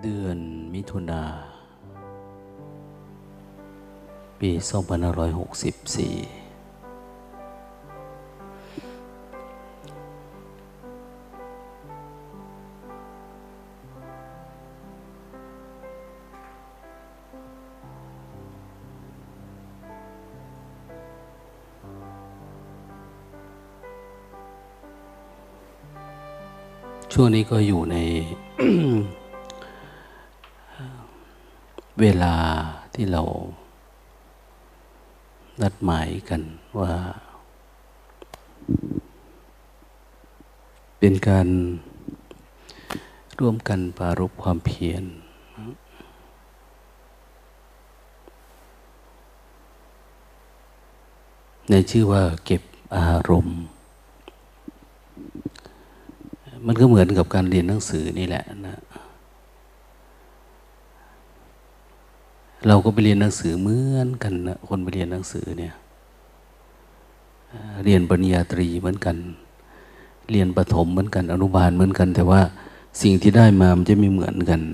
เดือนมิถุนาปี2564ช่วงนี้ก็อยู่ใน เวลาที่เรานัดหมายกันว่าเป็นการร่วมกันปรารภความเพียรในชื่อว่าเก็บอารมณ์มันก็เหมือนกับการเรียนหนังสือนี่แหละนะเราก็ไปเรียนหนังสือเหมือนกันนะคนไปเรียนหนังสือเนี่ยเรียนปริญญาตรีเหมือนกันเรียนประถมเหมือนกันอนุบาลเหมือนกันแต่ว่าสิ่งที่ได้มามันจะไม่เหมือนกัน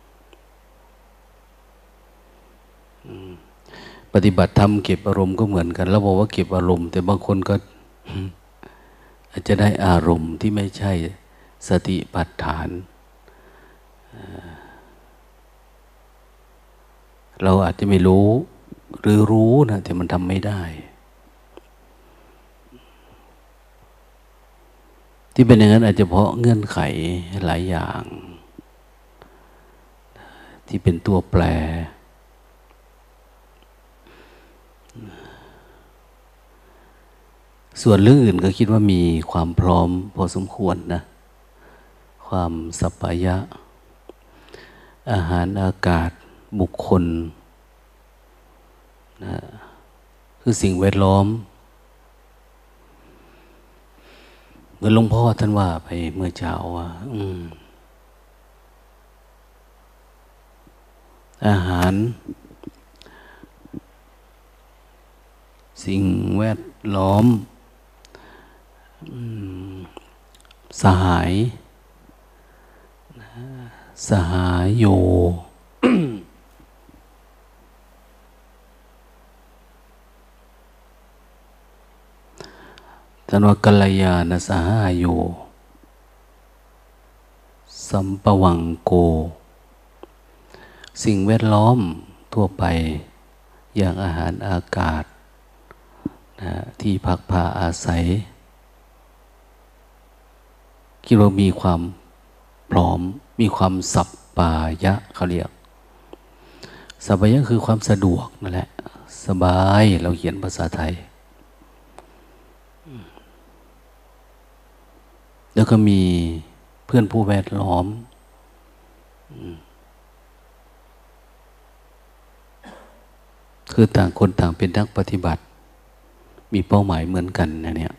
ปฏิบัติธรรมเก็บอารมณ์ก็เหมือนกันแล้วบอกว่าเก็บอารมณ์แต่บางคนก็ อาจจะได้อารมณ์ที่ไม่ใช่สติปัฏฐานเราอาจจะไม่รู้หรือรู้นะแต่มันทำไม่ได้ที่เป็นอย่างนั้นอาจจะเพราะเงื่อนไขหลายอย่างที่เป็นตัวแปรส่วนเรื่องอื่นก็คิดว่ามีความพร้อมพอสมควรนะความสัปปายะอาหารอากาศบุคคลนะคือสิ่งแวดล้อมเหมือนหลวงพ่อท่านว่าไปเมื่อเช้าว่าอาหารสิ่งแวดล้อมสหายสหายโย ท่านว่ากัลยาณสหายโยสัมปวังโกสิ่งแวดล้อมทั่วไปอย่างอาหารอากาศนะที่พักผ้าอาศัยคิดว่ามีความพร้อมมีความสัปปายะเขาเรียกสัปปายะคือความสะดวกนั่นแหละสบายเราเขียนภาษาไทยแล้วก็มีเพื่อนผู้แวดล้อมคือต่างคนต่างเป็นนักปฏิบัติมีเป้าหมายเหมือนกันนะเนี่ย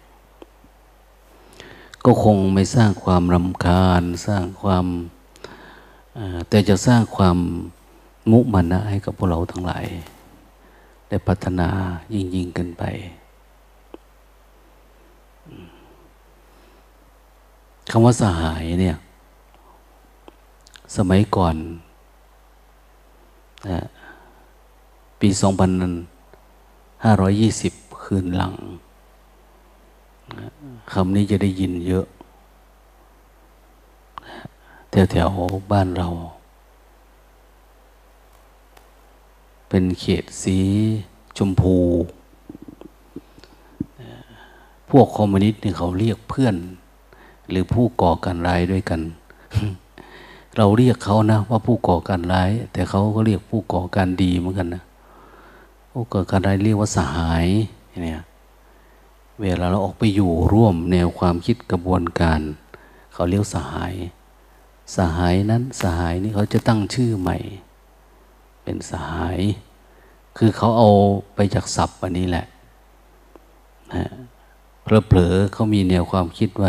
ก็คงไม่สร้างความรำคาญสร้างความแต่จะสร้างความมุมานะให้กับพวกเราทั้งหลายได้พัฒนายิ่งขึ้นไปคำว่าสหายเนี่ยสมัยก่อนปี2520คืนหลังคำนี้จะได้ยินเยอะแถวๆบ้านเราเป็นเขตสีชมพูพวกคอมมิวนิสต์เนี่ยเขาเรียกเพื่อนหรือผู้ก่อการร้ายด้วยกัน เราเรียกเขานะว่าผู้ก่อการร้ายแต่เขาก็เรียกผู้ก่อการดีเหมือนกันนะผู้ก่อการร้ายเรียกว่าสหายเนี่ยเวลาเราออกไปอยู่ร่วมแนวความคิดกระบวนการเขาเรียกสหายสหายนั้นสหายนี่เขาจะตั้งชื่อใหม่เป็นสหายคือเขาเอาไปจากศัพท์อันนี้แหละนะเผลอๆเขามีแนวความคิดว่า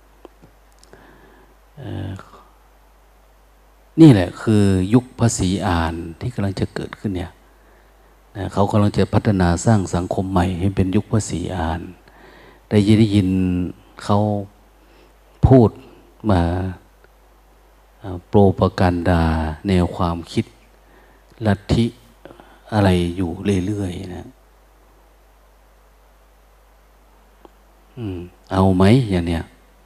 นี่แหละคือยุคภาษีอ่านที่กำลังจะเกิดขึ้นเนี่ยนะเขากำลังจะพัฒนาสร้างสังคมใหม่ให้เป็นยุคภาษีอ่านได้ยินเขาพูดมาโปรปกันดาแนวความคิดลัทธิอะไรอยู่เรื่อยๆนะเอาไหมอย่างเนี้ย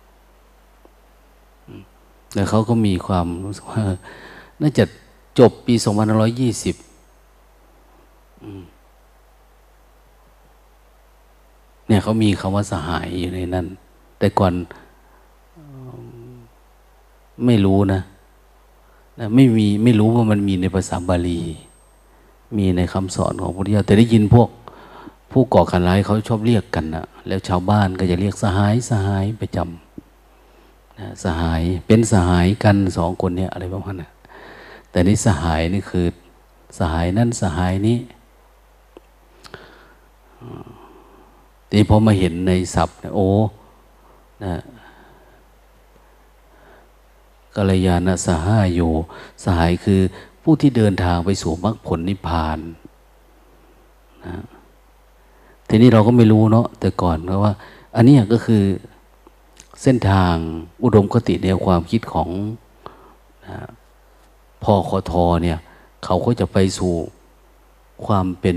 แล้วเขาก็มีความรู้สึกว่าน่าจะจบปี2520เนี่ยเขามีคำว่าสหายอยู่ในนั้นแต่ก่อนไม่รู้นะไม่รู้ว่ามันมีในภาษาบาลีมีในคำสอนของพระพุทธเจ้าแต่ได้ยินพวกผู้ก่อการร้ายเขาชอบเรียกกันนะแล้วชาวบ้านก็จะเรียกสหายประจำนะสหายเป็นสหายกันสองคนเนี่ยอะไรประมาณนั้นแต่นี่สหายนี่คือสหายนั่นสหายนี้ทีพอมาเห็นในศัพท์โอ้นะกัลยาณสหายโยสหายคือผู้ที่เดินทางไปสู่มรรคผลนิพพานนะทีนี้เราก็ไม่รู้เนาะแต่ก่อนเพราะว่าอันนี้ก็คือเส้นทางอุดมคติแนวความคิดของนะพคทเนี่ยเขาก็จะไปสู่ความเป็น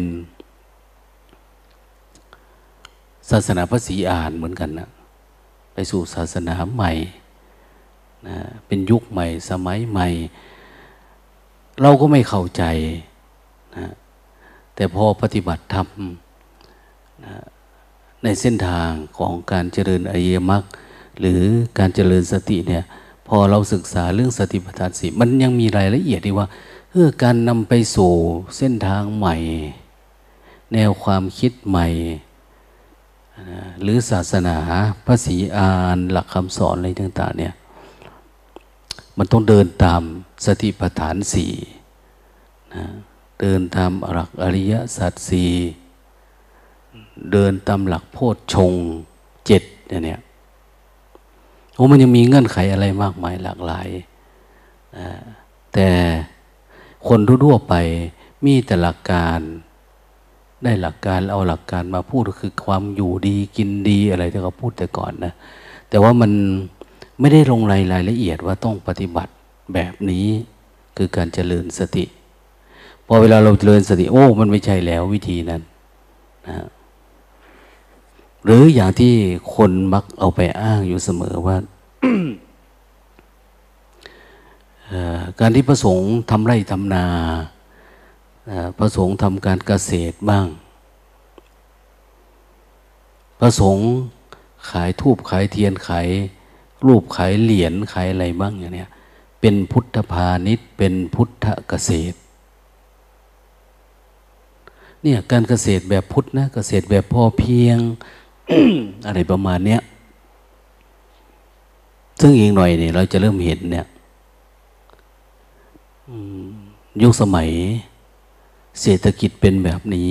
ศาสนาพระศรีอานเหมือนกันนะไปสู่ศาสนาใหม่นะเป็นยุคใหม่สมัยใหม่เราก็ไม่เข้าใจนะแต่พอปฏิบัติธรรมนะในเส้นทางของการเจริญอริยมรรคหรือการเจริญสติเนี่ยพอเราศึกษาเรื่องสติปัฏฐานสี่มันยังมีรายละเอียดดีว่าการนำไปสู่เส้นทางใหม่แนวความคิดใหม่หรือศาสนาพระศรีอานหลักคำสอนอะไรต่างๆเนี่ยมันต้องเดินตามสติปัฏฐานสี่นะเดินตามหลักอริยสัจสี่เดินตามหลักโพชฌงค์เจ็ดเนี่ยโอ้มันยังมีเงื่อนไขอะไรมากมายหลากหลายแต่คนทั่วไปมีแต่หลักการได้หลักการเอาหลักการมาพูดก็คือความอยู่ดีกินดีอะไรที่เขาพูดแต่ก่อนนะแต่ว่ามันไม่ได้ลงรายละเอียดว่าต้องปฏิบัติแบบนี้คือการเจริญสติพอเวลาเราเจริญสติโอ้มันไม่ใช่แล้ววิธีนั้นนะหรืออย่างที่คนมักเอาไปอ้างอยู่เสมอว่า การที่พระสงฆ์ทำไร่ทำนาพระสงฆ์ทำการเกษตรบ้างพระสงฆ์ขายธูปขายเทียนขายรูปขายเหรียญขายอะไรบ้างอย่างเนี้ยเป็นพุทธพาณิชย์เป็นพุทธเกษตรเนี่ยการเกษตรแบบพุทธนะเกษตรแบบพอเพียง อะไรประมาณเนี้ยซึ่งอีกหน่อยเนี่ยเราจะเริ่มเห็นเนี่ยยุคสมัยเศรษฐกิจเป็นแบบนี้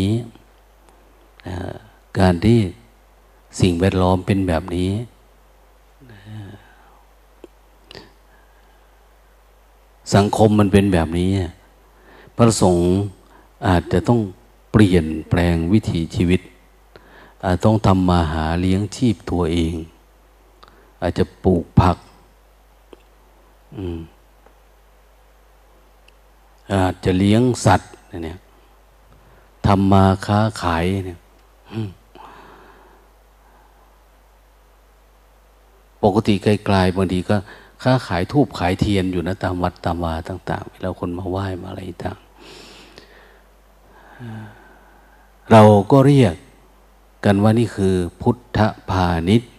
การที่สิ่งแวดล้อมเป็นแบบนี้สังคมมันเป็นแบบนี้พระสงฆ์อาจจะต้องเปลี่ยนแปลงวิถีชีวิตอาจต้องทำมาหาเลี้ยงชีพตัวเองอาจจะปลูกผักอาจจะเลี้ยงสัตว์เนี่ยทำมาค้าขายเนี่ยปกติไกลๆบางทีก็ค้าขายธูปขายเทียนอยู่นะตามวัดตามวาต่างๆเวลาคนมาไหว้มาอะไรต่างเราก็เรียกกันว่านี่คือพุทธพาณิชย์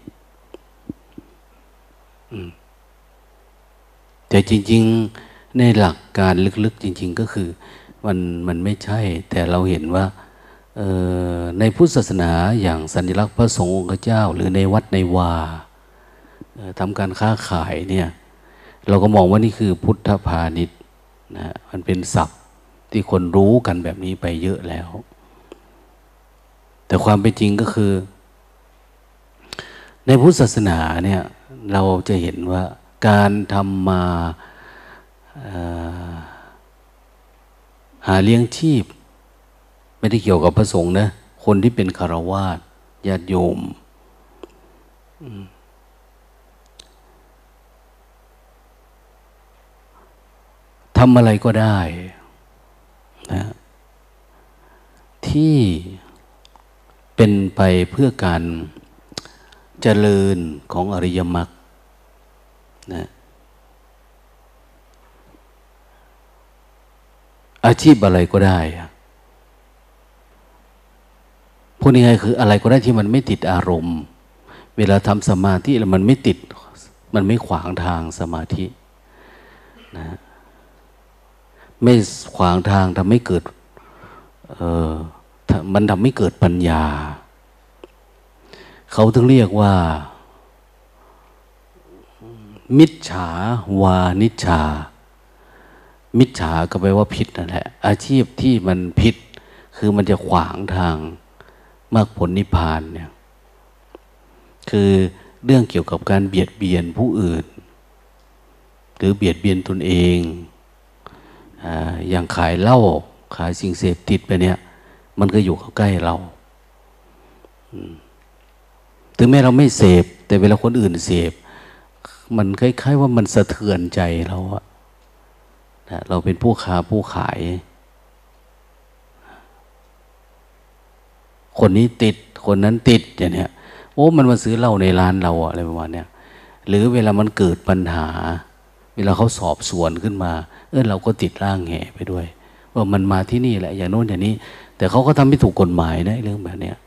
แต่จริงๆในหลักการลึกๆจริงๆก็คือมันไม่ใช่แต่เราเห็นว่าในพุทธศาสนาอย่างสัญลักษณ์พระสงฆ์องค์เจ้าหรือในวัดในวาทำการค้าขายเนี่ยเราก็มองว่านี่คือพุทธพาณิชย์นะมันเป็นศัพท์ที่คนรู้กันแบบนี้ไปเยอะแล้วแต่ความเป็นจริงก็คือในพุทธศาสนาเนี่ยเราจะเห็นว่าการทำมาหาเลี้ยงชีพไม่ได้เกี่ยวกับพระสงฆ์นะคนที่เป็นฆราวาสญาติโยมทำอะไรก็ได้นะที่เป็นไปเพื่อการเจริญของอริยมรรคนะอาชีพอะไรก็ได้พูดง่ายๆคืออะไรก็ได้ที่มันไม่ติดอารมณ์เวลาทำสมาธิแล้วมันไม่ติดมันไม่ขวางทางสมาธินะไม่ขวางทางทำให้เกิดมันทำให้เกิดปัญญาเขาถึงเรียกว่ามิจฉาวานิชฌามิจฉาก็แปลว่าผิดนั่นแหละอาชีพที่มันผิดคือมันจะขวางทางมรรคผลนิพพานเนี่ยคือเรื่องเกี่ยวกับการเบียดเบียนผู้อื่นหรือเบียดเบียนตนเองอย่างขายเหล้าขายสิ่งเสพติดไปเนี่ยมันก็อยู่ใกล้เราถึงแม้เราไม่เสพแต่เวลาคนอื่นเสพมันคล้ายๆว่ามันสะเทือนใจเราอะเราเป็นผู้ค้าผู้ขายคนนี้ติดคนนั้นติดอย่างเนี้ยโอ้มันมาซื้อเหล้าในร้านเราอะไรประมาณเนี้ยหรือเวลามันเกิดปัญหาเวลาเขาสอบสวนขึ้นมาเราก็ติดร่างแห่ไปด้วยว่ามันมาที่นี่แหละอย่างโน้นอย่างนี้แต่เขาก็ทำไม่ถูกกฎหมายนะเรื่องแบบเนี้ย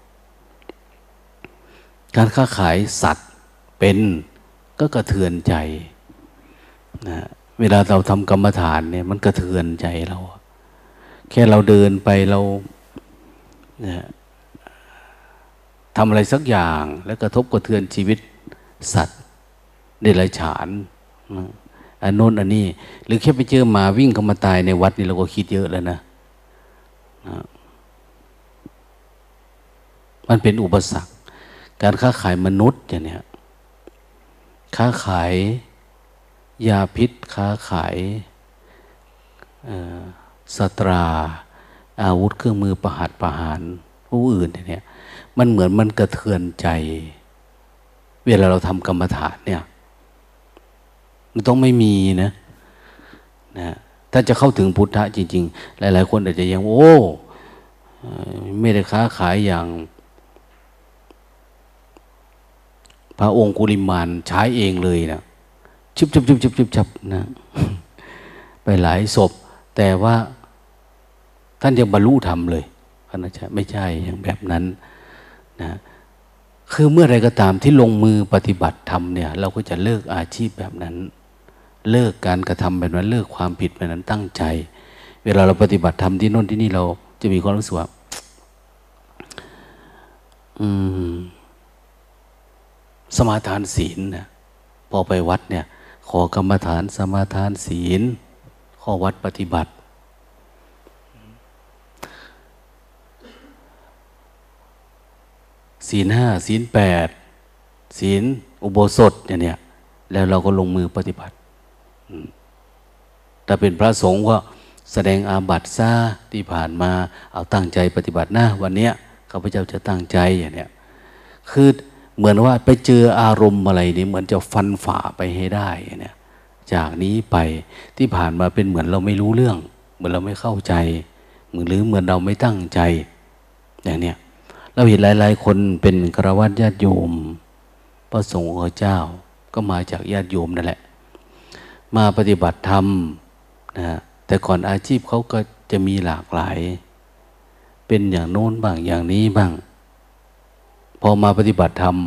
การค้าขายสัตว์เป็นก็กระเทือนใจนะเวลาเราทำกรรมฐานเนี่ยมันกระเทือนใจเราแค่เราเดินไปเราเนี่ยทำอะไรสักอย่างแล้วกระทบกระเทือนชีวิตสัตว์เดรัจฉานอันโน้นอันนี้หรือแค่ไปเจอหมาวิ่งเข้ามาตายในวัดนี่เราก็คิดเยอะแล้วนะมันเป็นอุปสรรคการค้าขายมนุษย์อย่างเนี้ยค้าขายยาพิษค้าขายสตราอาวุธเครื่องมือประหัตประหารผู้อื่นเนี่ยมันเหมือนมันกระเทือนใจเวลาเราทำกรรมฐานเนี่ยมันต้องไม่มีนะถ้าจะเข้าถึงพุทธะจริงๆหลายๆคนอาจจะยังโอ้ไม่ได้ค้าขายอย่างพระองค์กุลิมานใช้เองเลยนะชุบนะไปหลายศพแต่ว่าท่านยังบรรลุธรรมเลยพระนะจ๊ะไม่ใช่อย่างแบบนั้นนะคือเมื่อไรก็ตามที่ลงมือปฏิบัติธรรมเนี่ยเราก็จะเลิกอาชีพแบบนั้นเลิกการกระทำแบบนั้นเลิกความผิดแบบนั้นตั้งใจเวลาเราปฏิบัติธรรมที่โน่นที่นี่เราจะมีความรู้สึกว่าสมาทานศีลนะพอไปวัดเนี่ยขอกรรมฐานสมาทานศีลข้อวัดปฏิบัติศีล 5ศีล 8ศีลอุโบสถเนี่ยแล้วเราก็ลงมือปฏิบัติถ้าเป็นพระสงฆ์ก็แสดงอาบัติซะที่ผ่านมาเอาตั้งใจปฏิบัตินะวันเนี้ยข้าพเจ้าจะตั้งใจอย่างเนี้ยคือเหมือนว่าไปเจออารมณ์อะไรนี่เหมือนจะฟันฝ่าไปให้ได้เนี่ยจากนี้ไปที่ผ่านมาเป็นเหมือนเราไม่รู้เรื่องเหมือนเราไม่เข้าใจหรือเหมือนเราไม่ตั้งใจอย่างเนี้ยเราเห็นหลายๆคนเป็นฆราวาสญาติโยมพระสงฆ์ของเจ้าก็มาจากญาติโยมนั่นแหละมาปฏิบัติธรรมนะแต่ก่อนอาชีพเขาก็จะมีหลากหลายเป็นอย่างโน้นบ้างอย่างนี้บ้างพอมาปฏิบัติธรรม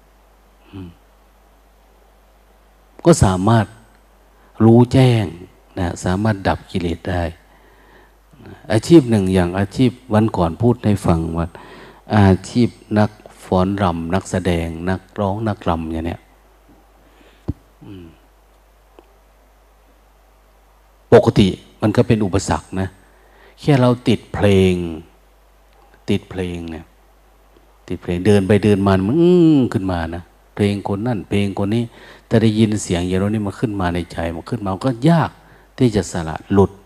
ก็สามารถรู้แจ้งนะสามารถดับกิเลสได้อาชีพหนึ่งอย่างอาชีพวันก่อนพูดให้ฟังว่าอาชีพนักฟ้อนรำนักแสดงนักร้องนักรำอย่างเนี้ยปกติมันก็เป็นอุปสรรคนะแค่เราติดเพลงเนี่ยติดเพลงเดินไปเดินมามันขึ้นมานะเพลงคนนั่นเพลงคนนี้แต่ได้ยินเสียงอย่างนี้มันขึ้นมาในใจมันขึ้นมาก็ยากที่จะสละหลุด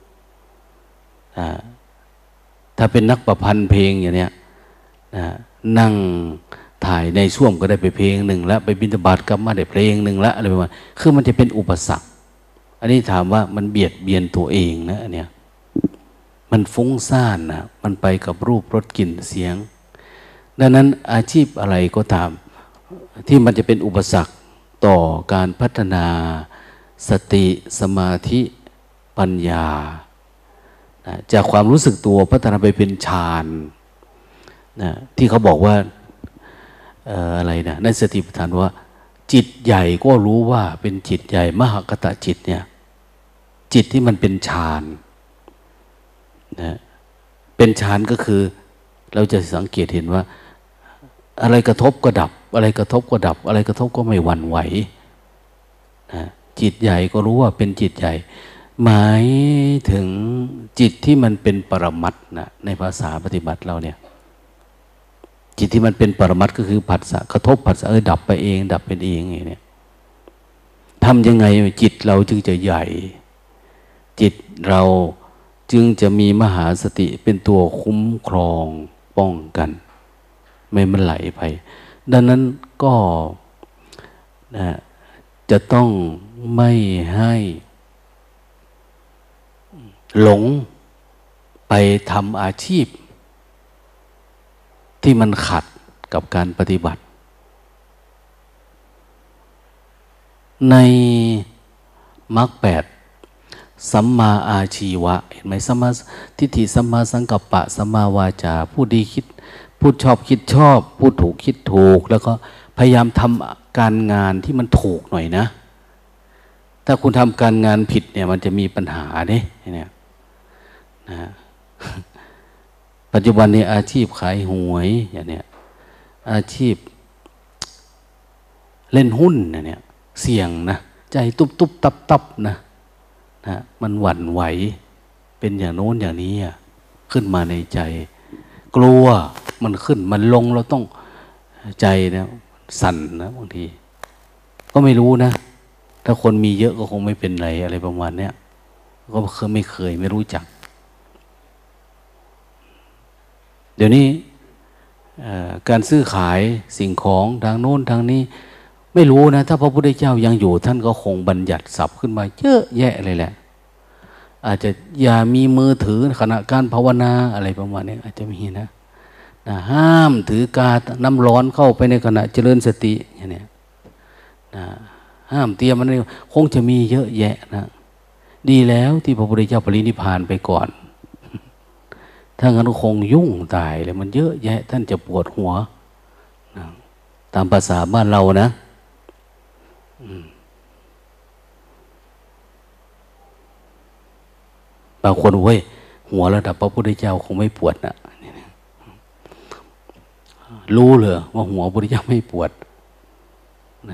ถ้าเป็นนักประพันธ์เพลงอย่างเนี้ยนั่งถ่ายในช่วงก็ได้ไปเพลงหนึ่งแล้วไปบิณฑบาตกลับมาได้เพลงหนึ่งแล้วอะไรประมาณคือมันจะเป็นอุปสรรคอันนี้ถามว่ามันเบียดเบียนตัวเองนะอันเนี้ยมันฟุ้งซ่านนะมันไปกับรูปรสกลิ่นเสียงดังนั้นอาชีพอะไรก็ตามที่มันจะเป็นอุปสรรคต่อการพัฒนาสติสมาธิปัญญาจากความรู้สึกตัวพัฒนาไปเป็นฌานนะที่เขาบอกว่าอะไรนะในสติปัฏฐานว่าจิตใหญ่ก็รู้ว่าเป็นจิตใหญ่มหากตจิตเนี่ยจิตที่มันเป็นฌานนะเป็นฌานก็คือเราจะสังเกตเห็นว่าอะไรกระทบก็ดับอะไรกระทบก็ดับอะไรกระทบก็ไม่หวั่นไหวนะจิตใหญ่ก็รู้ว่าเป็นจิตใหญ่หมายถึงจิตที่มันเป็นปรมัตถ์นะในภาษาปฏิบัติเราเนี่ยจิตที่มันเป็นปรมัตถ์ก็คือผัสสะกระทบผัสสะดับไปเองดับเป็นเองอย่างนี้ทำยังไงจิตเราจึงจะใหญ่จิตเราจึงจะมีมหาสติเป็นตัวคุ้มครองป้องกันไม่มันไหลไปดังนั้นก็นะจะต้องไม่ให้หลงไปทำอาชีพที่มันขัดกับการปฏิบัติในมรรคแปดสัมมาอาชีวะเห็นไหมสัมมาทิฏฐิสัมมาสังกัปปะสัมมาวาจาพูดดีคิดพูดชอบคิดชอบพูดถูกคิดถูกแล้วก็พยายามทำการงานที่มันถูกหน่อยนะถ้าคุณทำการงานผิดเนี่ยมันจะมีปัญหาเนี่ยนะปัจจุบันนี้อาชีพขายหวยอย่างเนี้ยอาชีพเล่นหุ้นเนี่ยเสี่ยงนะใจตุบตุบตับตับนะมันหวั่นไหวเป็นอย่างโน้นอย่างนี้ขึ้นมาในใจกลัวมันขึ้นมันลงเราต้องใจนะสั่นนะบางทีก็ไม่รู้นะถ้าคนมีเยอะก็คงไม่เป็นไรอะไรประมาณเนี้ยก็ไม่เคยไม่รู้จักเดี๋ยวนี้การซื้อขายสิ่งของทางโน้นทางนี้ไม่รู้นะถ้าพระพุทธเจ้ายังอยู่ท่านก็คงบัญญัติศัพท์ขึ้นมาเยอะแยะเลยแหละอาจจะอย่ามีมือถือขณะการภาวนาอะไรประมาณนี้อาจจะมีนะห้ามถือกาน้ำร้อนเข้าไปในขณะเจริญสติอย่างนี้นะห้ามเตรียมมันคงจะมีเยอะแยะนะดีแล้วที่พระพุทธเจ้าปรินิพพานไปก่อนถ้างั้นคงยุ่งตายเลยมันเยอะแยะท่านจะปวดหัวนะตามภาษาบ้านเรานะบางคนเว้ยหัวระดับพระพุทธเจ้าคงไม่ปวดนะรู้เลยว่าหัวพระพุทธเจ้าไม่ปวดนะ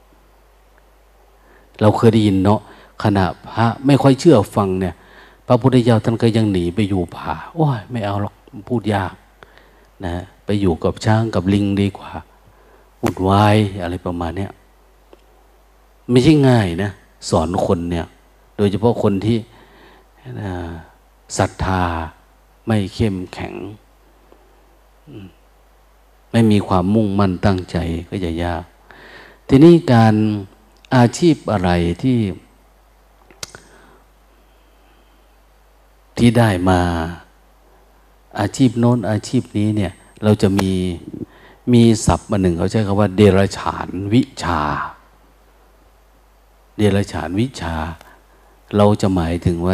เราเคยได้ยินเนาะขณะพระไม่ค่อยเชื่อฟังเนี่ยพระพุทธเจ้าท่านก็ยังหนีไปอยู่ป่าโอ้ยไม่เอาหรอกพูดยากนะไปอยู่กับช้างกับลิงดีกว่าวุ่นวายอะไรประมาณเนี้ยไม่ใช่ง่ายนะสอนคนเนี่ยโดยเฉพาะคนที่ศรัทธาไม่เข้มแข็งไม่มีความมุ่งมั่นตั้งใจก็จะยากทีนี้การอาชีพอะไรที่ได้มาอาชีพโน้นอาชีพนี้เนี่ยเราจะมีศัพท์มาหนึ่งเขาใช้คำว่าเดรัจฉานวิชาเดรัจฉานวิชาเราจะหมายถึงว่า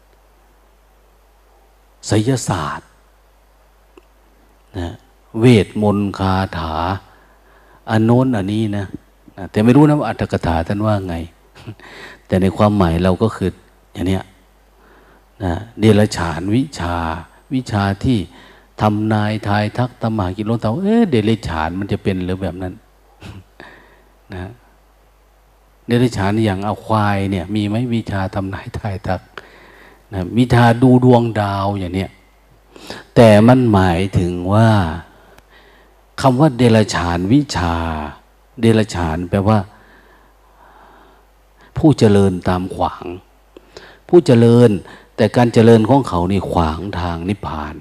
ไสยศาสตร์นะเวทมนต์คาถาอันโน้นอันนี้นะแต่ไม่รู้นะว่าอัตถกถาท่านว่าไงแต่ในความหมายเราก็คืออย่างเนี้ยนะเดรัจฉานวิชาที่ทำนายทายทักตำหากิโลเตาเดรัจฉานมันจะเป็นหรือแบบนั้นนะเดรัจฉานอย่างเอาควายเนี่ยมีไหมวิชาทำนายทายทักนะวิชาดูดวงดาวอย่างเนี้ยแต่มันหมายถึงว่าคำว่าเดรัจฉานวิชาเดรัจฉานแปลว่าผู้เจริญตามขวางผู้เจริญแต่การเจริญของเขานี่ขวางทางนิพพาน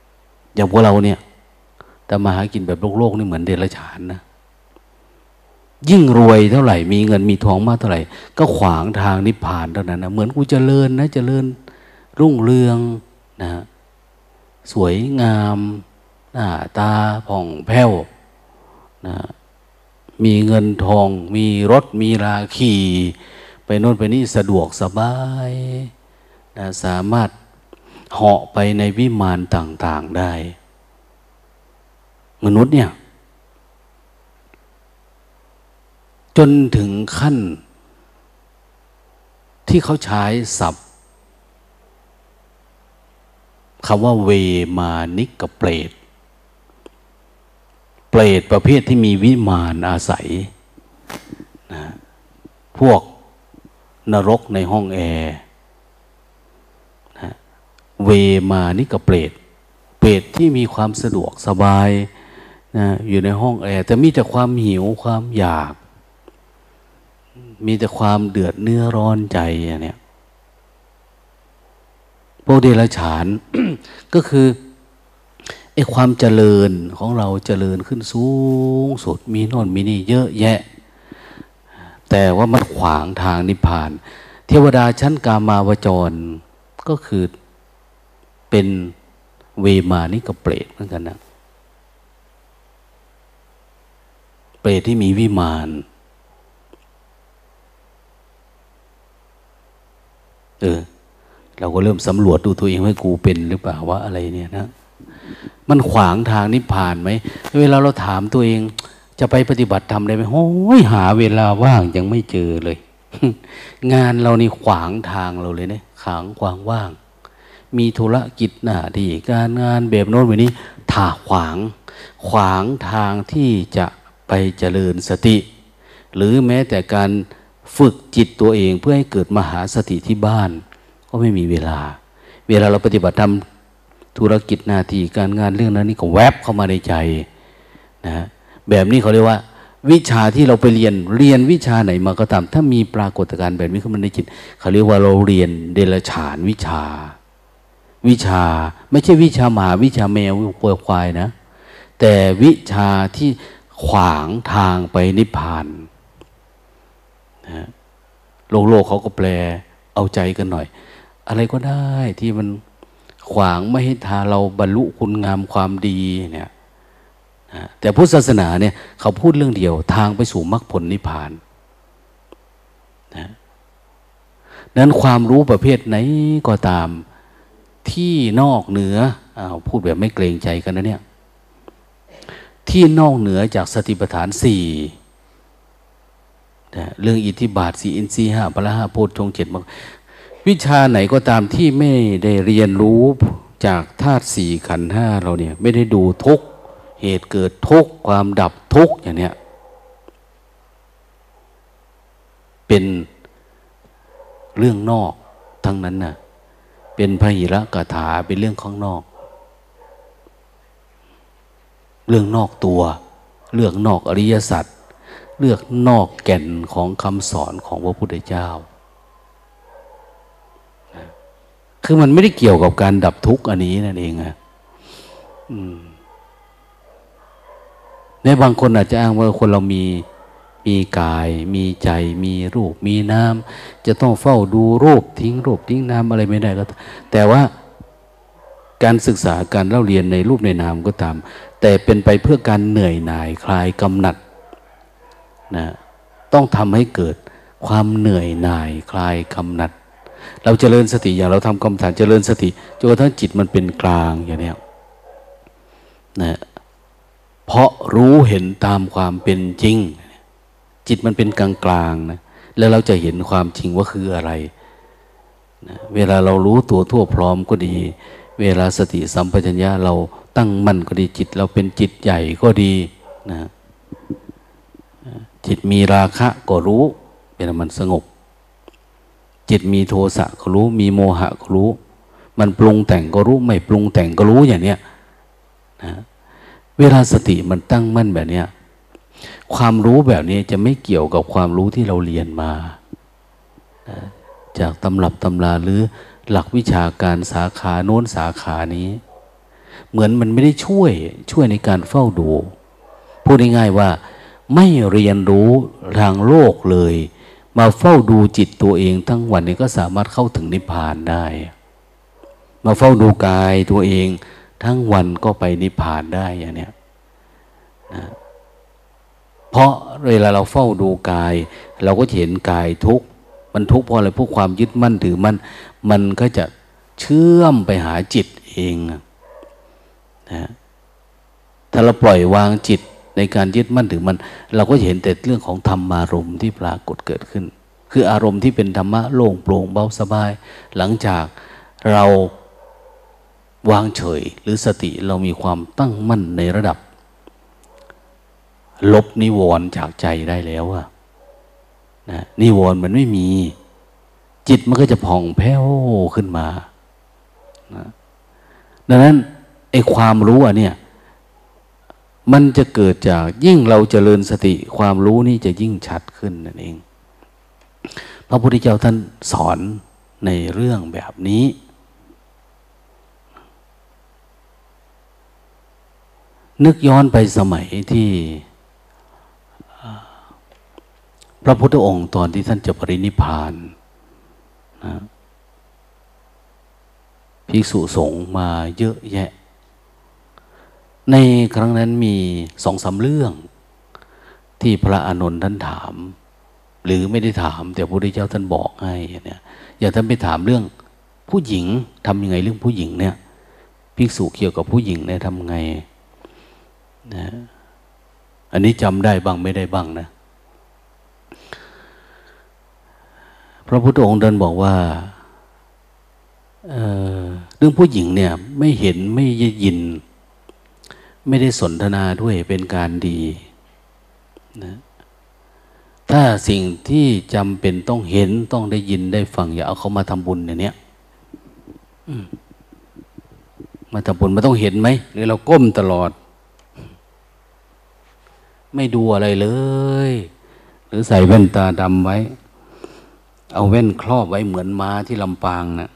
อย่างพวกเราเนี่ยแต่มาหากินแบบโลกนี่เหมือนเดรัจฉานนะยิ่งรวยเท่าไหร่มีเงินมีทองมากเท่าไหร่ก็ขวางทางนิพพานเท่านั้นนะเหมือนกูเจริญนะเจริญรุ่งเรืองนะสวยงามหน้าตาผ่องแผ้วนะมีเงินทองมีรถมีราขี่ไปโน่นไปนี่สะดวกสบายนะสามารถเหาะไปในวิมานต่างๆได้มนุษย์เนี่ยจนถึงขั้นที่เขาใช้ศัพท์คำว่าเวมานิกเปรตเปรตประเภทที่มีวิมานอาศัยนะพวกนรกในห้องแอร์นะเวมานิกเปรตเปรตที่มีความสะดวกสบายนะอยู่ในห้องแอร์แต่มีแต่ความหิวความอยากมีแต่ความเดือดเนื้อร้อนใจอย่างเนี้ยพวกเดรัจฉาน ก็คือไอ้ความเจริญของเราเจริญขึ้นสูงสุดมีโน่นมีนี่เยอะแยะแต่ว่ามันขวางทางนิพพานเทวดาชั้นกามาวจรก็คือเป็นเวมานิกเปรตเหมือนกันนะเปรตที่มีวิมานเราก็เริ่มสำรวจดูตัวเองว่ากูเป็นหรือเปล่าว่าอะไรเนี่ยนะมันขวางทางนิพพานไหมเวลาเราถามตัวเองจะไปปฏิบัติธรรมได้ไหมโอ้ยหาเวลาว่างยังไม่เจอเลย งานเรานี่ขวางทางเราเลยเนี่ยขวางความว่างมีธุรกิจหน้าที่การงานแบบโน้นแบบนี้ถ่าขวางทางที่จะไปเจริญสติ หรือแม้แต่การฝึกจิตตัวเองเพื่อให้เกิดมหาสติที่บ้านก็ไม่มีเวลาเราปฏิบัติทำธุรกิจหน้าที่การงานเรื่องนั้นนี่ก็แวบเข้ามาในใจนะแบบนี้เขาเรียกว่าวิชาที่เราไปเรียนวิชาไหนมาก็ตามถ้ามีปรากฏการณ์แบบนี้ขึ้นมาในจิตเขาเรียกว่าเราเรียนเดรัจฉานวิชาไม่ใช่วิชาหมาวิชาแมวควายนะแต่วิชาที่ขวางทางไปนิพพานนะโลกเขาก็แปลเอาใจกันหน่อยอะไรก็ได้ที่มันขวางไม่ให้เราบรรลุคุณงามความดีเนี่ยนะแต่พุทธศาสนาเนี่ยเขาพูดเรื่องเดียวทางไปสู่มรรคผลนิพพานนะนั้นความรู้ประเภทไหนก็ตามที่นอกเหนือพูดแบบไม่เกรงใจกันนะเนี่ยที่นอกเหนือจากสติปัฏฐานสี่เรื่องอิทธิบาทสี่อินทรีย์ห้าพละห้าโพชฌงค์เจ็ดวิชาไหนก็ตามที่ไม่ได้เรียนรู้จากธาตุสี่ขันธ์ห้าเราเนี่ยไม่ได้ดูทุกข์เหตุเกิดทุกข์ความดับทุกข์อย่างเนี้ยเป็นเรื่องนอกทั้งนั้นน่ะเป็นพหิรกถาเป็นเรื่องข้างนอกเรื่องนอกตัวเรื่องนอกอริยสัจเรื่องนอกแก่นของคำสอนของพระพุทธเจ้าคือมันไม่ได้เกี่ยวกับการดับทุกข์อันนี้นั่นเองอะในบางคนอาจจะอ้างว่าคนเรามีกายมีใจมีรูปมีนามจะต้องเฝ้าดูรูปทิ้งนามอะไรไม่ได้ก็แต่ว่าการศึกษาการเล่าเรียนในรูปในนามก็ตามแต่เป็นไปเพื่อการเหนื่อยหน่ายคลายกำหนัดนะต้องทำให้เกิดความเหนื่อยหน่ายคลายกำหนัดเราเจริญสติอย่างเราทำกรรมฐานเจริญสติจนกระทั่งจิตมันเป็นกลางอย่างนี้นะเพราะรู้เห็นตามความเป็นจริงจิตมันเป็นกลางกลางนะแล้วเราจะเห็นความจริงว่าคืออะไรนะเวลาเรารู้ตัวทั่วพร้อมก็ดีเวลาสติสัมปชัญญะเราตั้งมั่นก็ดีจิตเราเป็นจิตใหญ่ก็ดีนะจิตมีราคะก็รู้เป็นมันสงบจิตมีโทสะก็รู้มีโมหะก็รู้มันปรุงแต่งก็รู้ไม่ปรุงแต่งก็รู้อย่างเนี้ยนะเวลาสติมันตั้งมั่นแบบเนี้ยความรู้แบบนี้จะไม่เกี่ยวกับความรู้ที่เราเรียนมาจากตำรับตำราหรือหลักวิชาการสาขาโน้นสาขานี้เหมือนมันไม่ได้ช่วยในการเฝ้าดูพูดง่ายๆว่าไม่เรียนรู้ทางโลกเลยมาเฝ้าดูจิตตัวเองทั้งวันนี้ก็สามารถเข้าถึงนิพพานได้มาเฝ้าดูกายตัวเองทั้งวันก็ไปนิพพานได้อย่างเนี้ยนะเพราะเวลาเราเฝ้าดูกายเราก็เห็นกายทุกข์มันทุกข์เพราะอะไรพวกความยึดมั่นถือมั่นมันก็จะเชื่อมไปหาจิตเองนะถ้าเราปล่อยวางจิตในการยึดมั่นถือมันเราก็เห็นแต่เรื่องของธรรมารมณ์ที่ปรากฏเกิดขึ้นคืออารมณ์ที่เป็นธรรมะโล่งโปร่งเบาสบายหลังจากเราวางเฉยหรือสติเรามีความตั้งมั่นในระดับลบนิวรณ์จากใจได้แล้วอะนะนิวรณ์มันไม่มีจิตมันก็จะผ่องแผ้วขึ้นมานะดังนั้นไอ้ความรู้อันเนี้ยมันจะเกิดจากยิ่งเราเจริญสติความรู้นี่จะยิ่งชัดขึ้นนั่นเองพระพุทธเจ้าท่านสอนในเรื่องแบบนี้นึกย้อนไปสมัยที่พระพุทธองค์ตอนที่ท่านจะปรินิพพานนะภิกษุสงฆ์มาเยอะแยะในครั้งนั้นมี2-3เรื่องที่พระอานนท์ท่านถามหรือไม่ได้ถามแต่พระพุทธเจ้าท่านบอกให้เนี่ยอย่าท่านไปถามเรื่องผู้หญิงทำยังไงเรื่องผู้หญิงเนี่ยภิกษุเกี่ยวกับผู้หญิงเนี่ยทำไงนะอันนี้จำได้บ้างไม่ได้บ้างนะพระพุทธองค์ท่านบอกว่าเรื่องผู้หญิงเนี่ยไม่เห็นไม่ได้ยินไม่ได้สนทนาด้วยเป็นการดีนะถ้าสิ่งที่จำเป็นต้องเห็นต้องได้ยินได้ฟังอย่าเอาเขามาทำบุญอย่างเนี้ยมาทำบุญมันต้องเห็นไหมหรือเราก้มตลอดไม่ดูอะไรเลยหรือใส่แว่นตาดำไว้เอาแว่นครอบไว้เหมือนม้าที่ลำปางนะ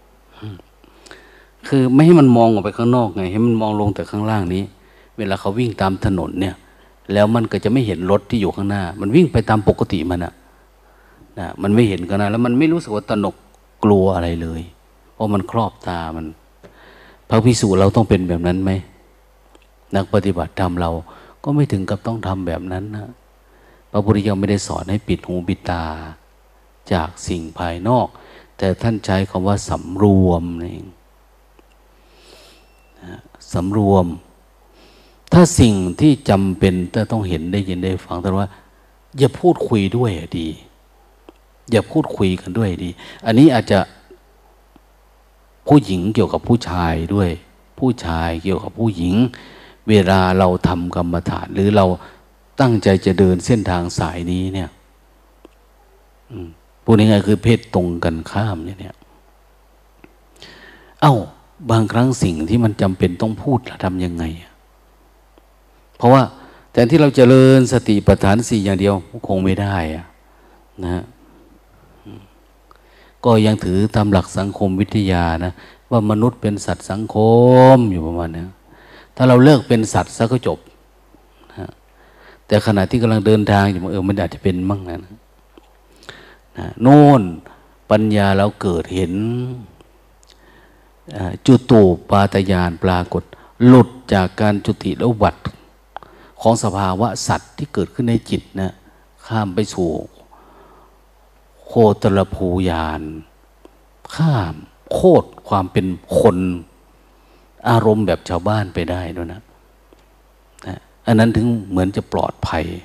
คือไม่ให้มันมองออกไปข้างนอกไงให้มันมองลงแต่ข้างล่างนี้เวลาเขาวิ่งตามถนนเนี่ยแล้วมันก็จะไม่เห็นรถที่อยู่ข้างหน้ามันวิ่งไปตามปกติมันนะมันไม่เห็นกันนะแล้วมันไม่รู้สึกว่าตระหนกกลัวอะไรเลยเพราะมันครอบตามันพระภิกษุเราต้องเป็นแบบนั้นไหมนักปฏิบัติธรรมเราก็ไม่ถึงกับต้องทำแบบนั้นนะพระพุทธเจ้าไม่ได้สอนให้ปิดหูปิดตาจากสิ่งภายนอกแต่ท่านใช้คำว่าสำรวมเองสำรวมถ้าสิ่งที่จำเป็นจะต้องเห็นได้ยินได้ฟังแต่ว่าอย่าพูดคุยด้วยดีอย่าพูดคุยกันด้วยดีอันนี้อาจจะผู้หญิงเกี่ยวกับผู้ชายด้วยผู้ชายเกี่ยวกับผู้หญิงเวลาเราทำกรรมฐานหรือเราตั้งใจจะเดินเส้นทางสายนี้เนี่ยพูดง่ายๆคือเพศตรงกันข้ามเนี่ยบางครั้งสิ่งที่มันจำเป็นต้องพูดเราทำยังไงเพราะว่าแต่ที่เราเจริญสติปัฏฐาน4อย่างเดียวคงไม่ได้นะก็ยังถือตามหลักสังคมวิทยานะว่ามนุษย์เป็นสัตว์สังคมอยู่ประมาณนี้ถ้าเราเลิกเป็นสัตว์ซะก็จบนะแต่ขณะที่กำลังเดินทางอยู่มันอาจจะเป็นมั่งนะโน่นปัญญาเราเกิดเห็นจุตูปาตญาณปรากฏหลุดจากการจุติและอุบัติของสภาวะสัตว์ที่เกิดขึ้นในจิตนะข้ามไปสู่โคตรภูญาณข้ามโคตรความเป็นคนอารมณ์แบบชาวบ้านไปได้ด้วยนะอันนั้นถึงเหมือนจะปลอดภัย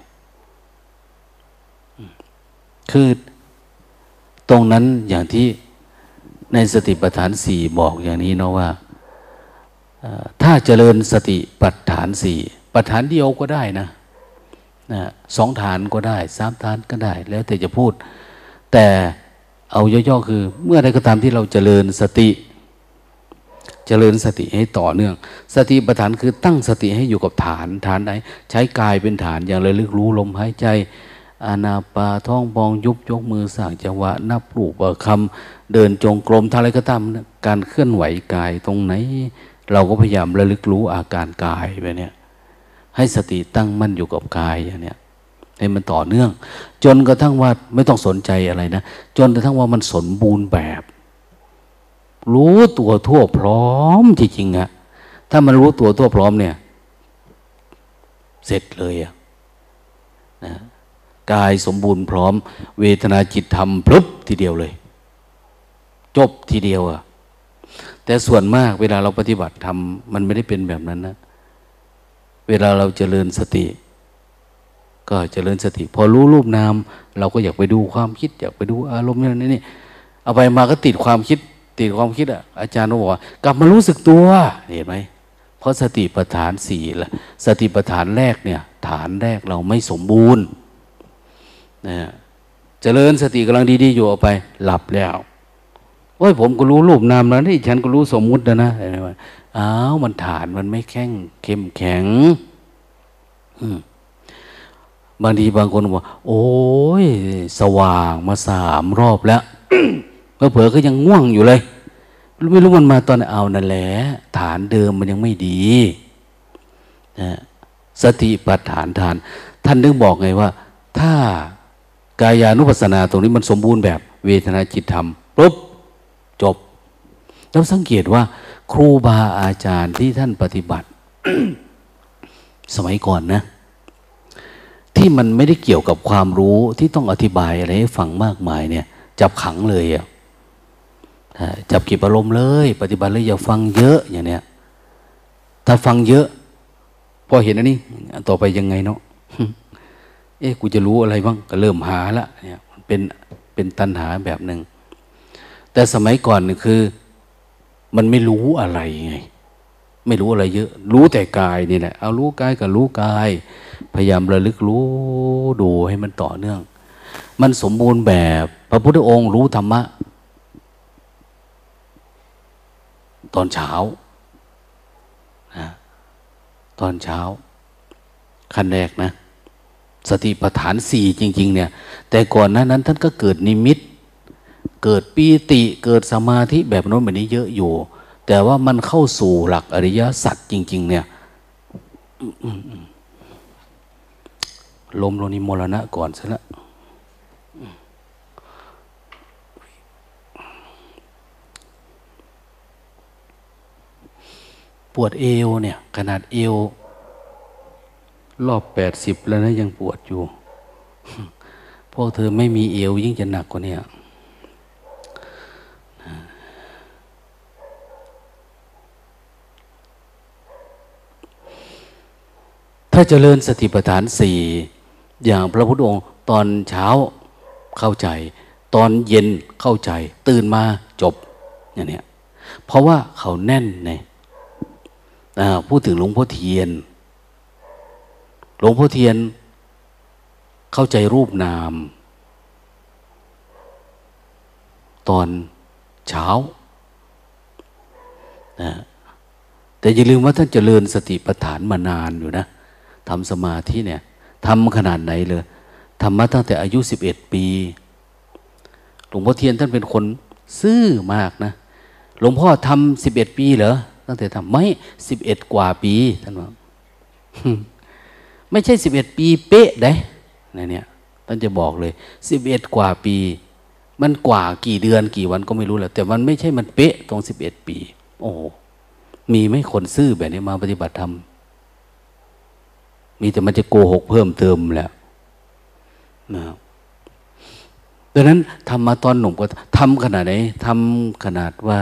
คือตรงนั้นอย่างที่ในสติปัฏฐาน4บอกอย่างนี้เนาะว่าถ้าเจริญสติปัฏฐาน4ปัฏฐานเดียวก็ได้นะ2ฐานก็ได้3ฐานก็ได้แล้วแต่จะพูดแต่เอาย่อๆคือเมื่อใดก็ตามที่เราเจริญสติให้ต่อเนื่องสติปัฏฐานคือตั้งสติให้อยู่กับฐานไหนใช้กายเป็นฐานอย่างระลึกรู้ลมหายใจอานาปาท้องพองยุบยกมือสร้างจังหวะนับรูปคำเดินจงกรมทำอะไรก็ตามการเคลื่อนไหวกายตรงไหนเราก็พยายามระลึกรู้อาการกายไปเนี่ยให้สติตั้งมั่นอยู่กับกายอย่างเนี้ยให้มันต่อเนื่อง จนกระทั่งว่าไม่ต้องสนใจอะไรนะจนกระทั่งว่ามันสมบูรณ์แบบ รู้ตัวทั่วพร้อมจริงๆอะถ้ามันรู้ตัวทั่วพร้อมเนี่ยเสร็จเลยอะนะกายสมบูรณ์พร้อมเวทนาจิตธรรมพรึบทีเดียวเลยจบทีเดียวอะแต่ส่วนมากเวลาเราปฏิบัติธรรมมันไม่ได้เป็นแบบนั้นนะเวลาเราเจริญสติก็เจริญสติพอรู้รูปนามเราก็อยากไปดูความคิดอยากไปดูอารมณ์นี่เอาไปมาก็ติดความคิดอ่ะอาจารย์ก็บอกว่ากลับมารู้สึกตัวเห็นไหมเพราะสติปัฏฐานสี่ละสติปัฏฐานแรกเนี่ยฐานแรกเราไม่สมบูรณ์นะเจริญสติกำลังดีๆอยู่เอาไปหลับแล้วโอ้ยผมก็รู้รูปนามแล้วนี่ฉันก็รู้สมมุติแล้วนะอะไรวะอ้าวมันฐานมันไม่เข้มแข็งบางทีบางคนบอกโอ้ยสว่างมา3 รอบแล้ว เผลอๆก็ยังง่วงอยู่เลยไม่รู้มันมาตอนเอานั่นแหละฐานเดิมมันยังไม่ดีนะสติปัฏฐานฐานท่านนึกบอกไงว่าถ้ากายานุปัสสนาตรงนี้มันสมบูรณ์แบบเวทนาจิตธรรมปุ๊บจบแล้วสังเกตว่าครูบาอาจารย์ที่ท่านปฏิบัติ สมัยก่อนนะที่มันไม่ได้เกี่ยวกับความรู้ที่ต้องอธิบายอะไรให้ฟังมากมายเนี่ยจับขังเลยอ่ะจับเก็บอารมณ์เลยปฏิบัติเลยอย่าฟังเยอะอย่างเนี้ยถ้าฟังเยอะพอเห็นอันนี้ต่อไปยังไงเนาะ กูจะรู้อะไรบ้างก็เริ่มหาละเนี่ยเป็นตัณหาแบบหนึ่งแต่สมัยก่อนนี่คือมันไม่รู้อะไรไงไม่รู้อะไรเยอะรู้แต่กายนี่แหละเอารู้กายกับรู้กายพยายามระลึกรู้ดูให้มันต่อเนื่องมันสมบูรณ์แบบพระพุทธองค์รู้ธรรมะตอนเช้านะตอนเช้าขั้นแรกนะสติปัฏฐาน4จริงๆเนี่ยแต่ก่อนนั้นท่านก็เกิดนิมิตเกิดปีติเกิดสมาธิแบบโน้นแบบนี้เยอะอยู่แต่ว่ามันเข้าสู่หลักอริยสัจจริงๆเนี่ยลมโลนิมรณะก่อนซะละปวดเอวเนี่ยขนาดเอวรอบ80แล้วนะยังปวดอยู่พวกเธอไม่มีเอวยิ่งจะหนักกว่านี้ถ้าเจริญสติปัฏฐาน4อย่างพระพุทธองค์ตอนเช้าเข้าใจตอนเย็นเข้าใจตื่นมาจบอย่างนี้เพราะว่าเขาแน่นไงพูดถึงหลวงพ่อเทียนเข้าใจรูปนามตอนเช้านะแต่อย่าลืมว่าท่านเจริญสติปัฏฐานมานานอยู่นะทำสมาธิเนี่ยทำขนาดไหนเลยทำมาตั้งแต่อายุ11 ปีหลวงพ่อเทียนท่านเป็นคนซื่อมากนะหลวงพ่อทำ11 ปีเหรอตั้งแต่ทำไม่11 กว่าปีท่านว่า ไม่ใช่11 ปีเป๊ะได้เนี่ยท่านจะบอกเลย11 กว่าปีมันกว่ากี่เดือนกี่วันก็ไม่รู้แหละแต่มันไม่ใช่มันเป๊ะตรง11 ปีโอ้มีไหมคนซื่อแบบนี้มาปฏิบัติธรรมมีแต่มันจะโกหกเพิ่มเติมแหละนะดังนั้นทำมาตอนหนุ่มก็ทำขนาดไหนทำขนาดว่า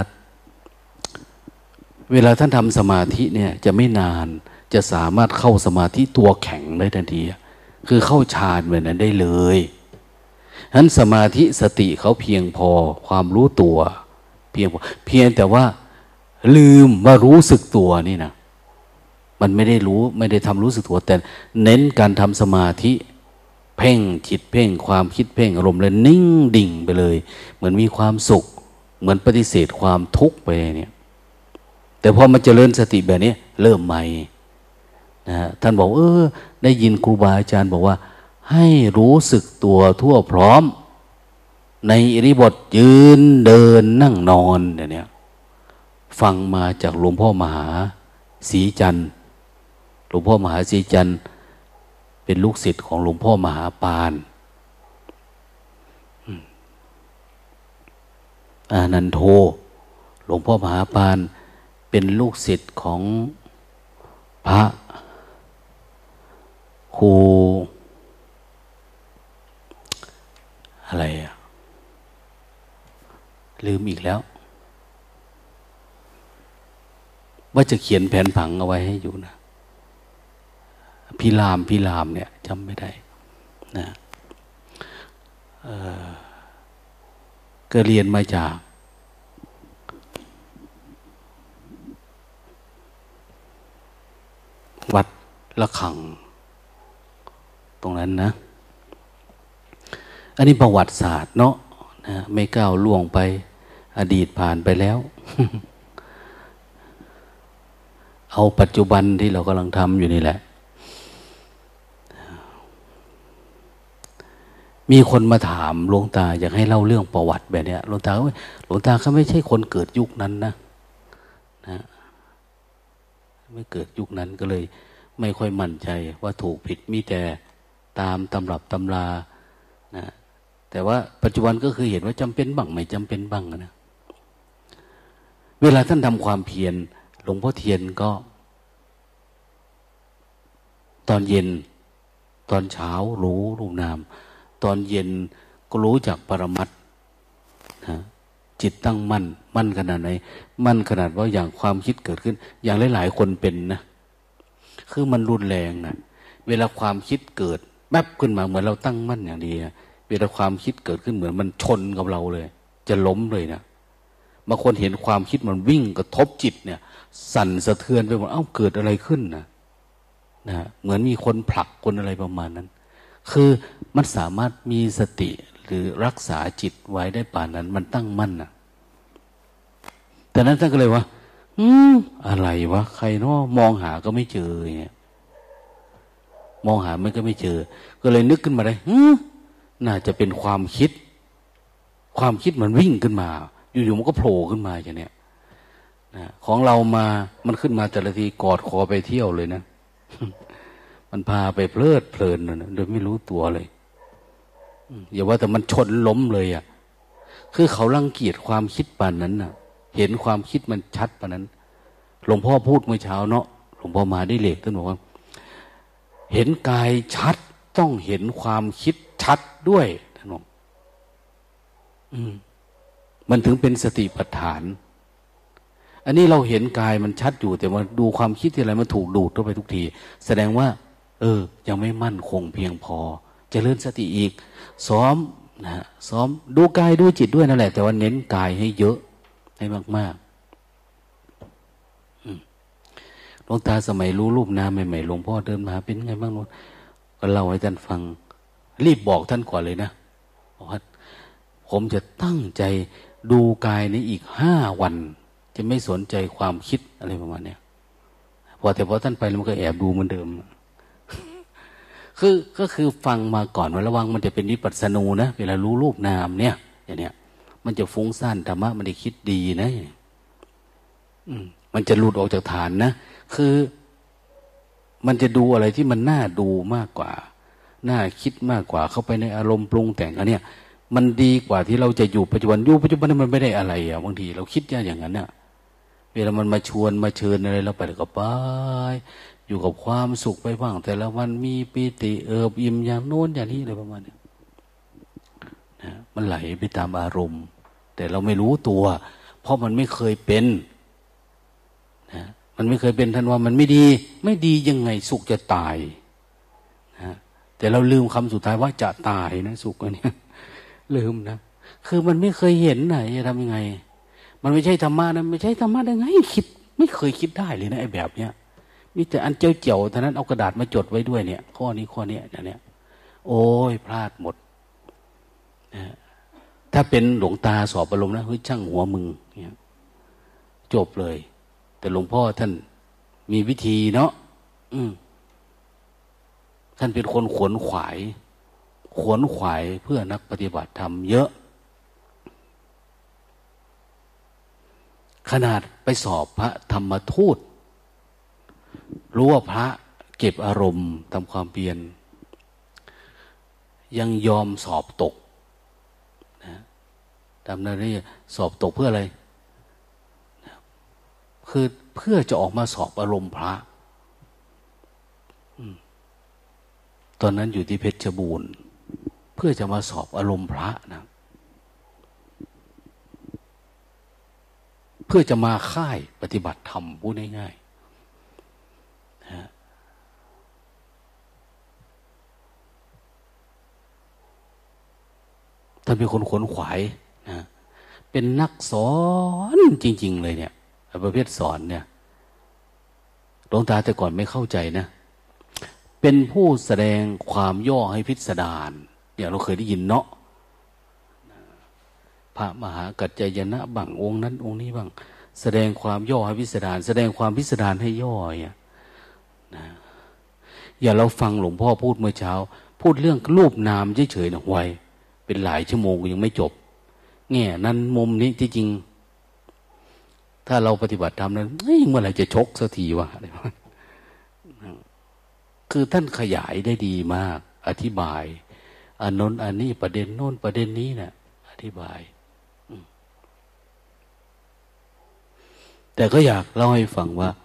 เวลาท่านทำสมาธิเนี่ยจะไม่นานจะสามารถเข้าสมาธิตัวแข็งได้ทันทีคือเข้าฌานแบบนั้นได้เลยฉะนั้นสมาธิสติเขาเพียงพอความรู้ตัวเพียงพอเพียงแต่ว่าลืมว่ารู้สึกตัวนี่นะมันไม่ได้รู้ไม่ได้ทำรู้สึกตัวแต่เน้นการทำสมาธิเพ่งจิตเพ่งความคิดเพ่งอารมณ์เลยนิ่งดิ่งไปเลยเหมือนมีความสุขเหมือนปฏิเสธความทุกข์ไปเนี่ยแต่พอมาเจริญสติแบบนี้เริ่มใหม่นะท่านบอกได้ยินครูบาอาจารย์บอกว่าให้รู้สึกตัวทั่วพร้อมในอิริบทยืนเดินนั่งนอนเนี่ยฟังมาจากหลวงพ่อมหาศรีจันทร์หลวงพ่อมหาศรีจันทร์เป็นลูกศิษย์ของหลวงพ่อมหาปานอานันโทหลวงพ่อมหาปานเป็นลูกศิษย์ของพระครูอะไรลืมอีกแล้วว่าจะเขียนแผนผังเอาไว้ให้อยู่นะพิรามเนี่ยจำไม่ได้นะก็เรียนมาจากวัดละคังตรงนั้นนะอันนี้ประวัติศาสตร์เนาะนะไม่ก้าวล่วงไปอดีตผ่านไปแล้ว เอาปัจจุบันที่เรากำลังทำอยู่นี่แหละมีคนมาถามหลวงตาอยากให้เล่าเรื่องประวัติแบบนี้หลวงตาเขาไม่ใช่คนเกิดยุคนั้นนะไม่เกิดยุคนั้นก็เลยไม่ค่อยมั่นใจว่าถูกผิดมีแต่ตามตำรับตำรานะแต่ว่าปัจจุบันก็คือเห็นว่าจำเป็นบ้างไม่จำเป็นบ้างนะเวลาท่านทำความเพียรหลวงพ่อเทียนก็ตอนเย็นตอนเช้ารู้รูปนามตอนเย็นก็รู้จากปรมัตถ์นะจิตตั้งมั่นขนาดไหนมั่นขนาดว่าอย่างความคิดเกิดขึ้นอย่างหลายๆคนเป็นนะคือมันรุนแรงนะเวลาความคิดเกิดแป๊บขึ้นมาเหมือนเราตั้งมั่นอย่างดีนะเวลาความคิดเกิดขึ้นเหมือนมันชนกับเราเลยจะล้มเลยนะบางคนเห็นความคิดมันวิ่งกระทบจิตเนี่ยสั่นสะเทือนไปหมดเกิดอะไรขึ้นนะเหมือนมีคนผลักคนอะไรประมาณนั้นคือมันสามารถมีสติหรือรักษาจิตไว้ได้ป่านนั้นมันตั้งมั่นนะแต่นั้นท่านก็เลยว่าอะไรวะใครเนาะมองหาก็ไม่เจอเนี่ยมองหามันก็ไม่เจอก็เลยนึกขึ้นมาได้น่าจะเป็นความคิดมันวิ่งขึ้นมาอยู่ๆมันก็โผล่ขึ้นมาอย่างเนี้ยของเรามามันขึ้นมาแต่ละทีกอดคอไปเที่ยวเลยนะ มันพาไปเพลิดเพลินนะโดยไม่รู้ตัวเลยอย่าว่าแต่มันชนล้มเลยคือเขารังเกียจความคิดปานนั้นน่ะเห็นความคิดมันชัดปานนั้นหลวงพ่อพูดเมื่อเช้าเนาะหลวงพ่อมาได้เลขท่านบอกว่าเห็นกายชัดต้องเห็นความคิดชัดด้วยท่านบอกมันถึงเป็นสติปัฏฐานอันนี้เราเห็นกายมันชัดอยู่แต่ว่าดูความคิดที่อะไรมันถูกดูดเข้าไปทุกทีแสดงว่ายังไม่มั่นคงเพียงพอเจริญสติอีกซ้อมดูกายดูจิตด้วยนั่นแหละแต่ว่าเน้นกายให้เยอะให้มากๆหลวงตาสมัยรู้รูปนามใหม่ๆหลวงพ่อเดินมาเป็นไงบ้างนู้นก็เล่าให้ท่านฟังรีบบอกท่านก่อนเลยนะบอกว่าผมจะตั้งใจดูกายในอีก5 วันจะไม่สนใจความคิดอะไรประมาณเนี้ยแต่พอท่านไปแล้วมันก็แอบดูเหมือนเดิมก็คือฟังมาก่อนว่าระวังมันจะเป็นวิปัสสนูนะเวลารู้รูปนามเนี่ยอย่างเนี้ยมันจะฟุ้งซ่านธรรมะมันได้คิดดีนะมันจะหลุดออกจากฐานนะคือมันจะดูอะไรที่มันน่าดูมากกว่าน่าคิดมากกว่าเข้าไปในอารมณ์ปรุงแต่งอันเนี้ยมันดีกว่าที่เราจะอยู่ปัจจุบันมันไม่ได้อะไรบางทีเราคิดอย่างนั้นเนี่ยเวลามันมาชวนมาเชิญอะไรเราไปก็ไปอยู่กับความสุขไปบ้างแต่ละวันมีปีติอิ่มอย่างโน้นอย่างนี้อะไรประมาณนี้นะมันไหลไปตามอารมณ์แต่เราไม่รู้ตัวเพราะมันไม่เคยเป็นนะมันไม่เคยเป็นท่านว่ามันไม่ดียังไงสุขจะตายนะแต่เราลืมคำสุดท้ายว่าจะตายนะสุขอันนี้ลืมนะคือมันไม่เคยเห็นไหนจะทำยังไงมันไม่ใช่ธรรมะนะไม่ใช่ธรรมะได้ไงคิดไม่เคยคิดได้เลยนะไอ้แบบเนี้ยมีแต่อันเจียวๆเท่านั้นเอากระดาษมาจดไว้ด้วยเนี่ยข้อนี้เนี่ยโอ้ยพลาดหมดนะถ้าเป็นหลวงตาสอบอารมณ์นะเฮ้ยช่างหัวมึงเนี่ยจบเลยแต่หลวงพ่อท่านมีวิธีเนาะท่านเป็นคนขวนขวายเพื่อนักปฏิบัติธรรมเยอะขนาดไปสอบพระธรรมทูตรู้ว่าพระเก็บอารมณ์ทำความเพียรยังยอมสอบตกนะทำนั้นนี่สอบตกเพื่ออะไรคือเพื่อจะออกมาสอบอารมณ์พระตอนนั้นอยู่ที่เพชรบูรณ์เพื่อจะมาสอบอารมณ์พระนะเพื่อจะมาค่ายปฏิบัติธรรมพูดง่ายๆนะท่านเป็นคนขนขวายนะเป็นนักสอนจริงๆเลยเนี่ยประเภทสอนเนี่ยหลวงตาแต่ก่อนไม่เข้าใจนะเป็นผู้แสดงความย่อให้พิสดารอย่างเราเคยได้ยินเนาะพระมหากัจจายนะบังองค์นั้นองค์นี้บังแสดงความย่อให้พิสดารแสดงความพิสดารให้ย่อนะอย่าเราฟังหลวงพ่อพูดเมื่อเช้าพูดเรื่องรูปนามเฉยๆนะไวเป็นหลายชั่วโมงยังไม่จบแง่นั้นมุมนี้ที่จริงถ้าเราปฏิบัติธรรมนั้นเมื่อไหร่จะชกสักทีวะคือท่านขยายได้ดีมากอธิบายอันโน้นอันนี้ประเด็นโน้นประเด็นนี้นะอธิบายแต่ก็อยากเล่าให้ฟังว่า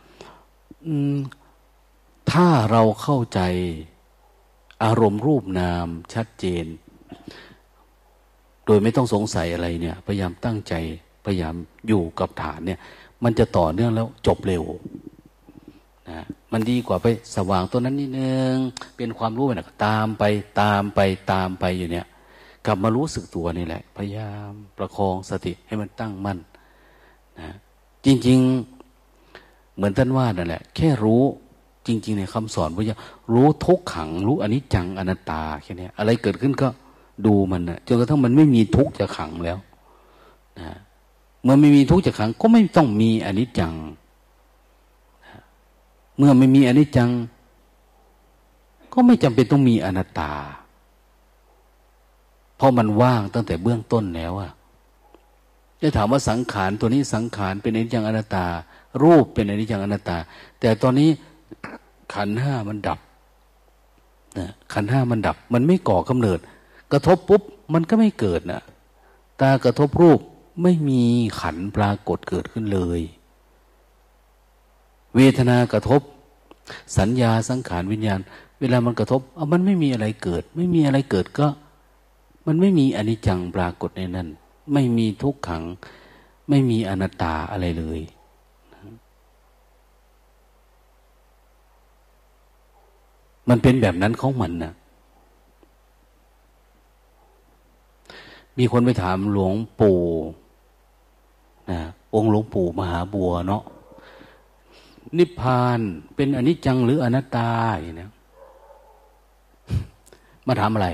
ถ้าเราเข้าใจอารมณ์รูปนามชัดเจนโดยไม่ต้องสงสัยอะไรเนี่ยพยายามตั้งใจพยายามอยู่กับฐานเนี่ยมันจะต่อเนื่องแล้วจบเร็วนะมันดีกว่าไปสว่างตัวนั้นนิดนึงเป็นความรู้ไปนะตามไปตามไปตามไปอยู่เนี่ยกลับมารู้สึกตัวนี่แหละพยายามประคองสติให้มันตั้งมั่นนะจริงๆเหมือนท่านว่านั่นแหละแค่รู้จริงๆในคำสอนพระเจ้ารู้ทุกขังรู้อนิจจังอนัตตาแค่นี้อะไรเกิดขึ้นก็ดูมันนะจนกระทั่งมันไม่มีทุกข์จะขังแล้วนะเมื่อไม่มีทุกข์จะขังก็ไม่ต้องมีอนิจจังนะเมื่อไม่มีอนิจจังก็ไม่จำเป็นต้องมีอนัตตาเพราะมันว่างตั้งแต่เบื้องต้นแล้วอะจะถามว่าสังขารตัวนี้สังขารเป็นอนิจจังอนัตตารูปเป็นอนิจจังอนัตตาแต่ตอนนี้ขันธ์ห้ามันดับนะขันธ์ห้ามันดับมันไม่ก่อกำเนิดกระทบปุ๊บมันก็ไม่เกิดนะตากระทบรูปไม่มีขันธ์ปรากฏเกิดขึ้นเลยเวทนากระทบสัญญาสังขารวิญญาณเวลามันกระทบมันไม่มีอะไรเกิดไม่มีอะไรเกิดก็มันไม่มีอนิจจังปรากฏในนั้นไม่มีทุกขังไม่มีอนัตตาอะไรเลยมันเป็นแบบนั้นของมันนะมีคนไปถามหลวงปู่นะองค์หลวงปู่มหาบัวเนาะนิพพานเป็นอนิจจังหรืออนัตตาอย่างนี้มาถามอะไร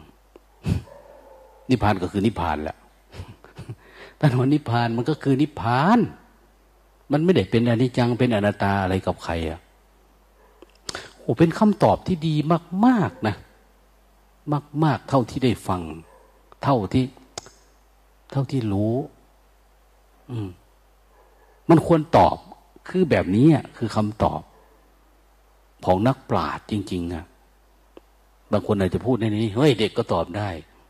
นิพพานก็คือนิพพานแหละท่านว่านิพพานมันก็คือนิพพานมันไม่ได้เป็นอนิจจังเป็นอนัตตาอะไรกับใครอ่ะโอ้เป็นคำตอบที่ดีมากๆนะมากๆเท่าที่ได้ฟังเท่าที่รู้มันควรตอบคือแบบนี้คือคำตอบของนักปราชญ์จริงๆอะบางคนอาจจะพูดในนี้เฮ้ยเด็กก็ตอบได้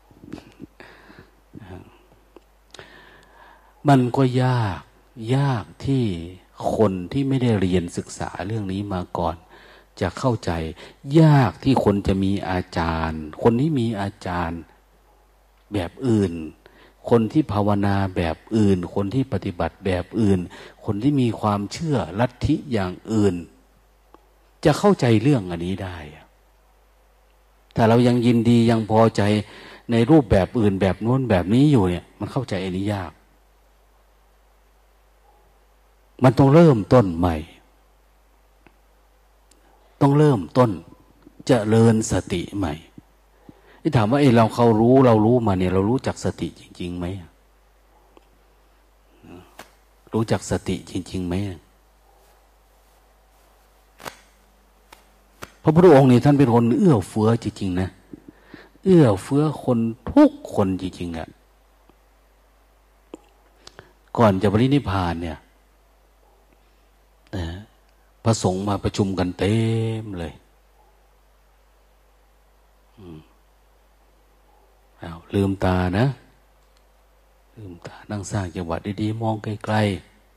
มันก็ยากที่คนที่ไม่ได้เรียนศึกษาเรื่องนี้มาก่อนจะเข้าใจยากที่คนจะมีอาจารย์คนที่มีอาจารย์แบบอื่นคนที่ภาวนาแบบอื่นคนที่ปฏิบัติแบบอื่นคนที่มีความเชื่อลัทธิอย่างอื่นจะเข้าใจเรื่องอันนี้ได้ถ้าเรายังยินดียังพอใจในรูปแบบอื่นแบบโน้นแบบนี้อยู่เนี่ยมันเข้าใจอันนี้ยากมันต้องเริ่มต้นใหม่ต้องเริ่มต้นเจริญสติใหม่ที่ถามว่าเรารู้มาเนี่ยเรารู้จักสติจริงๆไหมรู้จักสติจริงๆไหมพระพุทธองค์นี่ท่านเป็นคนเอื้อเฟื้อจริงๆนะเอื้อเฟื้อคนทุกคนจริงๆก่อนจะปรินิพพานเนี่ยพระสงฆ์มาประชุมกันเต็มเลยลืมตานะลืมตานั่งสร้างจังหวะดีๆมองไกล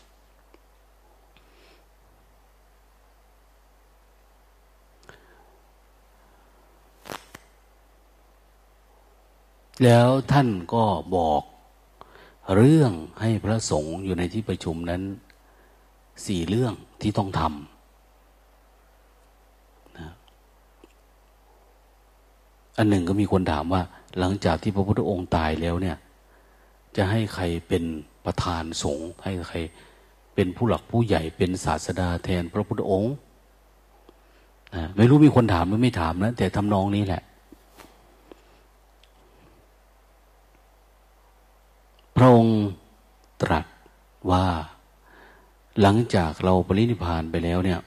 ๆแล้วท่านก็บอกเรื่องให้พระสงฆ์อยู่ในที่ประชุมนั้น4 เรื่องที่ต้องทำนะอันหนึ่งก็มีคนถามว่าหลังจากที่พระพุทธองค์ตายแล้วเนี่ยจะให้ใครเป็นประธานสงฆ์ให้ใครเป็นผู้หลักผู้ใหญ่เป็นศาสดาแทนพระพุทธองค์นะไม่รู้มีคนถามหรือไม่ถามนะแต่ทำนองนี้แหละพระองค์ตรัสว่าหลังจากเราปรินิพพานไปแล้วเนี่ย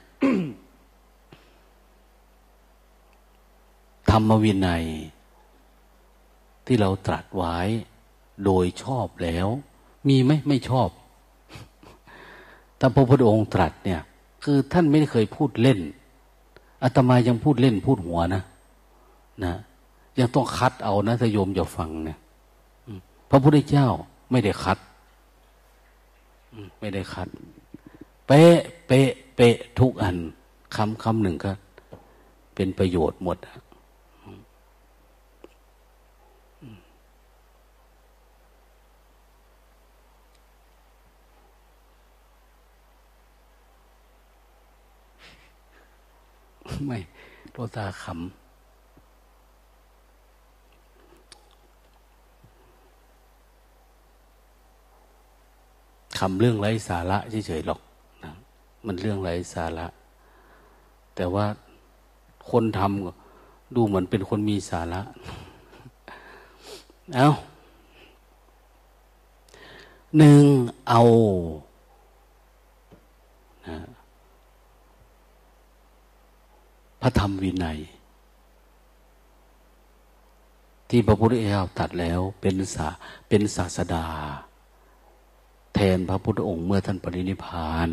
ธรรมวินัยที่เราตรัสไว้โดยชอบแล้วมีไหมไม่ชอบถ้าพระพุทธองค์ตรัสเนี่ยคือท่านไม่เคยพูดเล่นอาตมายังพูดเล่นพูดหัวนะยังต้องคัดเอานะถ้าโยมจะฟังเนี่ยพระพุทธเจ้าไม่ได้คัดไม่ได้คัดเป๊ะเป๊ะเป๊ะทุกอันคำหนึ่งก็เป็นประโยชน์หมดไม่โลตาขำเรื่องไร้สาระเฉยๆหรอกนะมันเรื่องไร้สาระแต่ว่าคนทำดูเหมือนเป็นคนมีสาระเอาเอานะพระธรรมวินัยที่พระพุทธเจ้าตรัสแล้วเป็นศาสดาแทนพระพุทธองค์เมื่อท่านปรินิพพาน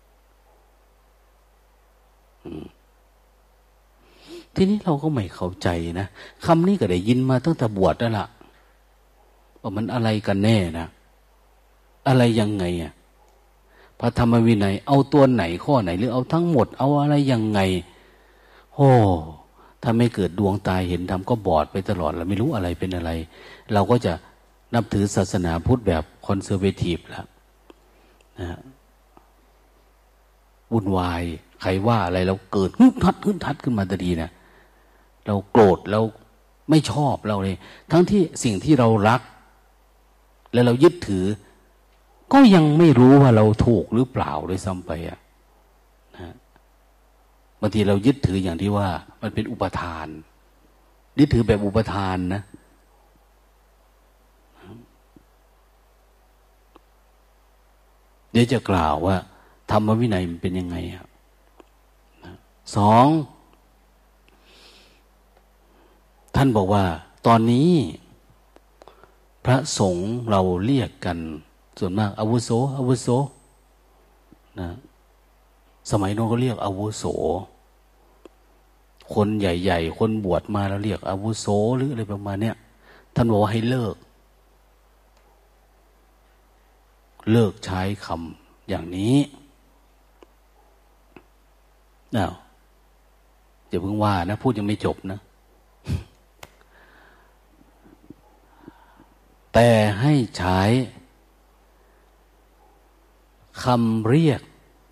ทีนี้เราก็ไม่เข้าใจนะคำนี้ก็ได้ยินมาตั้งแต่บวชนั่นแหละว่ามันอะไรกันแน่นะอะไรยังไงอ่ะพระธรรมวินัยเอาตัวไหนข้อไหนหรือเอาทั้งหมดเอาอะไรยังไงโอ้ถ้าไม่เกิดดวงตาเห็นธรรมก็บอดไปตลอดเราไม่รู้อะไรเป็นอะไรเราก็จะนับถือศาสนาพุทธแบบคอนเซอร์เวทีฟแล้วนะวุ่นวายใครว่าอะไรเราเกิดฮึ่ทัดขึ้นมาทันทีนะเราโกรธเราไม่ชอบเราเลยทั้งที่สิ่งที่เรารักและเรายึดถือก็ยังไม่รู้ว่าเราถูกหรือเปล่าเลยซ้ำไปอ่ะนะบางทีเรายึดถืออย่างที่ว่ามันเป็นอุปทานยึดถือแบบอุปทานนะเดี๋ยวจะกล่าวว่าธรรมวินัยมันเป็นยังไงครับ2ท่านบอกว่าตอนนี้พระสงฆ์เราเรียกกันส่วนมากอาวุโสนะสมัยโน้นก็เรียกอาวุโสคนใหญ่ๆคนบวชมาแล้วเรียกอาวุโสหรืออะไรประมาณเนี้ยท่านบอกว่าให้เลิกใช้คำอย่างนี้อ้าวอย่าเพิ่งว่านะพูดยังไม่จบนะแต่ให้ใช้คำเรียก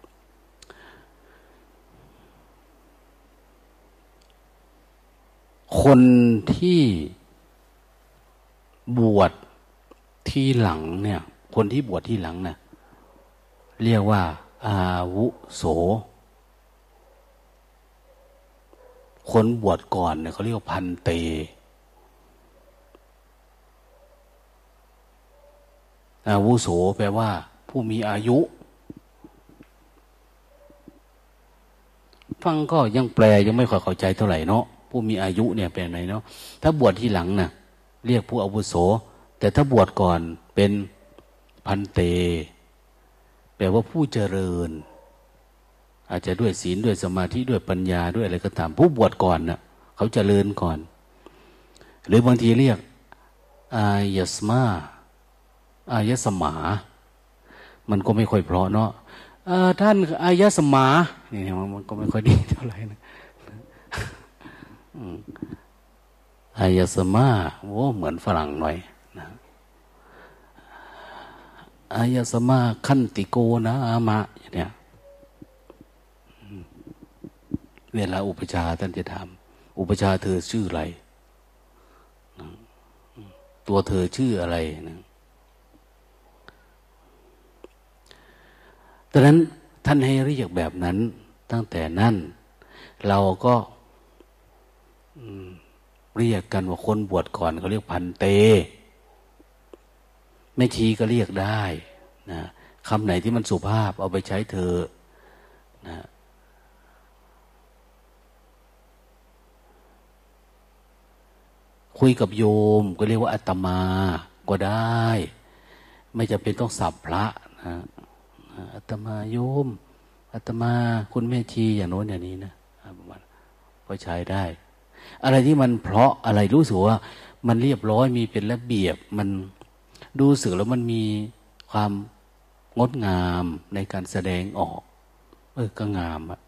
คนที่บวชที่หลังเนี่ยคนที่บวชที่หลังเนี่ยเรียกว่าอาวุโสคนบวชก่อนเนี่ยเขาเรียกว่าพันเตอาวุโสแปลว่าผู้มีอายุฟังก็ยังแปลยังไม่ค่อยเข้าใจเท่าไหร่เนาะผู้มีอายุเนี่ยเป็นไงเนาะถ้าบวชที่หลังน่ะเรียกผู้อาวุโสแต่ถ้าบวชก่อนเป็นพันเตแปลว่าผู้เจริญอาจจะด้วยศีลด้วยสมาธิด้วยปัญญาด้วยอะไรก็ตามผู้บวชก่อนน่ะเขาเจริญก่อนหรือบางทีเรียกอายสมาอายสมามันก็ไม่ค่อยเพราะเนาะท่านอายสมานี่มันก็ไม่ค่อยดีเท่าไหร่นะอายสมาโอ้เหมือนฝรั่งหน่อยนะอายสมาคันติโกนะอามะอย่างเนี้ยเวลาอุปชาท่านจะถามอุปชาเธอชื่ออะไรตัวเธอชื่ออะไรนะดังนั้นท่านให้เรียกแบบนั้นตั้งแต่นั้นเราก็เรียกกันว่าคนบวชก่อนเขาเรียกพันเตแม่ชีก็เรียกได้นะคำไหนที่มันสุภาพเอาไปใช้เธอนะคุยกับโยมก็เรียกว่าอาตมาก็ได้ไม่จำเป็นต้องสับพระนะอาตมาโยมอาตมาคุณแม่ชีอย่างโน้นอย่างนี้นะประมาณก็ใช้ได้อะไรที่มันเพราะอะไรรู้สึกว่ามันเรียบร้อยมีเป็นระเบียบมันดูสึกแล้วมันมีความงดงามในการแสดงออกก็งามอะ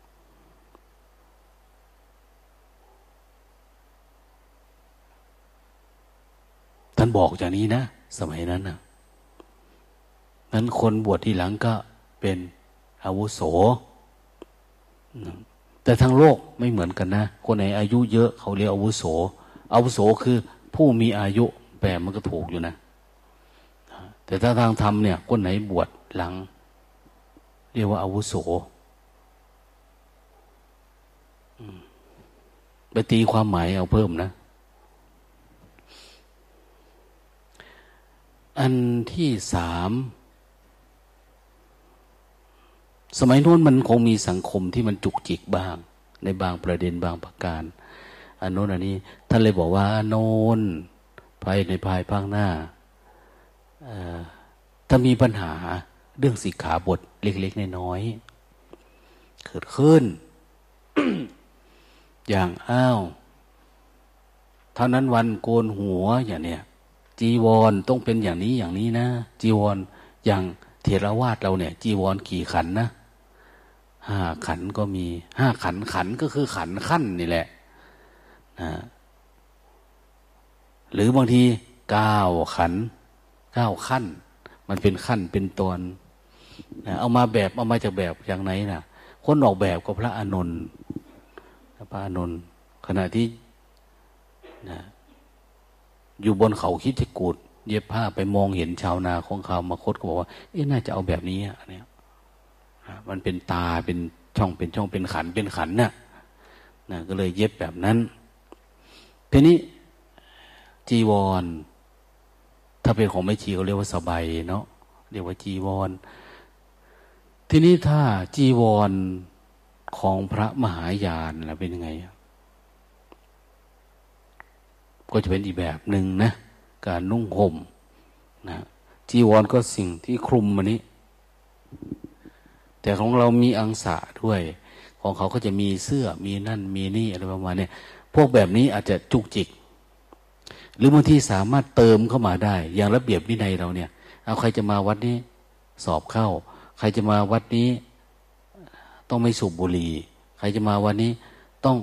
ท่านบอกอย่างนี้นะสมัยนั้นนะนั้นคนบวชทีหลังก็เป็นอาวุโสแต่ทางโลกไม่เหมือนกันนะคนไหนอายุเยอะเขาเรียกอาวุโสอาวุโสคือผู้มีอายุแปลมันก็ถูกอยู่นะแต่ถ้าทางธรรมเนี่ยคนไหนบวชหลังเรียกว่าอาวุโสไปตีความหมายเอาเพิ่มนะอันที่สามสมัยโน้นมันคงมีสังคมที่มันจุกจิกบ้างในบางประเด็นบางประการอันโน้นอันนี้ท่านเลยบอกว่าโน้นในภายภาคหน้าถ้ามีปัญหาเรื่องสิกขาบทเล็กๆน้อยๆเกิดขึ้น อย่างเท่านั้นวันโกนหัวอย่างเนี้ยจีวรต้องเป็นอย่างนี้อย่างนี้นะจีวรอย่างเถรวาทเราเนี่ยจีวรกี่ขันนะ5 ขันก็มี5 ขันขันก็คือขันขั้นนี่แหละนะหรือบางที9 ขัน9 ขั้นมันเป็นขั้นเป็นตอนนะเอามาจากแบบอย่างไหนนะคนออกแบบก็พระอานนท์ขณะที่นะอยู่บนเขาคิดจะกูดเย็บผ้าไปมองเห็นชาวนาของเขามาคดก็บอกว่าน่าจะเอาแบบนี้อันเนี้ยมันเป็นตาเป็นช่องเป็นขันน่ะนะก็เลยเย็บแบบนั้นทีนี้จีวรถ้าเป็นของแม่ชีเขาเรียกว่าสบายเนาะเรียกว่าจีวรทีนี้ถ้าจีวรของพระมหายานล่ะเป็นยังไงก็จะเป็นอีกแบบหนึ่งนะการนุ่งห่มนะจีวรก็สิ่งที่คลุมมันนี้แต่ของเรามีอังสะด้วยของเขาก็จะมีเสื้อมีนั่นมีนี่อะไรประมาณนี้พวกแบบนี้อาจจะจุกจิกหรือบางทีสามารถเติมเข้ามาได้อย่างระเบียบวินัยเราเนี่ยเอาใครจะมาวัดนี้สอบเข้าใครจะมาวัดนี้ต้องไม่สูบบุหรี่ใครจะมาวันนี้ต้อง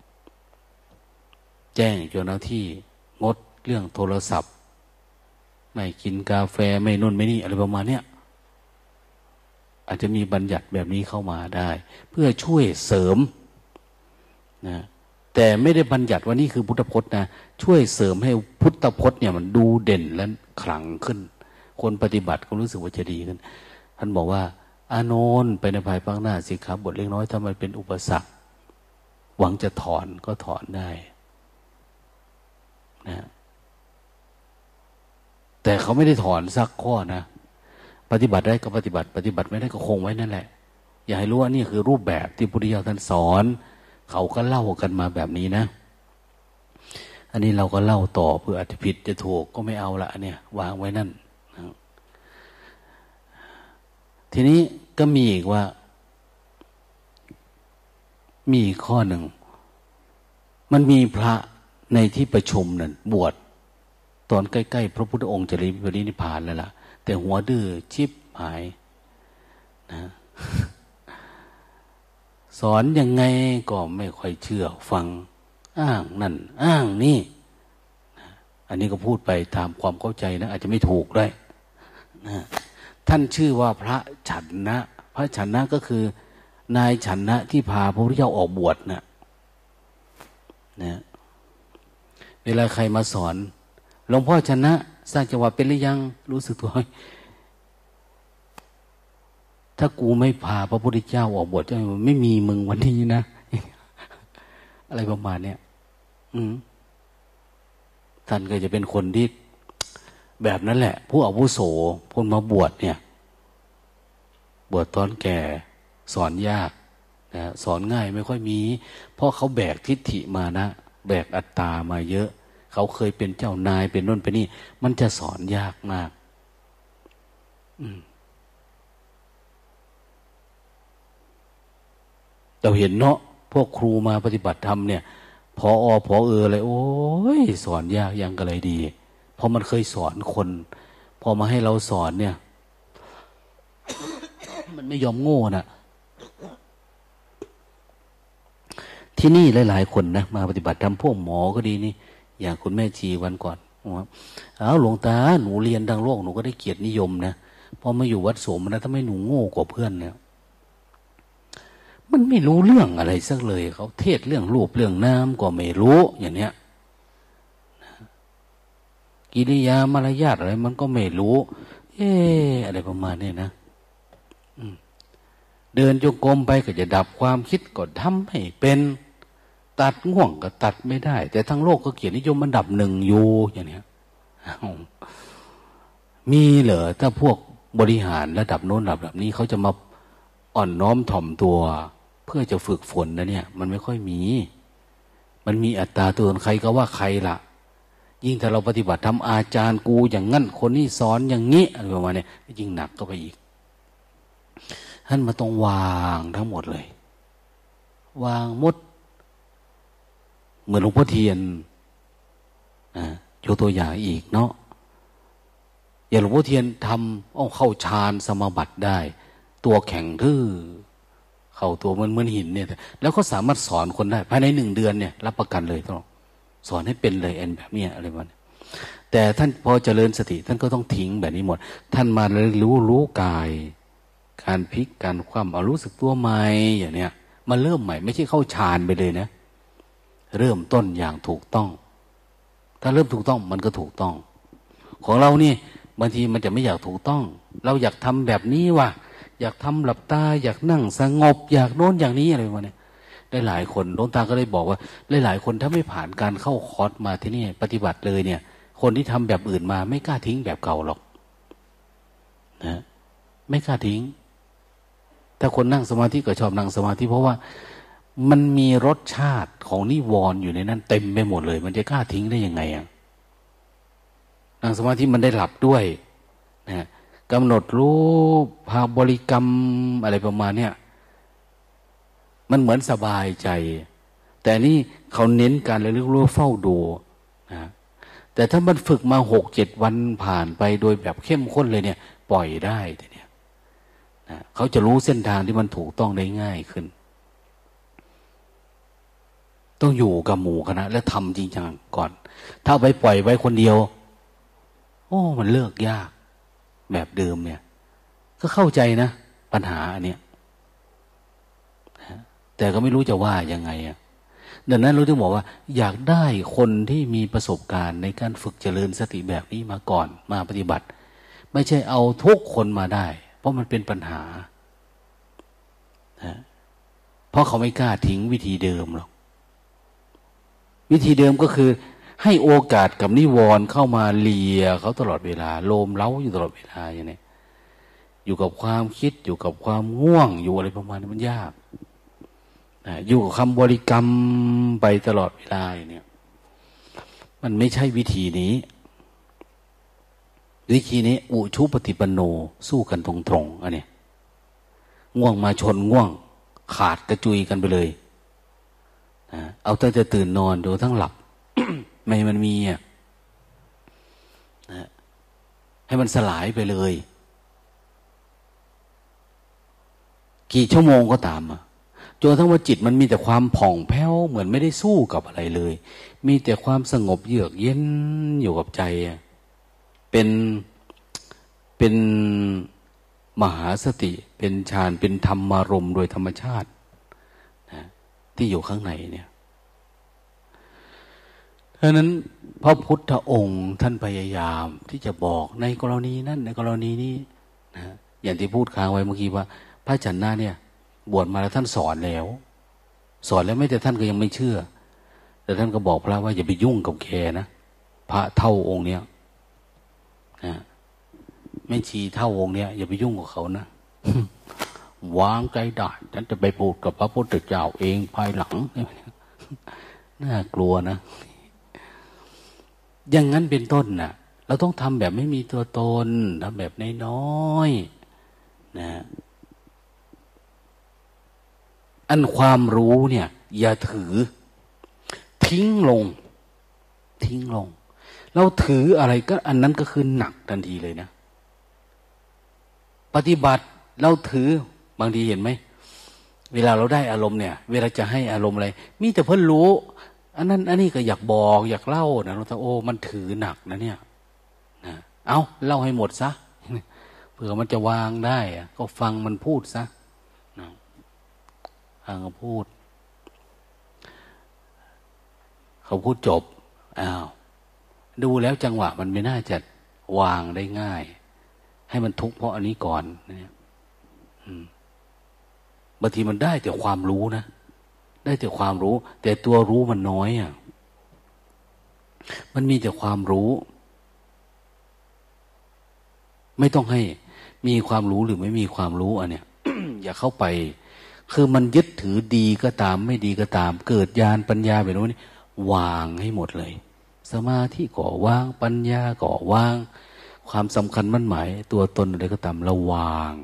แจ้งเจ้าหน้าที่งดเรื่องโทรศัพท์ไม่กินกาแฟไม่นู่นไม่นี่อะไรประมาณเนี้ยอาจจะมีบัญญัติแบบนี้เข้ามาได้เพื่อช่วยเสริมนะแต่ไม่ได้บัญญัติว่านี่คือพุทธพจน์นะช่วยเสริมให้พุทธพจน์เนี่ยมันดูเด่นและขลังขึ้นคนปฏิบัติก็รู้สึกว่าจะดีขึ้นท่านบอกว่าอานนท์ไปในภายภาคหน้าสิครับบทเล็กน้อยถ้ามันเป็นอุปสรรคหวังจะถอนก็ถอนได้นะแต่เขาไม่ได้ถอนสักข้อนะปฏิบัติได้ก็ปฏิบัติไม่ได้ก็คงไว้นั่นแหละอย่าให้รู้ว่านี่คือรูปแบบที่พุทธเจ้าท่านสอนเขาก็เล่ากันมาแบบนี้นะอันนี้เราก็เล่าต่อเพื่ออาจจะผิดจะถูกก็ไม่เอาละเนี่ยวางไว้นั่นนะทีนี้ก็มีอีกว่ามีอีกข้อหนึ่งมันมีพระในที่ประชุมนั่นบวชตอนใกล้ๆพระพุทธองค์จะปรินิพพานแล้วล่ะแต่หัวดื้อชิบหายนะสอนยังไงก็ไม่ค่อยเชื่อฟังอ้างนั่นอ้างนี่อันนี้ก็พูดไปตามความเข้าใจนะอาจจะไม่ถูกด้วยนะท่านชื่อว่าพระฉันนะพระฉันนะก็คือนายฉันนะที่พาพระพุทธเจ้าออกบวชนะเวลาใครมาสอนหลวงพ่อฉันนะสร้างจังหวะเป็นหรือยังรู้สึกตัวถ้ากูไม่พาพระพุทธเจ้าออกบวชจะไม่มีมึงวันนี้นะอะไรประมาณเนี้ยท่านก็จะเป็นคนที่แบบนั้นแหละผู้อาวุโสคนมาบวชเนี่ยบวชตอนแก่สอนยากนะสอนง่ายไม่ค่อยมีเพราะเขาแบกทิฏฐิมานะแบกอัตตามาเยอะเขาเคยเป็นเจ้านายเป็นนู่นเป็นนี่มันจะสอนยากมากเราเห็นเนาะพวกครูมาปฏิบัติธรรมเนี่ยพออะไรโอ้ยสอนยากยังก็เลยดีเพราะมันเคยสอนคนพอมาให้เราสอนเนี่ย มันไม่ยอมโง่น่ะที่นี่หลายๆคนนะมาปฏิบัติธรรมพวกหมอก็ดีนี่อย่างคุณแม่ชีวันก่อนว่าหลวงตาหนูเรียนทางโลกหนูก็ได้เกียรตินิยมนะพอมาอยู่วัดโสมนะถ้าไม่หนูโง่กว่าเพื่อนเนี่ยมันไม่รู้เรื่องอะไรสักเลยเขาเทศเรื่องรูปเรื่องนามก็ไม่รู้อย่างเนี้ยกิริยามารยาทอะไรมันก็ไม่รู้อะไรประมาณนี้นะเดินจงกรมไปก็จะดับความคิดก็ทำให้เป็นตัดง่วงก็ตัดไม่ได้แต่ทั้งโลกก็เกียรตินิยมมันดับหนึ่งอยู่อย่างเนี้ยมีเหรอถ้าพวกบริหารระดับโน้นระดับนี้เขาจะมาอ่อนน้อมถ่อมตัวเพื่อจะฝึกฝนนะเนี่ยมันไม่ค่อยมีมันมีอัตตาตัวตนใครก็ว่าใครล่ะยิ่งถ้าเราปฏิบัติทำอาจารย์กูอย่างงั้นคนนี้สอนอย่างนี้อะไรประมาณนี้ยิ่งหนักก็ไปอีกท่านมาต้องวางทั้งหมดเลยวางหมดเหมือนหลวงพ่อเทียนโยกตัวอย่างอีกเนาะอย่างหลวงพ่อเทียนทำเข้าฌานสมาบัติได้ตัวแข็งทื่อเข้าตัวเหมือนหินเนี่ยแล้วก็สามารถสอนคนได้ภายใน1 เดือนเนี่ยรับประกันเลยต้องสอนให้เป็นเลยแบบนี้อะไรประมาณนี้แต่ท่านพอเจริญสติท่านก็ต้องทิ้งแบบนี้หมดท่านมาเลยรู้กายการพลิกการคว่ำเอารู้สึกตัวใหม่อย่างเนี้ยมาเริ่มใหม่ไม่ใช่เข้าฌานไปเลยนะเริ่มต้นอย่างถูกต้องถ้าเริ่มถูกต้องมันก็ถูกต้องของเรานี่บางทีมันจะไม่อยากถูกต้องเราอยากทำแบบนี้ว่ะอยากทำหลับตาอยากนั่งสงบอยากโน้นอย่างนี้อะไรประมาณนี้ได้หลายคนหลวงตาก็เลยบอกว่าหลายคนถ้าไม่ผ่านการเข้าคอร์สมาที่นี่ปฏิบัติเลยเนี่ยคนที่ทำแบบอื่นมาไม่กล้าทิ้งแบบเก่าหรอกนะไม่กล้าทิ้งแต่คนนั่งสมาธิก็ชอบนั่งสมาธิเพราะว่ามันมีรสชาติของนิวรณ์อยู่ในนั้นเต็มไปหมดเลยมันจะกล้าทิ้งได้ยังไงนั่งสมาธิมันได้หลับด้วยนะกำหนดรู้ภาบริกรรมอะไรประมาณเนี้ยมันเหมือนสบายใจแต่นี่เขาเน้นการระลึกรู้เฝ้าดูนะแต่ถ้ามันฝึกมา6-7 วันผ่านไปโดยแบบเข้มข้นเลยเนี่ยปล่อยได้แต่เนี่ยนะเขาจะรู้เส้นทางที่มันถูกต้องได้ง่ายขึ้นต้องอยู่กับหมู่คณะและทำจริงจังก่อนถ้าไปปล่อยไว้คนเดียวมันเลิกยากแบบเดิมเนี่ยก็เข้าใจนะปัญหาอันเนี้ยแต่ก็ไม่รู้จะว่ายังไงดังนั้นเราถึงบอกว่าอยากได้คนที่มีประสบการณ์ในการฝึกเจริญสติแบบนี้มาก่อนมาปฏิบัติไม่ใช่เอาทุกคนมาได้เพราะมันเป็นปัญหาเพราะเขาไม่กล้าทิ้งวิธีเดิมหรอกวิธีเดิมก็คือให้โอกาสกับนิวรณ์เข้ามาเลียเขาตลอดเวลาโลมเล้าอยู่ตลอดเวลาอย่างนี้อยู่กับความคิดอยู่กับความง่วงอยู่อะไรประมาณนี้มันยากอยู่กับคำบริกรรมไปตลอดเวลาอย่างนี้มันไม่ใช่วิธีนี้วิธีนี้อุชุปฏิปันโนสู้กันตรงๆอันนี้ง่วงมาชนง่วงขาดกระจุยกันไปเลยเอาตั้งแต่ตื่นนอนจนทั้งหลับ ไม่มันมีให้มันสลายไปเลยกี่ชั่วโมงก็ตามจนทั้งว่าจิตมันมีแต่ความผ่องแผ้วเหมือนไม่ได้สู้กับอะไรเลยมีแต่ความสงบเยือกเย็นอยู่กับใจเป็นมหาสติเป็นฌานเป็นธรรมารมณ์โดยธรรมชาตินะที่อยู่ข้างในเนี่ยเพราะนั้นพระพุทธองค์ท่านพยายามที่จะบอกในกรณีนั้นในกรณีนี้นะอย่างที่พูดค้างไว้เมื่อกี้ว่าพระจันทร์หน้าเนี่ยบวชมาแล้วท่านสอนแล้วไม่แต่ท่านก็ยังไม่เชื่อแต่ท่านก็บอกพระว่าอย่าไปยุ่งกับแกนะพระเท่าองค์เนี้ยนะไม่ชีเท่าองค์เนี้ยอย่าไปยุ่งกับเขานะวางใจได้ฉันจะไปพูดกับพระพุทธเจ้าเองภายหลังน่ากลัวนะอย่างนั้นเป็นต้นน่ะเราต้องทำแบบไม่มีตัวตนทำแบบน้อยๆนะอันความรู้เนี่ยอย่าถือทิ้งลงเราถืออะไรก็อันนั้นก็คือหนักทันทีเลยนะปฏิบัติเราถือบางทีเห็นไหมเวลาเราได้อารมณ์เนี่ยเวลาจะให้อารมณ์อะไรมีแต่เพิ่นรู้อันนั้นอันนี้ก็อยากบอกอยากเล่านะเราโอ้มันถือหนักนะเนี่ยนะเอาเล่าให้หมดซะเผื่อมันจะวางได้ก็ฟังมันพูดซะนะฟังเขาพูดจบอ้าวดูแล้วจังหวะมันไม่น่าจะวางได้ง่ายให้มันทุกข์เพราะอันนี้ก่อนเนี่ยบางทีมันได้แต่ความรู้นะได้แต่ความรู้แต่ตัวรู้มันน้อยมันมีแต่ความรู้ไม่ต้องให้มีความรู้หรือไม่มีความรู้อันเนี้ย อย่าเข้าไปคือมันยึดถือดีก็ตามไม่ดีก็ตามเกิดญาณปัญญาแบบนี้วางให้หมดเลยสมาธิก็วางปัญญาก็วางความสำคัญมั่นหมายตัวตนอะไรก็ตามระวาง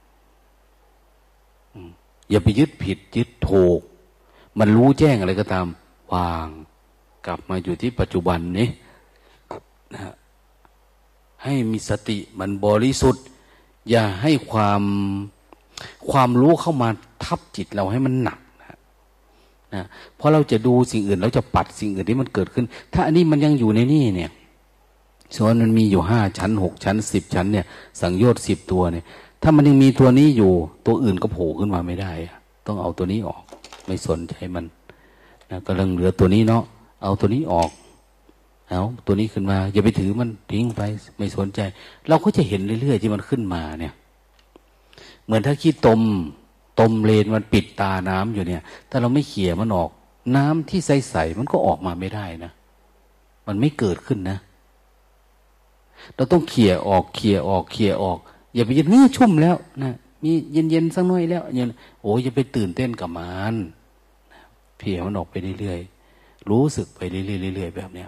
อย่าไปยึดผิดยึดถูกมันรู้แจ้งอะไรก็ตามวางกลับมาอยู่ที่ปัจจุบันนี้นะให้มีสติมันบริสุทธิ์อย่าให้ความรู้เข้ามาทับจิตเราให้มันหนักนะเพราะเราจะดูสิ่งอื่นเราจะปัดสิ่งอื่นที่มันเกิดขึ้นถ้าอันนี้มันยังอยู่ในนี่เนี่ยส่วนมันมีอยู่5 ชั้น6 ชั้น10 ชั้นเนี่ยสังโยชน์10 ตัวเนี่ยถ้ามันยังมีตัวนี้อยู่ตัวอื่นก็โผล่ขึ้นมาไม่ได้ต้องเอาตัวนี้ออกไม่สนใจมันนะก็เหลือตัวนี้เนาะเอาตัวนี้ออกเอาตัวนี้ขึ้นมาอย่าไปถือมันทิ้งไปไม่สนใจเราก็จะเห็นเรื่อยๆที่มันขึ้นมาเนี่ยเหมือนถ้าขี้ตมเลนมันปิดตาน้ำอยู่เนี่ยถ้าเราไม่เขี่ยมันออกน้ำที่ใสๆมันก็ออกมาไม่ได้นะมันไม่เกิดขึ้นนะเราต้องเขี่ยออกอย่าไปยึดนี่ชุ่มแล้วนะมีเย็นๆสักหน่อยแล้วอย่างโอ้ยอย่าไปตื่นเต้นกับมันเขี่ยมันออกไปเรื่อยๆรู้สึกไปเรื่อยๆแบบเนี้ย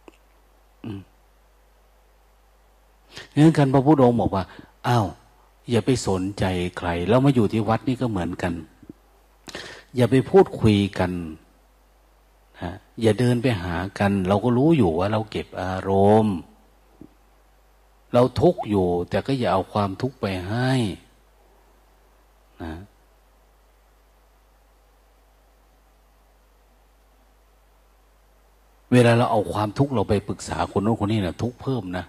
งั้นกันพระพุทธองค์บอกว่าอ้าวอย่าไปสนใจใครแล้วมาอยู่ที่วัดนี่ก็เหมือนกันอย่าไปพูดคุยกันนะอย่าเดินไปหากันเราก็รู้อยู่ว่าเราเก็บอารมณ์เราทุกข์อยู่แต่ก็อย่าเอาความทุกข์ไปให้นะเวลาเราเอาความทุกข์เราไปปรึกษาคนโน้นคนนี้นะทุกข์เพิ่มนะ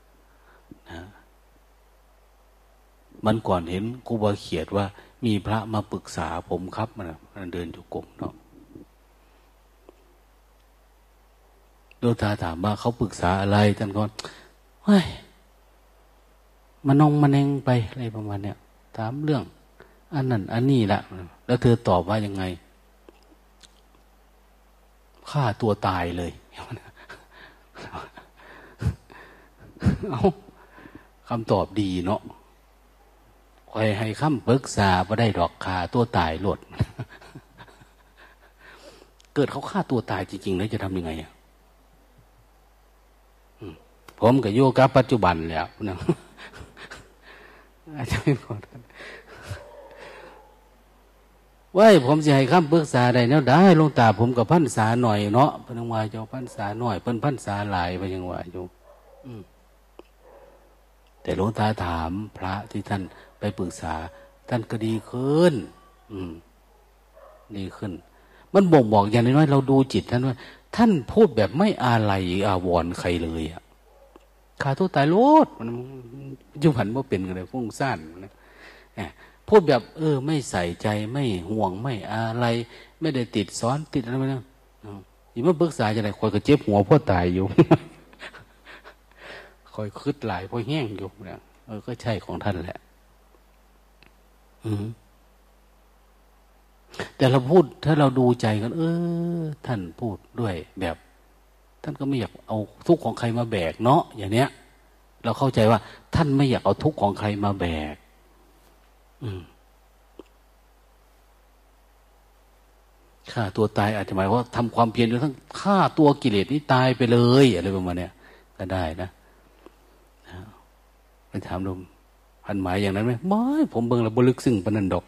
มันก่อนเห็นครูบาเขียดว่ามีพระมาปรึกษาผมครับมันเดินอยู่กรมเนาะโยธาถามว่าเขาปรึกษาอะไรท่านก็เฮ้ยมันเองไปอะไรประมาณเนี้ยถามเรื่องอันนั้นอันนี้ละแล้วเธอตอบว่ายังไงฆ่าตัวตายเลยเอาคำตอบดีเนาะคอยให้คำปรึกษาบ่ได้ดอกฆ่าตัวตายหลดเกิดเขาฆ่าตัวตายจริงๆแล้วจะทำยังไงผมกับโยกับปัจจุบันแล้วนะอาจจะไม่พอว่าผมจะให้คำปรึกษาได้แล้วได้ลงตาผมกับพันษาหน่อยเนาะเพิ่นว่าเจ้าพันษาหน่อยเพิ่นพันษาหลายไปยังว่าอยู่แต่หลวงตาถามพระที่ท่านไปปรึกษาท่านก็ดีขึ้นดีขึ้นมันบ่งบอกอย่างน้อยๆเราดูจิตท่านว่าท่านพูดแบบไม่อาลัยอาวรณ์ใครเลยอะฆ่าตัวตายโลดมันยุหันว่าเป็นกันเลยฟุ้งซ่านนะพูดแบบไม่ใส่ใจไม่ห่วงไม่อะไรไม่ได้ติดซ้อนติดอะไรนะยิ่งมาปรึกษาจะไหนคอยก็เจ็บหัวพ่อตายอยู่ คอยคืดหลายเพราะแห้งอยู่เนี่ยก็ใช่ของท่านแหละแต่เราพูดถ้าเราดูใจกันท่านพูดด้วยแบบท่านก็ไม่อยากเอาทุกข์ของใครมาแบกเนาะอย่างเนี้ยเราเข้าใจว่าท่านไม่อยากเอาทุกข์ของใครมาแบกฆ่าตัวตายอาจจะหมายว่าทำความเพียรจนทั้งฆ่าตัวกิเลสนี้ตายไปเลยอะไรประมาณเนี้ยก็ได้นะไปถามดูพันหมายอย่างนั้นไหมไม่ผมเบิ่งแล้วบลึกซึ้งปานนันดอก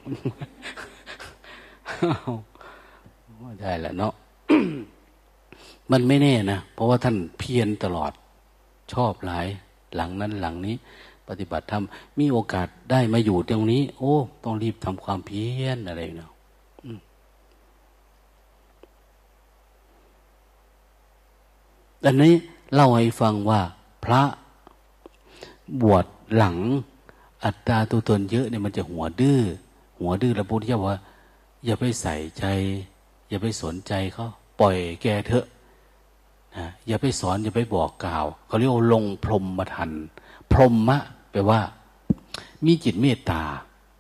ได้แหละเนาะ มันไม่แน่นะเพราะว่าท่านเพียรตลอดชอบหลายหลังนั้นหลังนี้ปฏิบัติธรรมมีโอกาสได้มาอยู่ตรงนี้โอ้ต้องรีบทำความเพียรอะไรเนาะอันนี้เล่าให้ฟังว่าพระบวชหลังอัตตาตัวตนเยอะเนี่ยมันจะหัวดื้อแล้วพุทธเจ้าว่าอย่าไปใส่ใจอย่าไปสนใจเขาปล่อยแกเถอะนะอย่าไปสอนอย่าไปบอกกล่าวเขาเรียกว่าลงพรหมทันพรหมะแปลว่ามีจิตเมตตา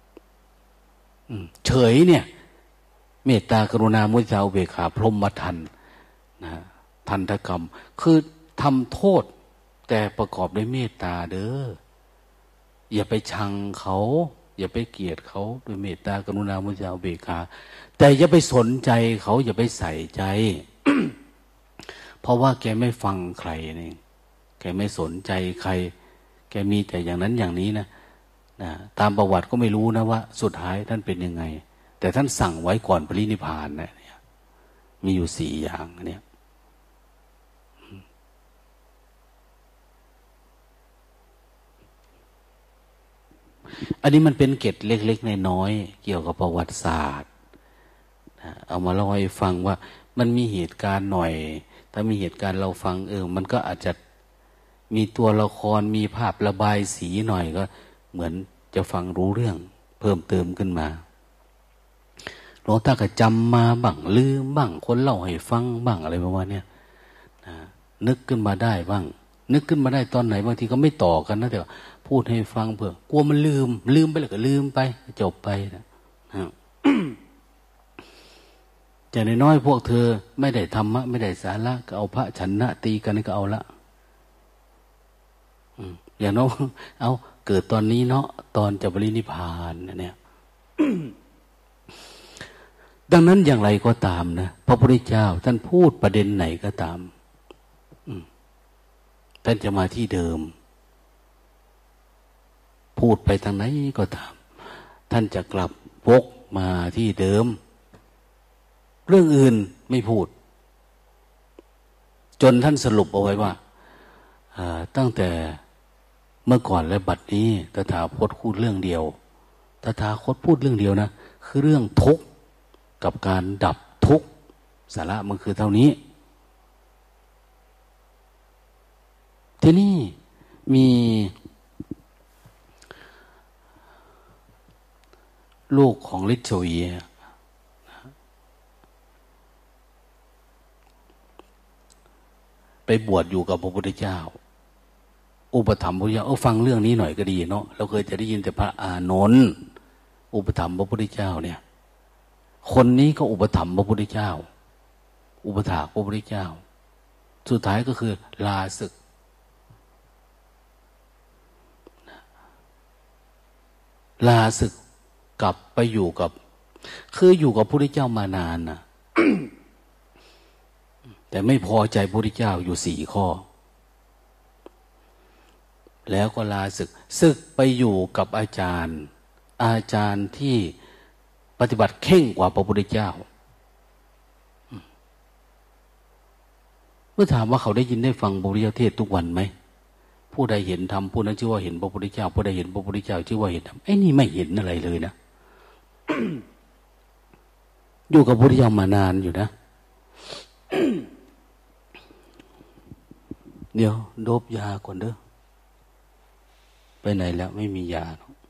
เฉยเนี่ยเมตตากรุณามุทิตาอุเบกขาพรหมทันนะทันตกรรมคือทำโทษแต่ประกอบด้วยเมตตาเด้ออย่าไปชังเขาอย่าไปเกลียดเขาด้วยเมตตากรุณามุทิตาอุเบกขาแต่อย่าไปสนใจเขาอย่าไปใส่ใจ เพราะว่าแกไม่ฟังใครนี่แกไม่สนใจใครแกมีแต่อย่างนั้นอย่างนี้นะตามประวัติก็ไม่รู้นะว่าสุดท้ายท่านเป็นยังไงแต่ท่านสั่งไว้ก่อนปรินิพพานนะเนี่ยมีอยู่4 อย่างเนี่ยอันนี้มันเป็นเกร็ดเล็กๆน้อยๆเกี่ยวกับประวัติศาสตร์เอามาเล่าให้ฟังว่ามันมีเหตุการณ์หน่อยถ้ามีเหตุการณ์เราฟังมันก็อาจจะมีตัวละครมีภาพระบายสีหน่อยก็เหมือนจะฟังรู้เรื่องเพิ่มเติมขึ้นมาหลวงตาก็จำมาบ้างลืมบ้างคนเล่าให้ฟังบ้างอะไรประมาณนี้นึกขึ้นมาได้บ้างนึกขึ้นมาได้ตอนไหนบางทีก็ไม่ต่อกันนะแต่พูดให้ฟังเพื่อกลัวมันลืมไปแล้วก็ลืมไปจบไปนะแต่น้อยพวกเธอไม่ได้ธรรมะไม่ได้สาระก็เอาพระฉันนะตีกันก็เอาละอย่างน้อยเอาเกิดตอนนี้เนาะตอนจะปรินิพพานเนี่ย ดังนั้นอย่างไรก็ตามนะพระพุทธเจ้าท่านพูดประเด็นไหนก็ตามท่านจะมาที่เดิมพูดไปทางไหนก็ตามท่านจะกลับวกมาที่เดิมเรื่องอื่นไม่พูดจนท่านสรุปเอาไว้ว่าตั้งแต่เมื่อก่อนและบัดนี้ตถาคตพูดเรื่องเดียวตถาคตพูดเรื่องเดียวนะคือเรื่องทุกข์กับการดับทุกข์สาระมันคือเท่านี้ทีนี้มีลูกของฤทธิ์ชวีไปบวชอยู่กับพระพุทธเจ้าอุปถัมภ์พระพุทธเจ้าฟังเรื่องนี้หน่อยก็ดีเนาะเราเคยจะได้ยินแต่พระอานนท์อุปถัมภ์พระพุทธเจ้าเนี่ยคนนี้ก็อุปถัมภ์พระพุทธเจ้าอุปถากพระพุทธเจ้าสุดท้ายก็คือลาศึกกลับไปอยู่กับคืออยู่กับพระพุทธเจ้ามานานนะ แต่ไม่พอใจพระพุทธเจ้าอยู่4 ข้อแล้วก็ลาศึกไปอยู่กับอาจารย์ที่ปฏิบัติเข่งกว่าพระพุทธเจ้าเมื่อถามว่าเขาได้ยินได้ฟังพระพุทธเจ้าเทศทุกวันไหมผู้ใดเห็นธรรมผู้นั้นชื่อว่าเห็นพระพุทธเจ้าผู้ใดเห็นพระพุทธเจ้าชื่อว่าเห็นธรรมไอ้นี่ไม่เห็นอะไรเลยนะ อยู่กับพระพุทธเจ้ามานานอยู่นะ เดี๋ยวโดบยาก่อนเด้อไปไหนแล้วไม่มียา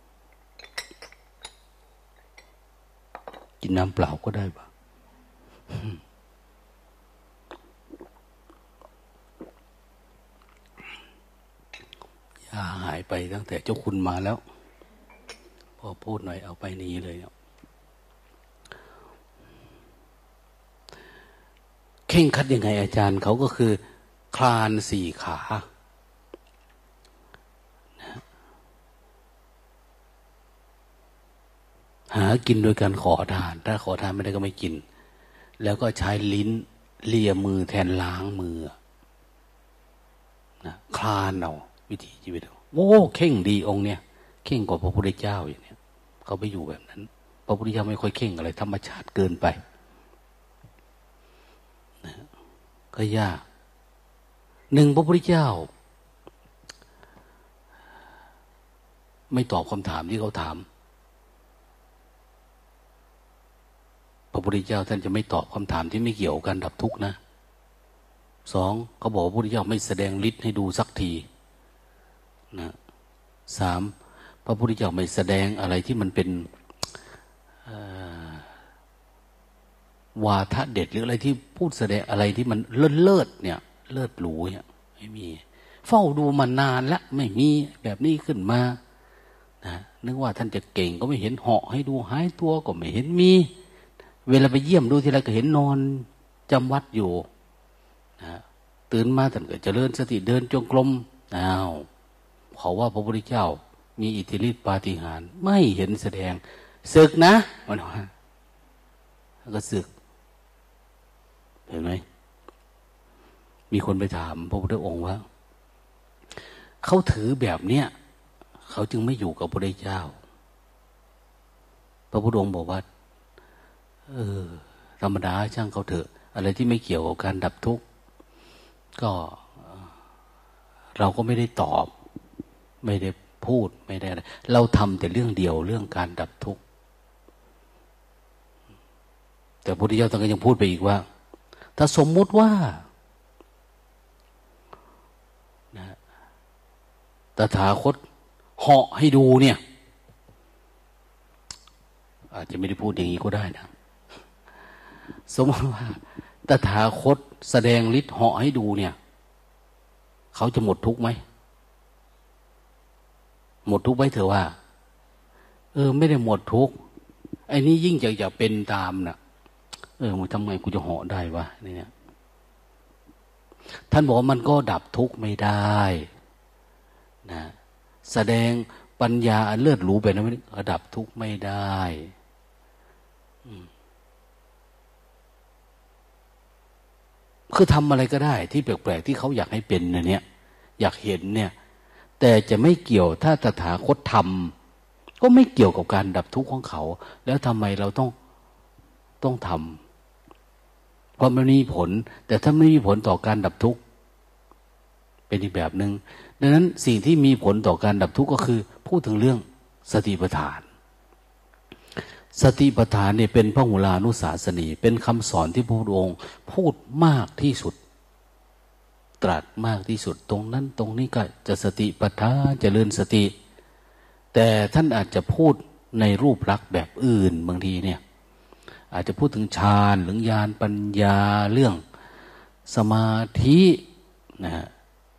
กินน้ำเปล่าก็ได้ปะยาหายไปตั้งแต่เจ้าคุณมาแล้วพอพูดหน่อยเอาไปนี้เลยเนาะเข่งคัดยังไงอาจารย์เขาก็คือคลานสี่ขาหากินโดยการขอทานถ้าขอทานไม่ได้ก็ไม่กินแล้วก็ใช้ลิ้นเลียมือแทนล้างมือนะคลานเอาวิธีชีวิตโอ้เข่งดีองค์เนี่ยเข่งกว่าพระพุทธเจ้าอย่างเนี้ยเขาไปอยู่แบบนั้นพระพุทธเจ้าไม่ค่อยเข่งอะไรธรรมชาติเกินไปนะก็ยากหนึ่งพระพุทธเจ้าไม่ตอบคำถามที่เขาถามพระพุทธเจ้าท่านจะไม่ตอบคำถามที่ไม่เกี่ยวกับการดับทุกข์นะสองเขาบอกพระพุทธเจ้าไม่แสดงฤทธิ์ให้ดูสักทีนะสามพระพุทธเจ้าไม่แสดงอะไรที่มันเป็นวาทะเด็ดหรืออะไรที่พูดแสดงอะไรที่มันเลิศเนี่ยเลิศหรูเนี่ยไม่มีเฝ้าดูมานานละไม่มีแบบนี้ขึ้นมานะนึกว่าท่านจะเก่งก็ไม่เห็นเหาะให้ดูหายตัวก็ไม่เห็นมีเวลาไปเยี่ยมดูทีไรก็เห็นนอนจำวัดอยู่นะตื่นมาท่านก็เจริญสติเดินจงกรมอ้าวเขาว่าพระพุทธเจ้ามีอิทธิฤทธิปาฏิหาริย์ไม่เห็นแสดงศึกนะมันว่าแล้วก็ศึกเห็นไหมมีคนไปถามพระพุทธองค์ว่าเขาถือแบบเนี้ยเขาจึงไม่อยู่กับพระพุทธเจ้าพระพุทธองค์บอกว่าธรรมดาช่างเขาเถอะอะไรที่ไม่เกี่ยวกับการดับทุกข์ก็เราก็ไม่ได้ตอบไม่ได้พูดไม่ได้อะไรเราทำแต่เรื่องเดียวเรื่องการดับทุกข์แต่พระพุทธเจ้าท่านก็ยังพูดไปอีกว่าถ้าสมมุติว่านะตถาคตเหาะให้ดูเนี่ยอาจจะไม่ได้พูดอย่างนี้ก็ได้นะสมมติว่าตถาคตแสดงฤทธิ์เหาะให้ดูเนี่ยเขาจะหมดทุกข์ไหมหมดทุกข์ไหมเถอะว่าไม่ได้หมดทุกข์ไอ้นี่ยิ่งอยากเป็นตามน่ะมึงทำไงกูจะเหาะได้วะเนี่ยท่านบอกว่ามันก็ดับทุกข์ไม่ได้นะแสดงปัญญาเลิศหรูไปนะมันก็ดับทุกข์ไม่ได้คือทำอะไรก็ได้ที่แปลกๆที่เขาอยากให้เป็นเนี่ยอยากเห็นเนี่ยแต่จะไม่เกี่ยวถ้าตถาคตทำก็ไม่เกี่ยวกับการดับทุกข์ของเขาแล้วทำไมเราต้องทำเพราะมันมีผลแต่ถ้าไม่มีผลต่อการดับทุกข์เป็นอีกแบบหนึ่งดังนั้นสิ่งที่มีผลต่อการดับทุกข์ก็คือพูดถึงเรื่องสติปัฏฐานสติปัฏฐานเนี่ยเป็นพหุลานุสาสนีเป็นคำสอนที่พระพุทธองค์พูดมากที่สุดตรัสมากที่สุดตรงนั้นตรงนี้ก็จะสติปัฏฐานเจริญสติแต่ท่านอาจจะพูดในรูปลักษณ์แบบอื่นบางทีเนี่ยอาจจะพูดถึงฌานหรือญาณปัญญาเรื่องสมาธินะฮะ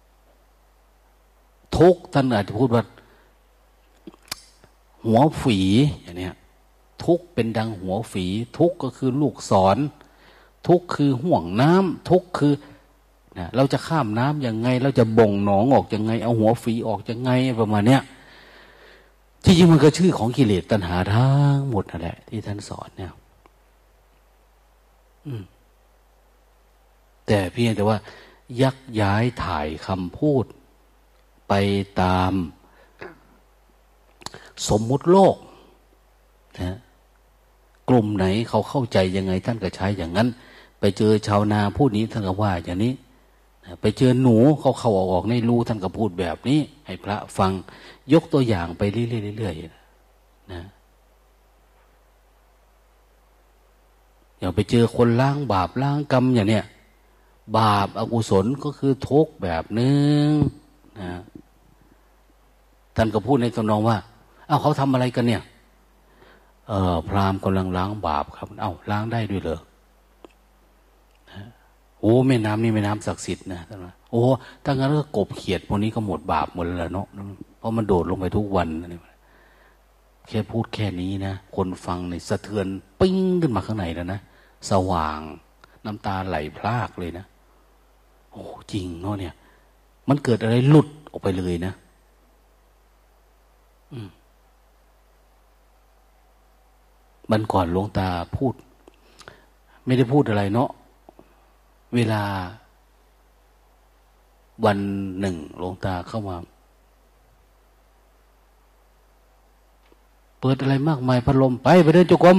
ทุกท่านอาจจะพูดว่าหัวฝีอย่างเนี้ยทุกเป็นดังหัวฝีทุกก็คือลูกศรทุกคือห่วงน้ำทุกคือนะเราจะข้ามน้ำยังไงเราจะบ่งหนองออกยังไงเอาหัวฝีออกยังไงประมาณเนี้ยที่จริงมันก็ชื่อของกิเลสตัณหาทั้งหมดนั่นแหละที่ท่านสอนเนี่ยแต่เพียงแต่ว่ายักย้ายถ่ายคำพูดไปตามสมมุติโลกนะกลุ่มไหนเขาเข้าใจยังไงท่านก็ใช้อย่างนั้นไปเจอชาวนาพูดนี้ท่านก็ว่าอย่างนี้ไปเจอหนูเขาเข้าออกในรูท่านก็พูดแบบนี้ให้พระฟังยกตัวอย่างไปเรื่อยๆนะอย่างไปเจอคนล้างบาปล้างกรรมอย่างเนี้ยบาปอกุศลก็คือทุกข์แบบนึงนะท่านก็พูดในตำนองว่าเขาทำอะไรกันเนี่ยพราหมณ์กำลังล้างบาปครับล้างได้ด้วยเหรอโอ้แม่น้ำนี่แม่น้ำศักดิ์สิทธิ์นะท่านว่าโอ้ถ้างั้นก็กบเขียดพวกนี้ก็หมดบาปหมดแล้วเนาะเพราะมันโดดลงไปทุกวันแค่พูดแค่นี้นะคนฟังในสะเทือนปิ้งขึ้นมาข้างในแล้วนะสว่างน้ำตาไหลพรากเลยนะโอ้จริงเนาะเนี่ยมันเกิดอะไรหลุดออกไปเลยนะมันก่อนหลวงตาพูดไม่ได้พูดอะไรเนาะเวลาวันหนึ่งหลวงตาเข้ามาเปิดอะไรมากมายพัดลมไปเดินจงกรม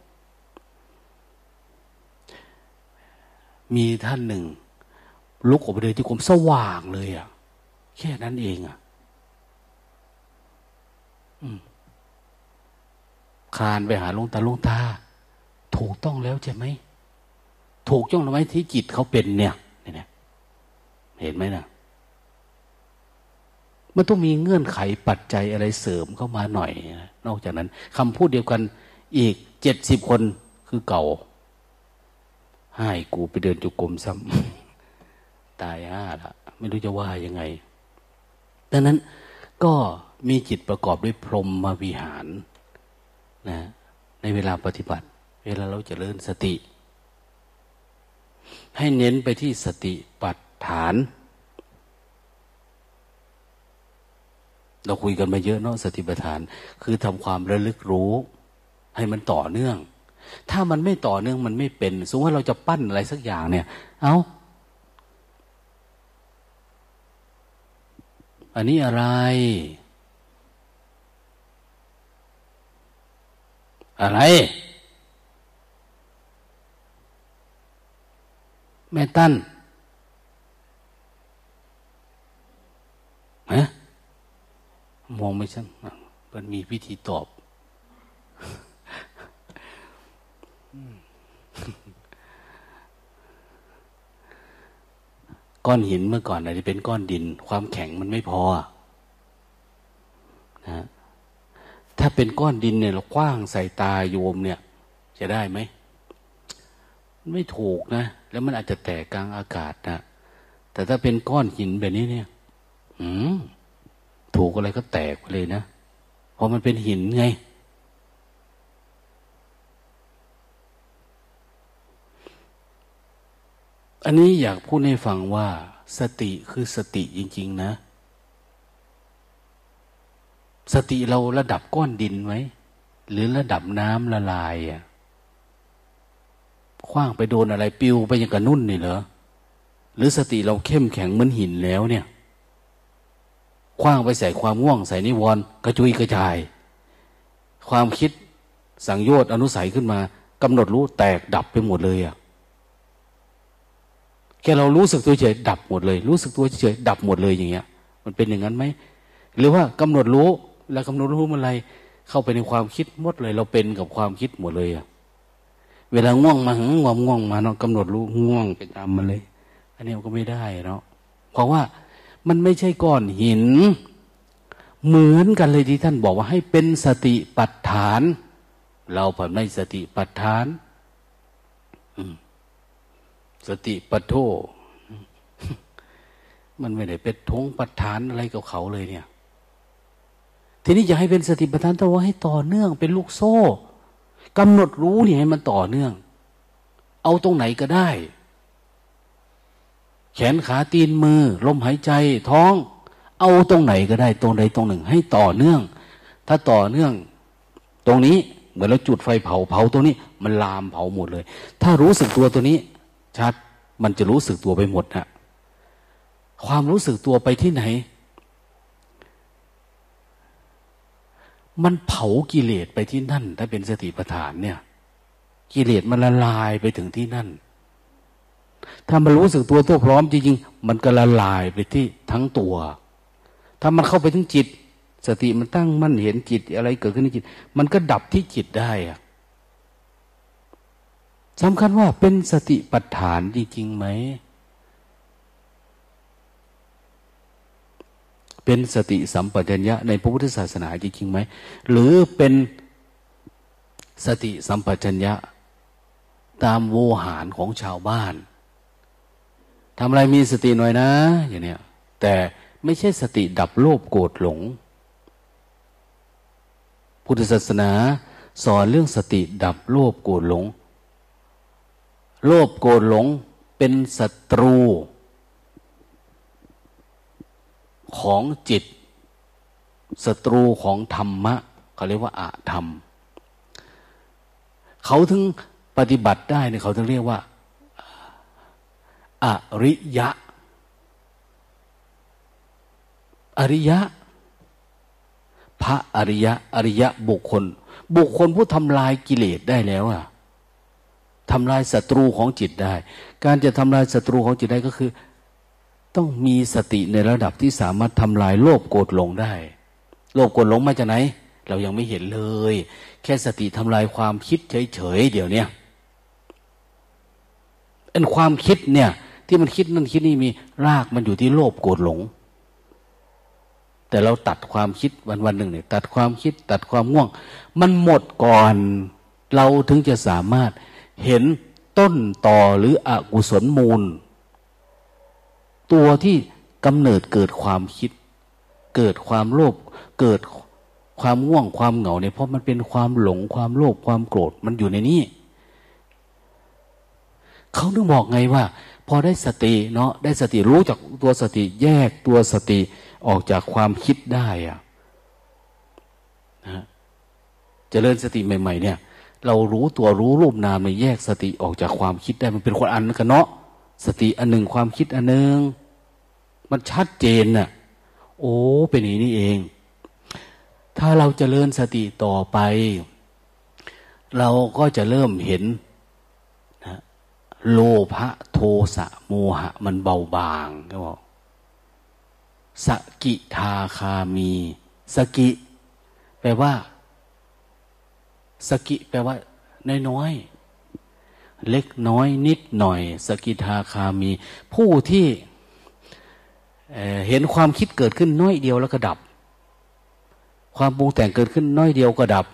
มีท่านหนึ่งลุกออกไปเดินจงกรมสว่างเลยแค่นั้นเองคลานไปหาหลวงตาถูกต้องแล้วใช่ไหมถูกจ้องทำไมที่จิตเขาเป็นเนี่ยเห็นไหมนะมันต้องมีเงื่อนไขปัจจัยอะไรเสริมเข้ามาหน่อยนะนอกจากนั้นคำพูดเดียวกันอีก70 คนคือเก่าให้กูไปเดินจุกรมซ้ำตายละไม่รู้จะว่ายังไงดังนั้นก็มีจิตประกอบด้วยพรหมวิหารนะในเวลาปฏิบัติเวลาเราเจริญสติให้เน้นไปที่สติปัฏฐานเราคุยกันมาเยอะเนาะสติปัฏฐานคือทำความระลึกรู้ให้มันต่อเนื่องถ้ามันไม่ต่อเนื่องมันไม่เป็นสมมติว่าเราจะปั้นอะไรสักอย่างเนี่ยอันนี้อะไรแม่ตั้นมองไม่ใช่มันมีวิธีตอบก้อนหินเมื่อก่อนอาจจะเป็นก้อนดินความแข็งมันไม่พอนะถ้าเป็นก้อนดินเนี่ยเรากว้างใส่ตาโยมเนี่ยจะได้ไหมไม่ถูกนะแล้วมันอาจจะแตกกลางอากาศนะแต่ถ้าเป็นก้อนหินแบบนี้เนี่ยถูกอะไรก็แตกไปเลยนะเพราะมันเป็นหินไงอันนี้อยากพูดให้ฟังว่าสติคือสติจริงๆนะสติเราระดับก้อนดินไหมหรือระดับน้ำละลายขว้างไปโดนอะไรปิวไปอย่างกับนุ่นนี่เหรอหรือสติเราเข้มแข็งเหมือนหินแล้วเนี่ยขว้างไปใส่ความง่วงใส่นิวรณ์กระจุยกระจายความคิดสังโยชน์อนุสัยขึ้นมากำหนดรู้แตกดับไปหมดเลยแค่เรารู้สึกตัวเฉยดับหมดเลยรู้สึกตัวเฉยดับหมดเลยอย่างเงี้ยมันเป็นอย่างนั้นไหมหรือว่ากำหนดรู้แล้วกำหนดรู้มันอะไรเข้าไปในความคิดหมดเลยเราเป็นกับความคิดหมดเลยเวลาง่วงมาง่วงมาเนาะกำหนดรู้ง่วงไปตามมันเลยอันนี้มันก็ไม่ได้เนาะเพราะว่ามันไม่ใช่ก้อนหินเหมือนกันเลยที่ท่านบอกว่าให้เป็นสติปัฏฐานเราผ่านไม่สติปัฏฐานสติปัฏโธมันไม่ได้เป็นทงปัฏฐานอะไรกับเขาเลยเนี่ยทีนี้อยากให้เป็นสติปัฏฐานต้องว่าให้ต่อเนื่องเป็นลูกโซ่กำหนดรู้นี่ให้มันต่อเนื่องเอาตรงไหนก็ได้แขนขาตีนมือลมหายใจท้องเอาตรงไหนก็ได้ตรงใดตรงหนึ่งให้ต่อเนื่องถ้าต่อเนื่องตรงนี้เหมือนเราจุดไฟเผาตรงนี้มันลามเผาหมดเลยถ้ารู้สึกตัวตัวนี้ชัดมันจะรู้สึกตัวไปหมดนะความรู้สึกตัวไปที่ไหนมันเผากิเลสไปที่นั่นถ้าเป็นสติปัฏฐานเนี่ยกิเลสมันละลายไปถึงที่นั่นถ้ามันรู้สึกตัวทั่วพร้อมจริงๆมันก็ละลายไปที่ทั้งตัวถ้ามันเข้าไปถึงจิตสติมันตั้งมั่นเห็นจิตอะไรเกิดขึ้นในจิตมันก็ดับที่จิตได้อะสำคัญว่าเป็นสติปัฏฐานจริงๆไหมเป็นสติสัมปชัญญะในพระพุทธศาสนาจริงๆไหมหรือเป็นสติสัมปชัญญะตามโวหารของชาวบ้านทำอะไรมีสติหน่อยนะอย่างเนี้ยแต่ไม่ใช่สติดับโลภโกรธหลงพุทธศาสนาสอนเรื่องสติดับโลภโกรธหลงโลภโกรธหลงเป็นศัตรูของจิตศัตรูของธรรมะเขาเรียกว่าอธรรมเขาถึงปฏิบัติได้เนี่ยเขาถึงเรียกว่าอริยะอริยะพระอริยะอริยะบุคคลผู้ทำลายกิเลสได้แล้วอะทำลายศัตรูของจิตได้การจะทำลายศัตรูของจิตได้ก็คือต้องมีสติในระดับที่สามารถทำลายโลภโกรธหลงได้โลภโกรธหลงมาจากไหนเรายังไม่เห็นเลยแค่สติทำลายความคิดเฉยๆเดี๋ยวนี้ความคิดเนี่ยที่มันคิดนั่นคิดนี่มีรากมันอยู่ที่โลภโกรธหลงแต่เราตัดความคิดวันๆหนึ่งเนี่ยตัดความคิดตัดความง่วงมันหมดก่อนเราถึงจะสามารถเห็นต้นตอหรืออกุศลมูลตัวที่กำเนิดเกิดความคิดเกิดความโลภเกิดความง่วงความเหงาเนี่ยเพราะมันเป็นความหลงความโลภความโกรธมันอยู่ในนี้เขาถึงบอกไงว่าพอได้สติเนาะได้สติรู้จากตัวสติแยกตัวสติออกจากความคิดได้อะนะเจริญสติใหม่ๆเนี่ยเรารู้ตัวรู้รูปนามในแยกสติออกจากความคิดได้มันเป็นคนอันกันเนาะสติอันหนึ่งความคิดอันหนึ่งมันชัดเจนน่ะโอ้เป็นอย่างนี้เองถ้าเราเจริญสติต่อไปเราก็จะเริ่มเห็นนะโลภะโทสะโมหะมันเบาบางก็บอกสกิทาคามีสกิแปลว่าสกิแปลว่าน้อยๆเล็กน้อยนิดหน่อยสกิทาคามีผู้ที่เห็นความคิดเกิดขึ้นน้อยเดียวแล้วก็ดับความปรุงแต่งเกิดขึ้นน้อยเดียวก็ดับ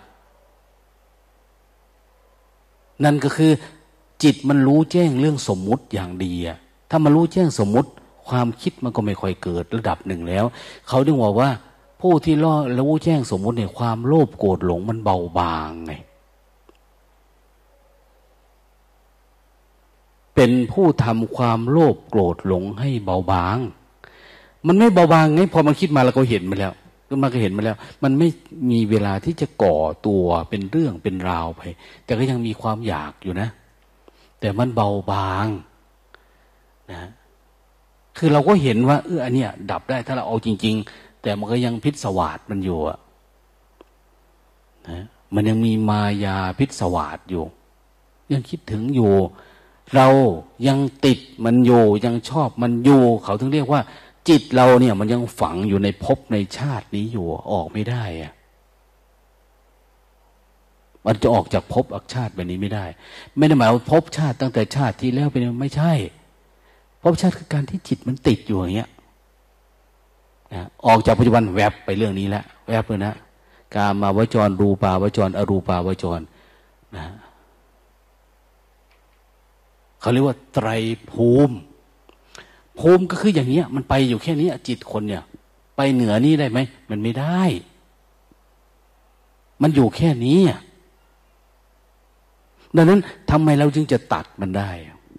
นั่นก็คือจิตมันรู้แจ้งเรื่องสมมุติอย่างดีอะถ้ามันรู้แจ้งสมมุติความคิดมันก็ไม่ค่อยเกิดระดับหนึ่งแล้วเขาถึงบอกว่าผู้ที่รู้แจ้งสมมุติเนี่ยความโลภโกรธหลงมันเบาบางไงเป็นผู้ทำความโลภโกรธหลงให้เบาบางมันไม่เบาบางไงพอมันคิดมาเราก็เห็นมาแล้วมันก็เห็นมาแล้วมันไม่มีเวลาที่จะก่อตัวเป็นเรื่องเป็นราวไปแต่ก็ยังมีความอยากอยู่นะแต่มันเบาบางนะคือเราก็เห็นว่าอันเนี้ยดับได้ถ้าเราเอาจริงๆแต่มันก็ยังพิษสวาสมันอยู่อะนะมันยังมีมายาพิษสวาสอยู่ยังคิดถึงอยู่เรายังติดมันอยู่ยังชอบมันอยู่เขาถึงเรียกว่าจิตเราเนี่ยมันยังฝังอยู่ในภพในชาตินี้อยู่ออกไม่ได้อะมันจะออกจากภพชาติแบบนี้ไม่ได้ไม่ได้หมายว่าภพชาติตั้งแต่ชาติที่แล้วเป็นไม่ใช่ภพชาติคือการที่จิตมันติดอยู่อย่างเงี้ยนะออกจากปัจจุบันแวบไปเรื่องนี้แล้วแวบเลยนะกามาวจรรูปาวจรอรูปาวจรนะเขาเรียกว่าไตรภูมิภูมิก็คืออย่างเนี้ยมันไปอยู่แค่นี้จิตคนเนี่ยไปเหนือนี้ได้ไหมมันไม่ได้มันอยู่แค่นี้ดังนั้นทำไมเราจึงจะตัดมันได้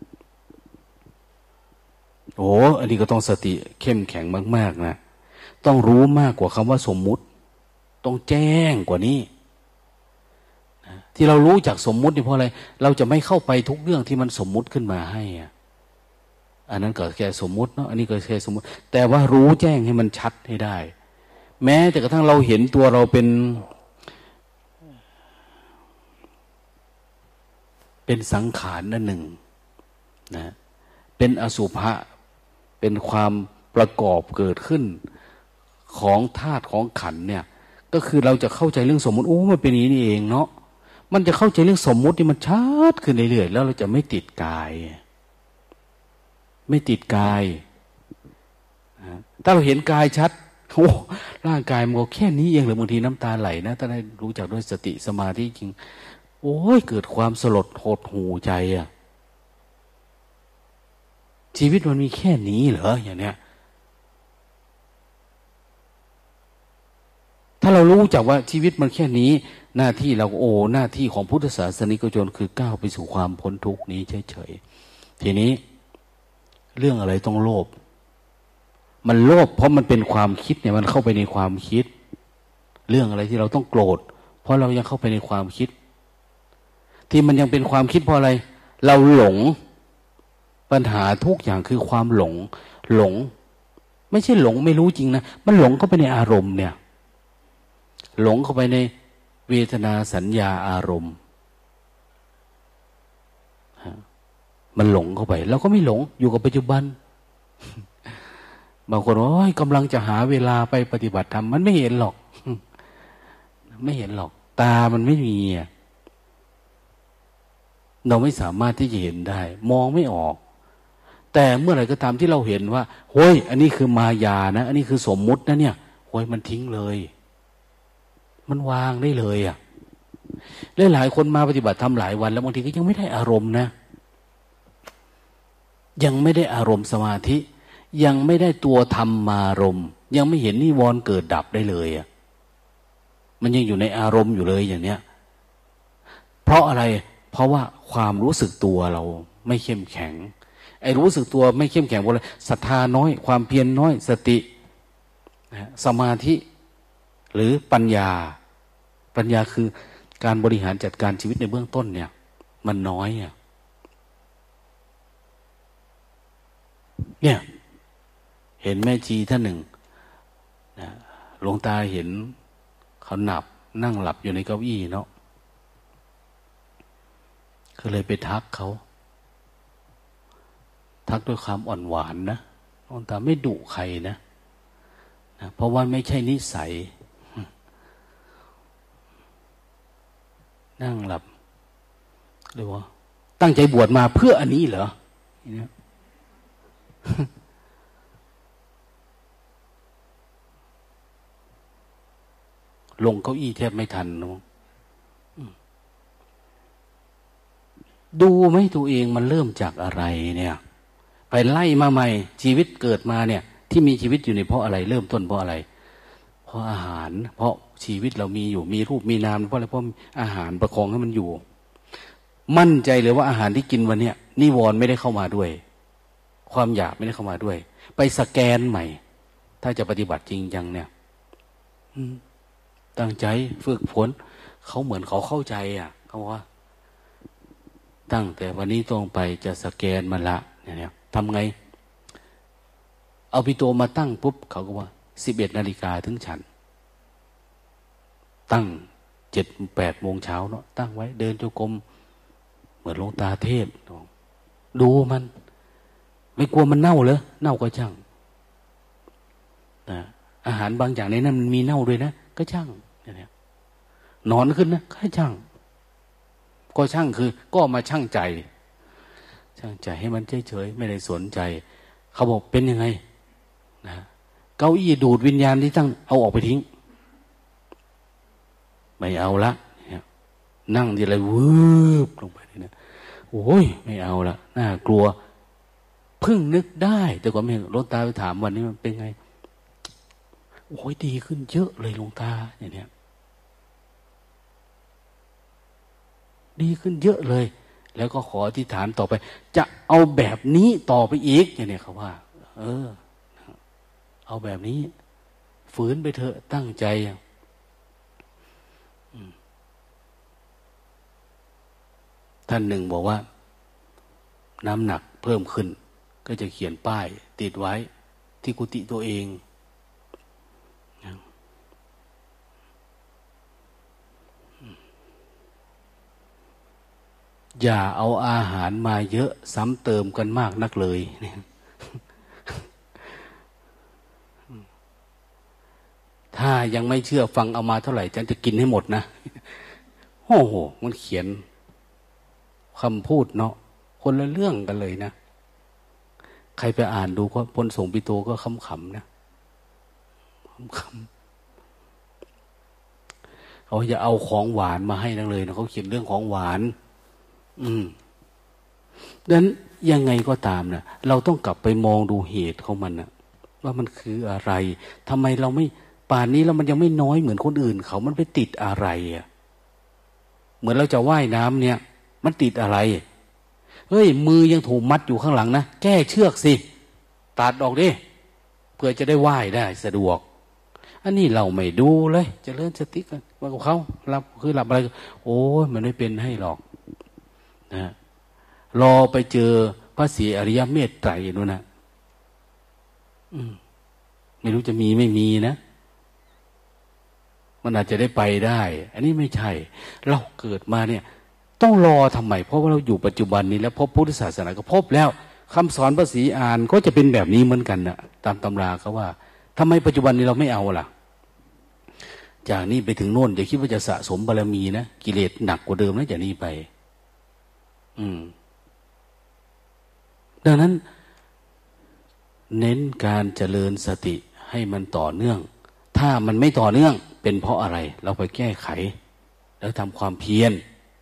โอ้อันนี้ก็ต้องสติเข้มแข็งมากๆนะต้องรู้มากกว่าคำว่าสมมุติต้องแจ้งกว่านี้ที่เรารู้จากสมมุตินี่เพราะอะไรเราจะไม่เข้าไปทุกเรื่องที่มันสมมุติขึ้นมาให้อันนั้นก็แค่สมมุติเนาะอันนี้ก็แค่สมมุติแต่ว่ารู้แจ้งให้มันชัดให้ได้แม้แต่กระทั่งเราเห็นตัวเราเป็นสังขารนั่นหนึ่งนะเป็นอสุภะเป็นความประกอบเกิดขึ้นของธาตุของขันธ์เนี่ยก็คือเราจะเข้าใจเรื่องสมมุติโอ้มันเป็นอย่างนี้นี่เองเนาะมันจะเข้าใจเรื่องสมมุตินี่มันชัดขึ้นเรื่อยๆแล้วเราจะไม่ติดกายไม่ติดกายถ้าเราเห็นกายชัดโอ้ร่างกายมันก็แค่นี้เองหรือบางทีน้ำตาไหลนะถ้าได้รู้จักด้วยสติสมาธิจริงโอ้ยเกิดความสลดหดหู่ใจอ่ะชีวิตมันมีแค่นี้เหรออย่างเนี้ยถ้าเรารู้จักว่าชีวิตมันแค่นี้หน้าที่เราโอ้หน้าที่ของพุทธศาสนิกชนคือก้าวไปสู่ความพ้นทุกข์นี้เฉยๆทีนี้เรื่องอะไรต้องโลภมันโลภเพราะมันเป็นความคิดเนี่ยมันเข้าไปในความคิดเรื่องอะไรที่เราต้องโกรธเพราะเรายังเข้าไปในความคิดที่มันยังเป็นความคิดเพราะอะไรเราหลงปัญหาทุกอย่างคือความหลงหลงไม่ใช่หลงไม่รู้จริงนะมันหลงเข้าไปในอารมณ์เนี่ยหลงเข้าไปในเวทนาสัญญาอารมณ์มันหลงเข้าไปเราก็ไม่หลงอยู่กับปัจจุบันบางคนว่าโอ้ยกำลังจะหาเวลาไปปฏิบัติธรรมมันไม่เห็นหรอกไม่เห็นหรอกตามันไม่มีเราไม่สามารถที่จะเห็นได้มองไม่ออกแต่เมื่อไหร่ก็ตามที่เราเห็นว่าโอ้ยอันนี้คือมายานะอันนี้คือสมมุตินะเนี่ยโอ้ยมันทิ้งเลยมันวางได้เลยอ่ะหลายคนมาปฏิบัติธรรมหลายวันแล้วบางทีก็ยังไม่ได้อารมณ์นะยังไม่ได้อารมณ์สมาธิยังไม่ได้ตัวธรรมารมณ์ยังไม่เห็นนิวรณ์เกิดดับได้เลยอ่ะมันยังอยู่ในอารมณ์อยู่เลยอย่างเนี้ยเพราะอะไรเพราะว่าความรู้สึกตัวเราไม่เข้มแข็งไอ้รู้สึกตัวไม่เข้มแข็งเพราะอะไรศรัทธาน้อยความเพียรน้อยสติสมาธิหรือปัญญาคือการบริหารจัดการชีวิตในเบื้องต้นเนี่ยมันน้อยเนี่ยเห็นแม่ชีท่านหนึ่งนะหลวงตาเห็นเขานั่งหลับอยู่ในเก้าอี้เนาะก็เลยไปทักเขาทักด้วยความอ่อนหวานนะหลวงตาไม่ดุใครนะเพราะว่าไม่ใช่นิสัยนั่งหลับเลยว่าตั้งใจบวชมาเพื่ออันนี้เหรอเนี่ยลงเก้าอี้แทบไม่ทันน้องดูไหมตัวเองมันเริ่มจากอะไรเนี่ยไปไล่มาใหม่ชีวิตเกิดมาเนี่ยที่มีชีวิตอยู่ในเพราะอะไรเริ่มต้นเพราะอะไรเพราะอาหารเพราะชีวิตเรามีอยู่มีรูปมีนามเพราะอะไรเพราะอาหารประคองให้มันอยู่มั่นใจเลยว่าอาหารที่กินวันเนี้ยนิวรณ์ไม่ได้เข้ามาด้วยความอยากไม่ได้เข้ามาด้วยไปสแกนใหม่ถ้าจะปฏิบัติจริงจังเนี่ยตั้งใจฝึกฝนเขาเหมือนเขาเข้าใจเขาว่าตั้งแต่วันนี้ต้องไปจะสแกนมันละเนี่ยทำไงเอาปิโตมาตั้งปุ๊บเขาก็ว่า11 นาฬิกาถึงฉันตั้ง7-8 โมงเช้าเนาะตั้งไว้เดินจงกรมเหมือนหลวงตาเทศดูมันไม่กลัวมันเน่าเหรอเน่าก็ช่างอาหารบางอย่างในนั้นมันมีเน่าด้วยนะก็ช่างเนี่ยนอนขึ้นนะก็ช่างก็ช่างคือก็มาช่างใจให้มันเฉยๆไม่ได้สนใจเขาบอกเป็นยังไงนะเก้าอี้ดูดวิญญาณที่ตั้งเอาออกไปทิ้งไม่เอาละนั่งทีไรวืบลงไปเลยนะโอ้ยไม่เอาละน่ากลัวเพิ่งนึกได้แต่ก่อนไม่หลวงตาไปถามวันนี้มันเป็นไงโอ้ยดีขึ้นเยอะเลยหลวงตาอย่างเนี้ยดีขึ้นเยอะเลยแล้วก็ขออธิษฐานต่อไปจะเอาแบบนี้ต่อไปอีกอย่างเนี้ยเขาว่าเอาแบบนี้ฝืนไปเถอะตั้งใจท่านหนึ่งบอกว่าน้ำหนักเพิ่มขึ้นก็จะเขียนป้ายติดไว้ที่กุฏิตัวเองอย่าเอาอาหารมาเยอะซ้ำเติมกันมากนักเลยเนี่ยถ้ายังไม่เชื่อฟังเอามาเท่าไหร่ฉันจะกินให้หมดนะโอ้โหมันเขียนคำพูดเนาะคนละเรื่องกันเลยนะใครไปอ่านดูก็พลสงฆ์ปิโตก็ขำๆนะขำเขาจะเอาของหวานมาให้นักเลยนะเขาเขียนเรื่องของหวานดังนั้นยังไงก็ตามนะเราต้องกลับไปมองดูเหตุของมันนะว่ามันคืออะไรทำไมเราไม่ป่านนี้แล้วมันยังไม่น้อยเหมือนคนอื่นเขามันไปติดอะไรอ่ะเหมือนเราจะว่ายน้ำเนี่ยมันติดอะไรเฮ้ยมือยังถูกมัดอยู่ข้างหลังนะแก้เชือกสิตัดออกดิเพื่อจะได้ว่ายได้สะดวกอันนี้เราไม่ดูเลยจะเลื่อนสติ๊กกันว่ากับเขาหลับคือหลับอะไรโอ้ยมันไม่เป็นให้หรอกนะรอไปเจอพระศรีอริยเมตไตรนู่นนะไม่รู้จะมีไม่มีนะมันอาจจะได้ไปได้อันนี้ไม่ใช่เราเกิดมาเนี่ยต้องรอทำไมเพราะว่าเราอยู่ปัจจุบันนี้แล้วพบพุทธศาสนาก็พบแล้วคำสอนพระศรีอานก็จะเป็นแบบนี้เหมือนกันนะตามตำราเขาว่าทำไมปัจจุบันนี้เราไม่เอาล่ะจากนี้ไปถึงโน่นอย่าคิดว่าจะสะสมบารมีนะกิเลสหนักกว่าเดิมนะจากนี้ไปดังนั้นเน้นการเจริญสติให้มันต่อเนื่องถ้ามันไม่ต่อเนื่องเป็นเพราะอะไรเราไปแก้ไขแล้วทำความเพียร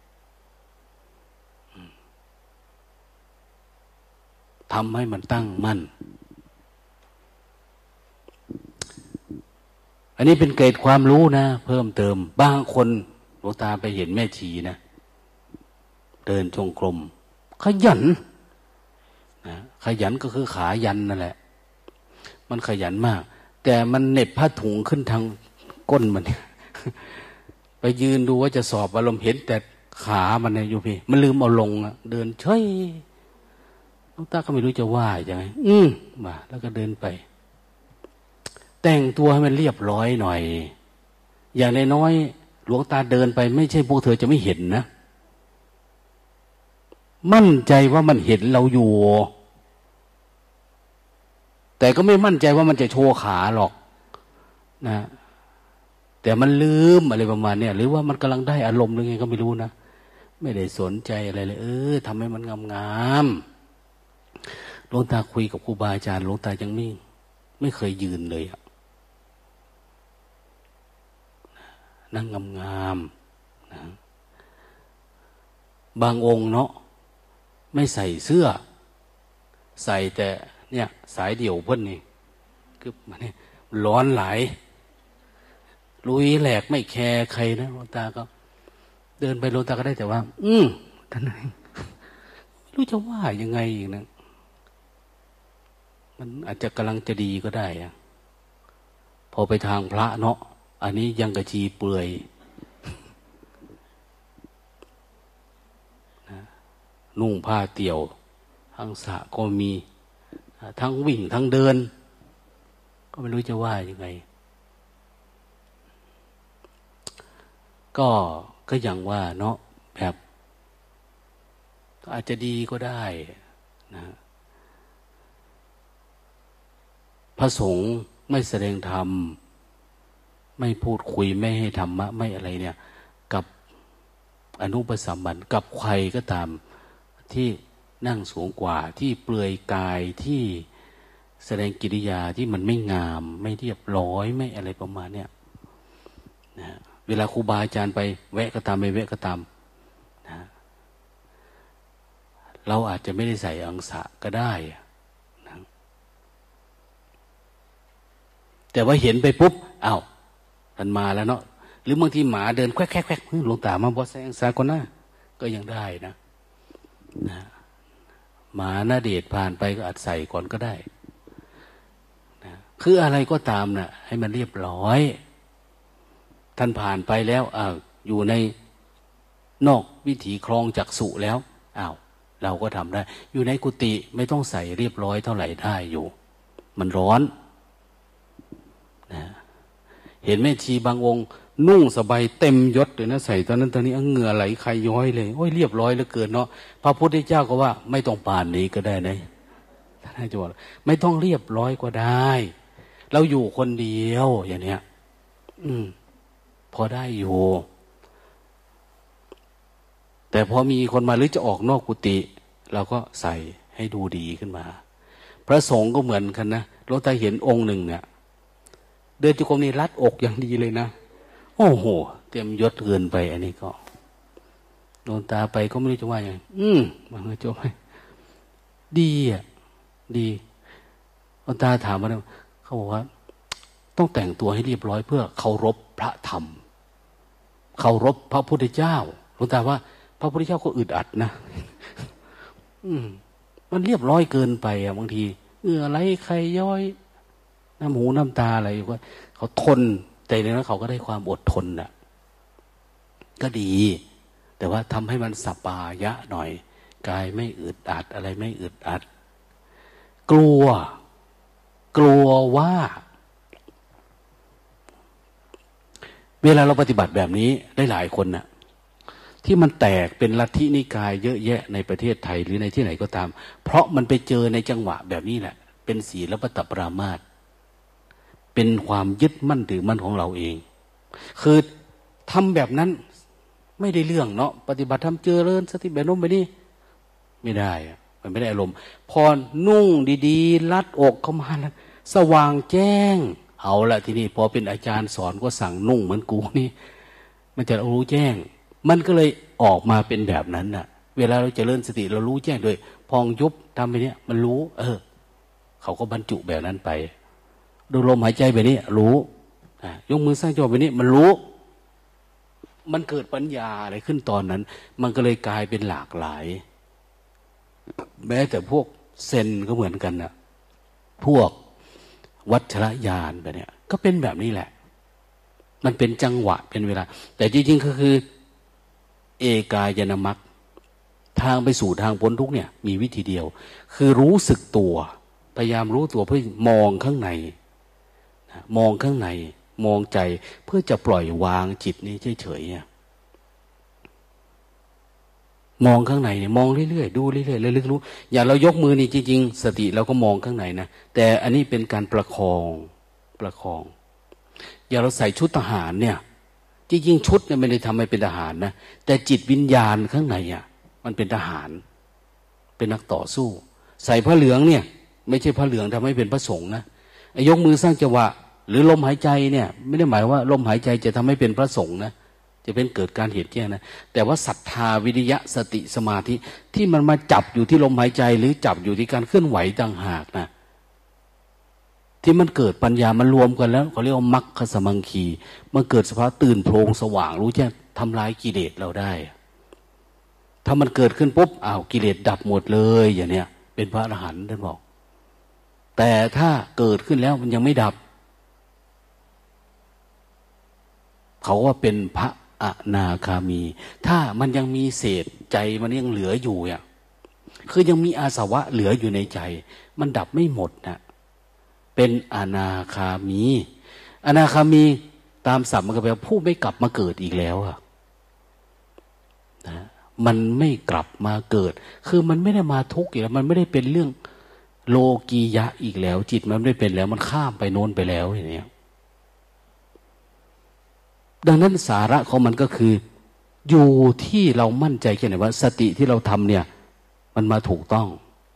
ทำให้มันตั้งมั่นอันนี้เป็นเกร็ดความรู้นะเพิ่มเติมบางคนหลวงตาไปเห็นแม่ชีนะเดินจงกรมขยันนะขยันก็คือขายันนั่นแหละมันขยันมากแต่มันเหน็บผ้าถุงขึ้นทางก้นมันเนี่ยไปยืนดูว่าจะสอบอารมณ์เห็นแต่ขามันเนี่ยอยู่พี่มันลืมเอาลงอะเดินเฉยหลวงตาก็ไม่รู้จะว่ายังไงมาแล้วก็เดินไปแต่งตัวให้มันเรียบร้อยหน่อยอย่างน้อยๆหลวงตาเดินไปไม่ใช่พวกเธอจะไม่เห็นนะมั่นใจว่ามันเห็นเราอยู่แต่ก็ไม่มั่นใจว่ามันจะโชว์ขาหรอกนะแต่มันลืมอะไรประมาณเนี้ยหรือว่ามันกำลังได้อารมณ์หรือไงก็ไม่รู้นะไม่ได้สนใจอะไรเลยทำให้มันงามๆหลวงตาคุยกับครูบาอาจารย์หลวงตายังไม่เคยยืนเลยนั่งงามๆนะบางองค์เนาะไม่ใส่เสื้อใส่แต่เนี่ยสายเดี่ยวเพิ่นนี่คือมันนี่ร้อนหลายลุยแหลกไม่แคร์ใครนะหลวงตาก็เดินไปหลวงตาก็ได้แต่ว่าท่านไม่รู้จะว่ายังไงอีกนะมันอาจจะกำลังจะดีก็ได้อะพอไปทางพระเนาะอันนี้ยังกระชีเปลือยนะนุ่งผ้าเตี่ยวทั้งสระก็มีทั้งวิ่งทั้งเดินก็ไม่รู้จะว่ายังไงก็อย่างว่าเนาะแบบอาจจะดีก็ได้นะพระสงฆ์ไม่แสดงธรรมไม่พูดคุยไม่ให้ธรรมะไม่อะไรเนี่ยกับอนุปสัมบันกับใครก็ตามที่นั่งสูงกว่าที่เปลือยกายที่แสดงกิริยาที่มันไม่งามไม่เรียบร้อยไม่อะไรประมาณเนี้ยนะเวลาครูบาอาจารย์ไปแวะก็ตามไม่แวะก็ตามนะเราอาจจะไม่ได้ใส่อังสะก็ได้นะแต่ว่าเห็นไปปุ๊บอ้าวมันมาแล้วเนาะหรือบางทีหมาเดินแควกแควกแควกหลวงตามาบอสแซงซาก็น่าก็ยังได้นะหมาหน้าเดชผ่านไปก็อาจใส่ก่อนก็ได้นะคืออะไรก็ตามน่ะให้มันเรียบร้อยท่านผ่านไปแล้วอยู่ในนอกวิถีคลองจักษุแล้วเราก็ทำได้อยู่ในกุฏิไม่ต้องใส่เรียบร้อยเท่าไหร่ได้อยู่มันร้อนนะเห็นแม่ชีบางองค์นุ่งสบายเต็มยศเลยนะใส่ตอนนั้นตอนนี้เหงื่อไหลใครย้อยเลยโอ้ยเรียบร้อยเหลือเกินเนาะพระพุทธเจ้าก็ว่าไม่ต้องป่านนี้ก็ได้นะท่านให้จะบอกไม่ต้องเรียบร้อยก็ได้เราอยู่คนเดียวอย่างเนี้ยพอได้อยู่แต่พอมีคนมาหรือจะออกนอกกุฏิเราก็ใส่ให้ดูดีขึ้นมาพระสงฆ์ก็เหมือนกันนะหลวงตาเห็นองค์หนึ่งเนี่ยเดินจุกรมนี่รัดอกอย่างดีเลยนะโอ้โหเต็มยศเกินไปอันนี้ก็หลวงตาไปก็ไม่รู้จะว่าอย่างมันก็จะไม่ดีอ่ะดีหลวงตาถามว่าเขาบอกว่าต้องแต่งตัวให้เรียบร้อยเพื่อเคารพพระธรรมเคารพพระพุทธเจ้าหลวงตาว่าพระพุทธเจ้าก็อึดอัดนะมันเรียบร้อยเกินไปอ่ะบางทีอะไรใครย้อยน้ำหูน้ำตาอะไรก็เขาทนแต่ในนั้นเขาก็ได้ความอดทนน่ะก็ดีแต่ว่าทำให้มันสปายะหน่อยกายไม่อึดอัดอะไรไม่อึดอัดกลัวว่าเวลาเราปฏิบัติแบบนี้ได้หลายคนน่ะที่มันแตกเป็นลัทธินิกายเยอะแยะในประเทศไทยหรือในที่ไหนก็ตามเพราะมันไปเจอในจังหวะแบบนี้แหละเป็นศีลปปรามาสเป็นความยึดมั่นถือมั่นของเราเองคือทำแบบนั้นไม่ได้เรื่องเนาะปฏิบัติทำเจริญสติแบบโน้นไปนี่ไม่ได้มันไม่ได้อารมณ์พอนุ่งดีๆรัดอกเข้ามาแล้วสว่างแจ้งเอาละทีนี้พอเป็นอาจารย์สอนก็สั่งนุ่งเหมือนกูนี่มันจะรู้แจ้งมันก็เลยออกมาเป็นแบบนั้นน่ะเวลาเราเจริญสติเรารู้แจ้งด้วยพองยุบทำไปเนี้ยมันรู้เขาก็บรรจุแบบนั้นไปดูลมหายใจแบบนี้รู้ยกมือสร้างจังหวะแบบนี้มันรู้มันเกิดปัญญาอะไรขึ้นตอนนั้นมันก็เลยกลายเป็นหลากหลายแม้แต่พวกเซนก็เหมือนกันนะพวกวัชรยานแบบเนี้ยก็เป็นแบบนี้แหละมันเป็นจังหวะเป็นเวลาแต่จริงๆก็คือเอกายนามัคทางไปสู่ทางพ้นทุกข์เนี่ยมีวิธีเดียวคือรู้สึกตัวพยายามรู้ตัวเพื่อมองข้างในมองข้างในมองใจเพื่อจะปล่อยวางจิตนี้เฉยๆมองข้างในเนี่ยมองเรื่อยๆดูเรื่อยๆระลึกรู้อย่างเรายกมือนี่จริงๆสติเราก็มองข้างในนะแต่อันนี้เป็นการประคองอย่างเราใส่ชุดทหารเนี่ยจริงๆชุดเนี่ยไม่ได้ทำให้เป็นทหารนะแต่จิตวิญญาณข้างในอ่ะมันเป็นทหารเป็นนักต่อสู้ใส่ผ้าเหลืองเนี่ยไม่ใช่ผ้าเหลืองทำให้เป็นพระสงฆ์นะยกมือสร้างจังหวะหรือลมหายใจเนี่ยไม่ได้หมายว่าลมหายใจจะทำให้เป็นพระสงฆ์นะจะเป็นเกิดการเหตุแก่นะแต่ว่าศรัทธาวิริยะสติสมาธิที่มันมาจับอยู่ที่ลมหายใจหรือจับอยู่ที่การเคลื่อนไหวต่างหากนะที่มันเกิดปัญญามันรวมกันแล้วเขาเรียกว่ามรรคสมังคีมันเกิดสภาวะตื่นโพลงสว่างรู้แจ้งทำลายกิเลสเราได้ถ้ามันเกิดขึ้นปุ๊บกิเลสดับหมดเลยอย่างเนี้ยเป็นพระอรหันต์ท่านบอกแต่ถ้าเกิดขึ้นแล้วมันยังไม่ดับเขาว่าเป็นพระอนาคามีถ้ามันยังมีเศษใจมันยังเหลืออยู่อ่ะคือยังมีอาสวะเหลืออยู่ในใจมันดับไม่หมดนะเป็นอนาคามีอนาคามีตามศัพท์มันก็แปลว่าผู้ไม่กลับมาเกิดอีกแล้วอะนะมันไม่กลับมาเกิดคือมันไม่ได้มาทุกข์อีกแล้วมันไม่ได้เป็นเรื่องโลกียะอีกแล้วจิตมันไม่ได้เป็นแล้วมันข้ามไปโน้นไปแล้วอย่างนี้ดังนั้นสาระของมันก็คืออยู่ที่เรามั่นใจแค่ไหนว่าสติที่เราทำเนี่ยมันมาถูกต้อง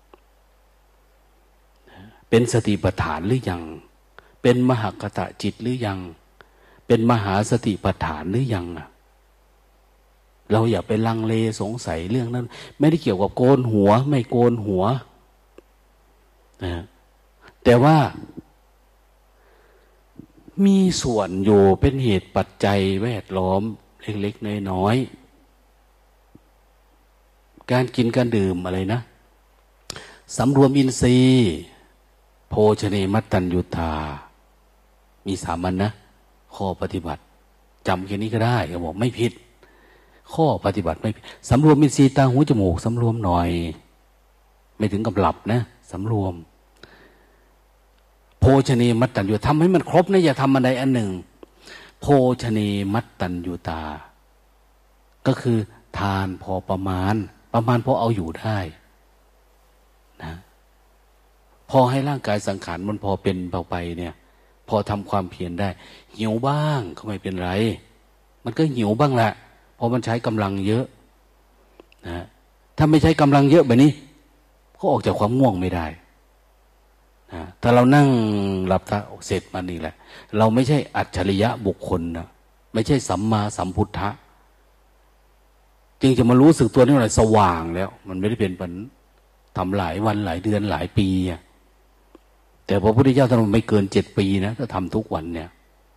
เป็นสติปัฏฐานหรือยังเป็นมหคตจิตหรือยังเป็นมหาสติปัฏฐานหรือยังเราอย่าไปลังเลสงสัยเรื่องนั้นไม่ได้เกี่ยวกับโกนหัวไม่โกนหัวนะแต่ว่ามีส่วนอยู่เป็นเหตุปัจจัยแวดล้อมเล็กๆน้อยๆการกินการดื่มอะไรนะสำรวมอินทรีย์โภชเนมัตตัญญูตามีสามัญนะข้อปฏิบัติจำแค่นี้ก็ได้เขาบอกไม่ผิดข้อปฏิบัติไม่ผิดสำรวมอินทรีย์ตาหูจมูกสำรวมหน่อยไม่ถึงกับหลับนะสำรวมโภชเนมัตตัญญูทำให้มันครบนะอย่าทำอันใดอันหนึ่งโภชเนมัตตัญญูตาก็คือทานพอประมาณพอเอาอยู่ได้นะพอให้ร่างกายสังขารมันพอเป็นพอไปเนี่ยพอทำความเพียรได้หิวบ้างก็ไม่เป็นไรมันก็หิวบ้างแหละเพราะมันใช้กำลังเยอะนะถ้าไม่ใช้กำลังเยอะแบบนี้ก็ออกจากความง่วงไม่ได้นะถ้าเรานั่งหลับตาเสร็จมานี่แหละเราไม่ใช่อัจฉริยะบุคคลนะไม่ใช่สัมมาสัมพุทธะจึงจะมารู้สึกตัวนี่ว่าสว่างแล้วมันไม่ได้เป็นปัญทำหลายวันหลายเดือนหลายปีแต่พระพุทธเจ้าท่านไม่เกิน7 ปีนะถ้าทำทุกวันเนี่ย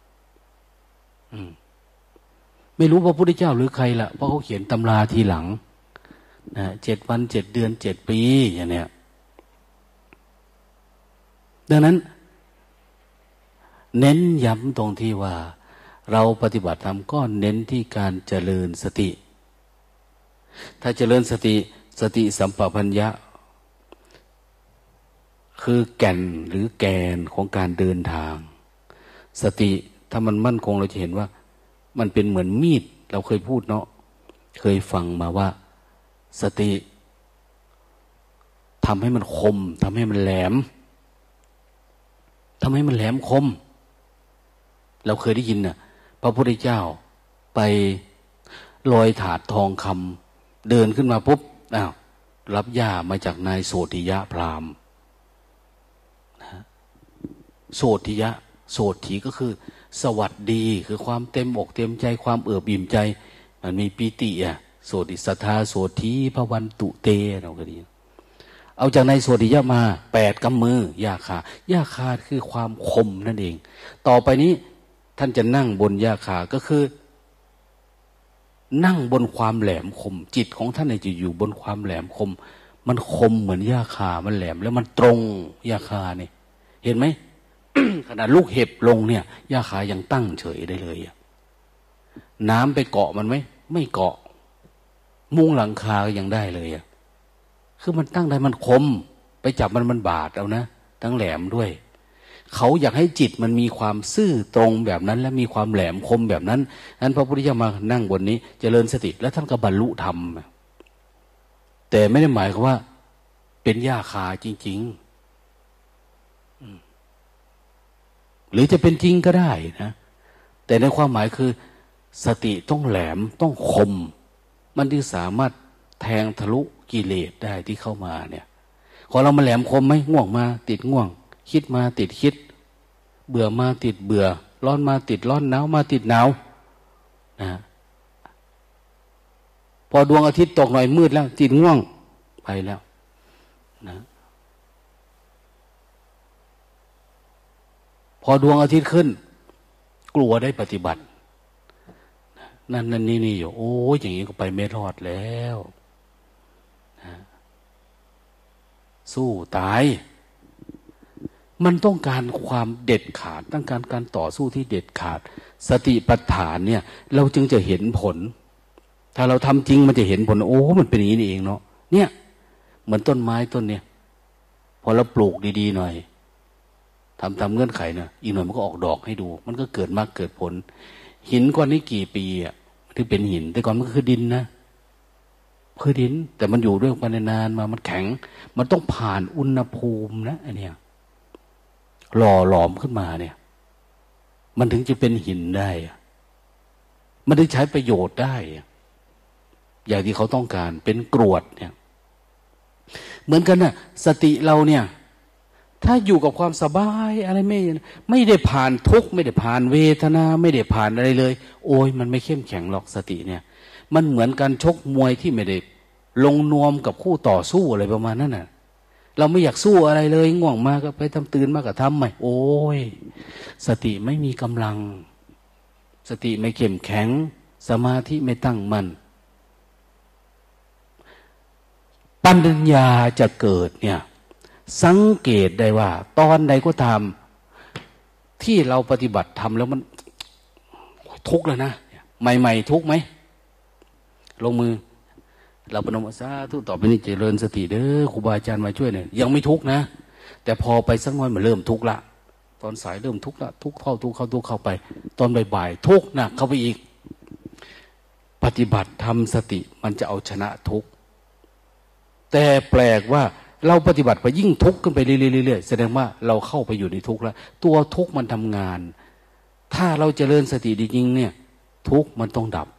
ไม่รู้พระพุทธเจ้าหรือใครล่ะเพราะเขาเขียนตำราทีหลังนะ7 วัน 7 เดือน 7 ปีอย่างเนี้ยดังนั้นเน้นย้ำตรงที่ว่าเราปฏิบัติธรรมก็เน้นที่การเจริญสติถ้าเจริญสติสัมปชัญญะคือแก่นหรือแกนของการเดินทางสติถ้ามันมั่นคงเราจะเห็นว่ามันเป็นเหมือนมีดเราเคยพูดเนาะเคยฟังมาว่าสติทำให้มันคมทำให้มันแหลมทำให้มันแหลมคมเราเคยได้ยินน่ะพระพุทธเจ้าไปลอยถาดทองคำเดินขึ้นมาปุ๊บรับย่ามาจากนายโสติยะพราหมณ์โสติก็คือสวัสดีคือความเต็มอกเต็มใจความเอิบอิ่มใจมันมีปีติโสติสัทธาโสติภวันตุเตเราก็ดีเอาจากนายโสติยะมา8 กำมือยาคาคือความคมนั่นเองต่อไปนี้ท่านจะนั่งบนยาคาก็คือนั่งบนความแหลมคมจิตของท่านจะอยู่บนความแหลมคมมันคมเหมือนหญ้าคามันแหลมแล้วมันตรงหญ้าคาเนี่ยเห็นไหม ขนาดลูกเห็บลงเนี่ยหญ้าคายังตั้งเฉยได้เลยน้ำไปเกาะมันไหมไม่เกาะมุ้งหลังคาก็ยังได้เลยคือมันตั้งได้มันคมไปจับมันบาดเอานะทั้งแหลมด้วยเขาอยากให้จิตมันมีความซื่อตรงแบบนั้นและมีความแหลมคมแบบนั้นนั้นพระพุทธเจ้ามานั่งบนนี้เจริญสติแล้วท่านก็บรรลุธรรมแต่ไม่ได้หมายความว่าเป็นหญ้าคาจริงๆหรือจะเป็นจริงก็ได้นะแต่ในความหมายคือสติต้องแหลมต้องคมมันถึงสามารถแทงทะลุกิเลสได้ที่เข้ามาเนี่ยพอเรามาแหลมคมไหมง่วงมาติดง่วงคิดมาติดคิดเบื่อมาติดเบื่อร้อนมาติดร้อนหนาวมาติดหนาวนะพอดวงอาทิตย์ตกหน่อยมืดแล้วติดง่วงไปแล้วนะพอดวงอาทิตย์ขึ้นกลัวได้ปฏิบัตินั่นนี่อยู่โอ้ยอย่างนี้ก็ไปไม่รอดแล้วนะสู้ตายมันต้องการความเด็ดขาดต้องการต่อสู้ที่เด็ดขาดสติปัฏฐานเนี่ยเราจึงจะเห็นผลถ้าเราทำจริงมันจะเห็นผลโอ้มันเป็นอย่างนี้เองเนาะเนี่ยเหมือนต้นไม้ต้นเนี่ยพอเราปลูกดีๆหน่อยทำเงื่อนไขนะอีกหน่อยมันก็ออกดอกให้ดูมันก็เกิดมากเกิดผลหินก้อนนี้กี่ปีที่เป็นหินแต่ก่อนมันก็คือดินนะคือดินแต่มันอยู่ด้วยกันนานมามันแข็งมันต้องผ่านอุณหภูมินะอันเนี้ยหล่อหลอมขึ้นมาเนี่ยมันถึงจะเป็นหินได้มันถึงใช้ประโยชน์ได้อย่างที่เขาต้องการเป็นกรวดเนี่ยเหมือนกันนะสติเราเนี่ยถ้าอยู่กับความสบายอะไรไม่ได้ผ่านทุกข์ไม่ได้ผ่านเวทนาไม่ได้ผ่านอะไรเลยโอ้ยมันไม่เข้มแข็งหรอกสติเนี่ยมันเหมือนการชกมวยที่ไม่ได้ลงนวมกับคู่ต่อสู้อะไรประมาณนั้นน่ะเราไม่อยากสู้อะไรเลยง่วงมากก็ไปทำตื่นมากก็ทำใหม่โอ้ยสติไม่มีกำลังสติไม่เข้มแข็งสมาธิไม่ตั้งมั่นปัญญาจะเกิดเนี่ยสังเกตได้ว่าตอนใดก็ตามที่เราปฏิบัติทำแล้วมันทุกข์แล้วนะใหม่ๆทุกข์ไหมลงมือเราปนมสาธุต่อไปนี้เจริญสติเด้อครูบาอาจารย์มาช่วยเนี่ยยังไม่ทุกข์นะแต่พอไปสักน้อยมันเริ่มทุกข์ละตอนสายเริ่มทุกข์ละทุกข์เข้าไปตอนบ่ายๆทุกข์หนักเข้าไปอีกปฏิบัติทำสติมันจะเอาชนะทุกข์แต่แปลกว่าเราปฏิบัติไปยิ่งทุกข์ขึ้นไปเรื่อยๆแสดงว่าเราเข้าไปอยู่ในทุกข์แล้วตัวทุกข์มันทำงานถ้าเราเจริญสติจริงๆเนี่ยทุกข์มันต้องดับ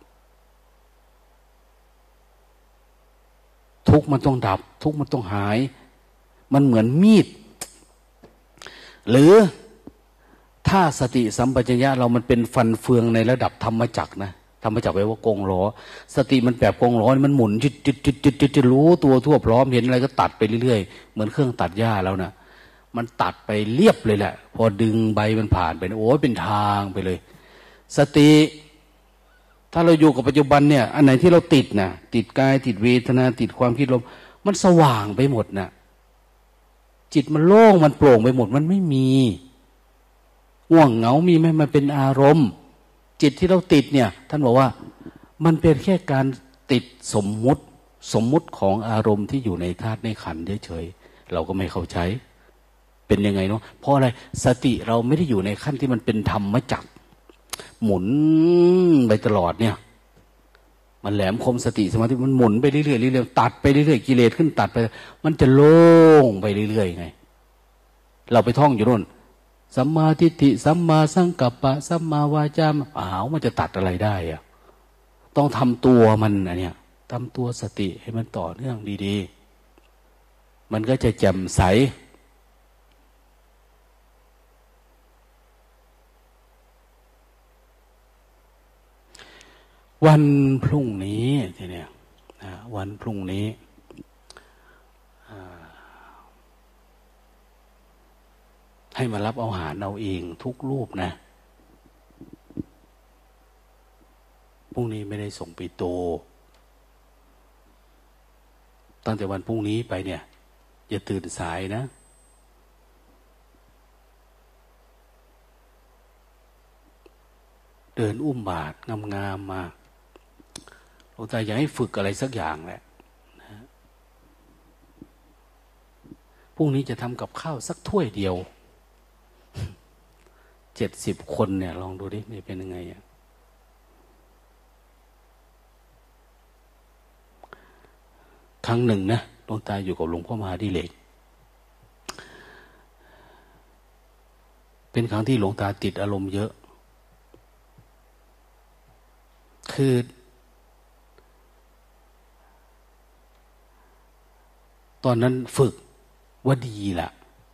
ทุกข์มันต้องดับทุกข์มันต้องหายมันเหมือนมีดหรือถ้าสติสัมปชัญญะเรามันเป็นฟันเฟืองในระดับธรรมจักรนะธรรมจักรแปลว่ากงล้อสติมันแบบกงล้อมันหมุนจุดรู้ตัวทั่วพร้อมเห็นอะไรก็ตัดไปเรื่อยๆเหมือนเครื่องตัดหญ้าแล้วนะมันตัดไปเรียบเลยแหละพอดึงใบมันผ่านไปโอ้เป็นทางไปเลยสติถ้าเราอยู่กับปัจจุบันเนี่ยอันไหนที่เราติดนะติดกายติดเวทนาติดความคิดลมมันสว่างไปหมดนะจิตมันโล่งมันโปร่งไปหมดมันไม่มีง่วงเหงามีไหมมันเป็นอารมณ์จิตที่เราติดเนี่ยท่านบอกว่ามันเป็นแค่การติดสมมุติของอารมณ์ที่อยู่ในธาตุในขันธ์เฉยๆเราก็ไม่เข้าใจเป็นยังไงเนาะเพราะอะไรสติเราไม่ได้อยู่ในขั้นที่มันเป็นธรรมจักรหมุนไปตลอดเนี่ยมันแหลมคมสติสมาธิมันหมุนไปเรื่อยๆเรื่อยๆตัดไปเรื่อยๆกิเลสขึ้นตัดไปมันจะโล่งไปเรื่อยๆไงเราไปท่องอยู่นู่นสัมมาทิฏฐิสัมมาสังกัปปะสัมมาวาจามันจะตัดอะไรได้อะต้องทำตัวมันอันเนี้ยทำตัวสติให้มันต่อเนื่องดีๆมันก็จะแจ่มใสวันพรุ่งนี้ทีเนี้ยวันพรุ่งนี้ให้มารับอาหารเอาเองทุกรูปนะพรุ่งนี้ไม่ได้ส่งไปโตตั้งแต่วันพรุ่งนี้ไปเนี่ยอย่าตื่นสายนะเดินอุ้มบาตรงามๆมาหลวงตาอยากให้ฝึกอะไรสักอย่างแหละนะพรุ่งนี้จะทำกับข้าวสักถ้วยเดียว70 คนเนี่ยลองดูดิมันเป็นยังไงอ่ะครั้งหนึ่งนะหลวงตาอยู่กับหลวงพ่อมหาดิเรกเป็นครั้งที่หลวงตาติดอารมณ์เยอะคือตอนนั้นฝึกว่าดีล่ะ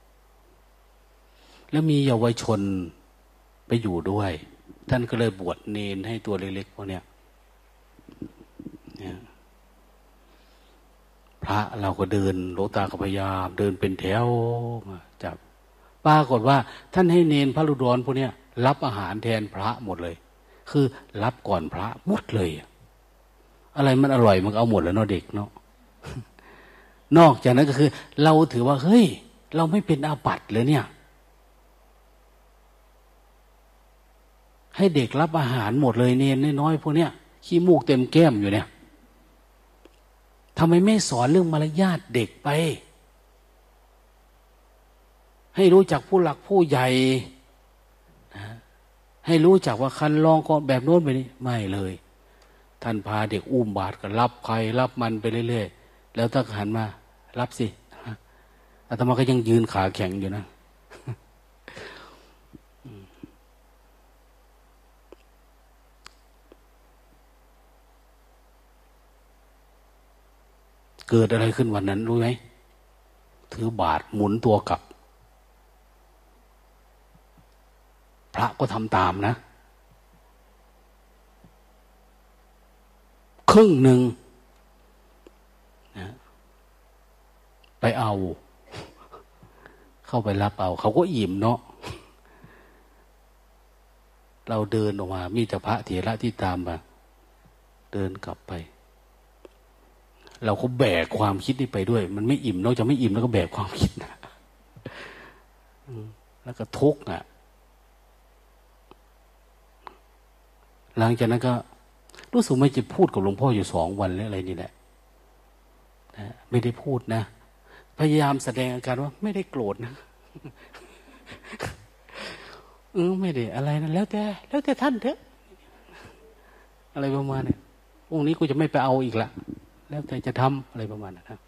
แล้วมีเยาวชนไปอยู่ด้วยท่านก็เลยบวชเนนให้ตัวเล็กๆพวกเนี้ยพระเราก็เดินหลวงตาก็พยายามเดินเป็นแถวมาจับปรากฏว่าท่านให้เนนพระฤาษีพวกเนี้ยรับอาหารแทนพระหมดเลยคือรับก่อนพระหมดเลยอะไรมันอร่อยมันเอาหมดแล้วเนาะเด็กเนาะ นอกจากนั้นก็คือเราถือว่าเฮ้ยเราไม่เป็นอาบัติเลยเนี่ยให้เด็กรับอาหารหมดเลยเนนน้อยๆพวกเนี้ยขี้มูกเต็มแก้มอยู่เนี่ยทำไมไม่สอนเรื่องมารยาทเด็กไปให้รู้จักผู้หลักผู้ใหญ่นะให้รู้จักว่าคันลองก่อนแบบโน้นไปนี่ไม่เลยท่านพาเด็กอุ้มบาตรก็รับใครรับมันไปเรื่อยๆแล้วถ้าหันมารับสิอาตมาก็ยังยืนขาแข็งอยู่นะเกิดอะไรขึ้นวันนั้นรู้ไหมถือบาตรหมุนตัวกลับพระก็ทำตามนะครึ่งหนึ่งนะไปเอาเข้าไปรับเอาเขาก็อิ่มเนาะเราเดินออกมามีแต่พระเถระที่ตามมาเดินกลับไปเราก็แบกความคิดนี้ไปด้วยมันไม่อิ่มนอกจากไม่อิ่มแล้วก็แบกความคิดนะแล้วก็ทุกข์หลังจากนั้นก็รู้สึกไม่จะพูดกับหลวงพ่ออยู่2 วันแล้วอะไรนี่แหละนะไม่ได้พูดนะพยายามแสดงอาการว่าไม่ได้โกรธนะไม่ได้อะไรนะแล้วแต่ท่านเถอะอะไรประมาณนี้พรุ่งนี้กูจะไม่ไปเอาอีกละแล้วแต่จะทำอะไรประมาณนั้นนะ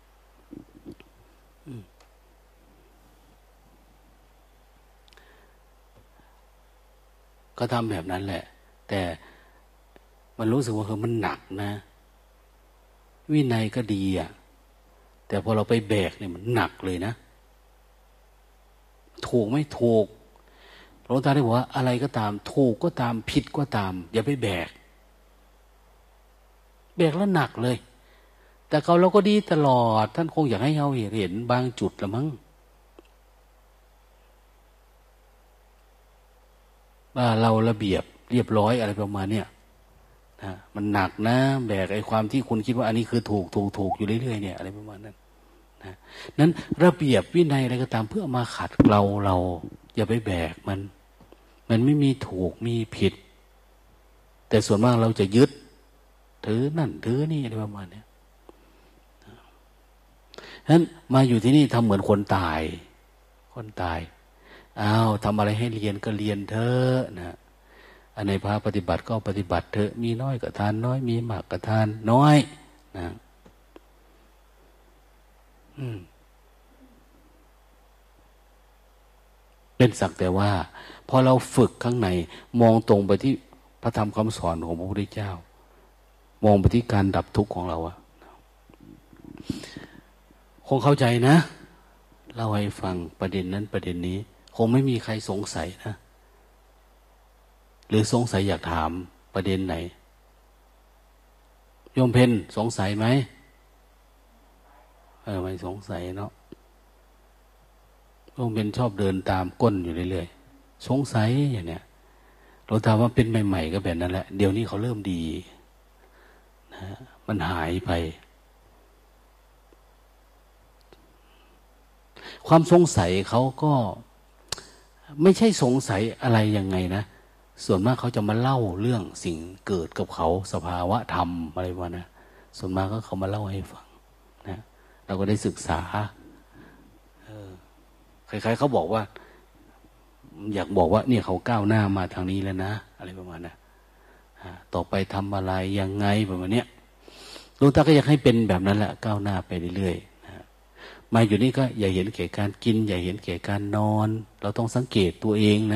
ก็ทำแบบนั้นแหละแต่มันรู้สึกว่ามันหนักนะวินัยก็ดีอ่ะแต่พอเราไปแบกเนี่ยมันหนักเลยนะถูกไม่ถูกหลวงตาได้บอกว่าอะไรก็ตามถูกก็ตามผิดก็ตามอย่าไปแบกแล้วหนักเลยแต่เราก็ดีตลอดท่านคงอยากให้เราเห็นบางจุดละมั้งว่าเราระเบียบเรียบร้อยอะไรประมาณเนี้ยนะมันหนักนะแบกไอ้ความที่คุณคิดว่าอันนี้คือถูกอยู่เรื่อยๆเนี่ยอะไรประมาณนั้นนะนั้นระเบียบวินัยอะไรก็ตามเพื่อมาขัดเราอย่าไปแบกมันไม่มีถูกมีผิดแต่ส่วนมากเราจะยึดถือนั่นถือนี่อะไรประมาณนี้ฉะนั้นมาอยู่ที่นี่ทำเหมือนคนตายอ้าวทำอะไรให้เรียนก็เรียนเถอะนะอันในพาปฏิบัติก็ปฏิบัติเถอะมีน้อยก็ทานน้อยมีมากก็ทานน้อยนะเป็นสักแต่ว่าพอเราฝึกข้างในมองตรงไปที่พระธรรมคำสอนของพระพุทธเจ้ามองไปที่การดับทุกข์ของเราอะคงเข้าใจนะเล่าให้ฟังประเด็นนั้นประเด็นนี้คงไม่มีใครสงสัยนะหรือสงสัยอยากถามประเด็นไหนโยมเพนสงสัยไหมไม่สงสัยเนาะโยมเพนชอบเดินตามก้นอยู่เรื่อยๆสงสัยอย่างเนี้ยเราถามว่าเป็นใหม่ๆก็แบบนั้นแหละเดี๋ยวนี้เขาเริ่มดีนะมันหายไปความสงสัยเขาก็ไม่ใช่สงสัยอะไรยังไงนะส่วนมากเขาจะมาเล่าเรื่องสิ่งเกิดกับเขาสภาวะธรรมอะไรวะนะส่วนมากก็เขามาเล่าให้ฟังนะเราก็ได้ศึกษาใครๆเขาบอกว่าอยากบอกว่าเนี่ยเขาก้าวหน้ามาทางนี้แล้วนะอะไรประมาณนั้นต่อไปทำอะไรยังไงประมาณนี้หลวงตาก็อยากให้เป็นแบบนั้นแหละก้าวหน้าไปเรื่อยๆมาอยู่นี่ก็อย่าเห็นแก่การกินอย่าเห็นแก่การนอนเราต้องสังเกตตัวเองนะ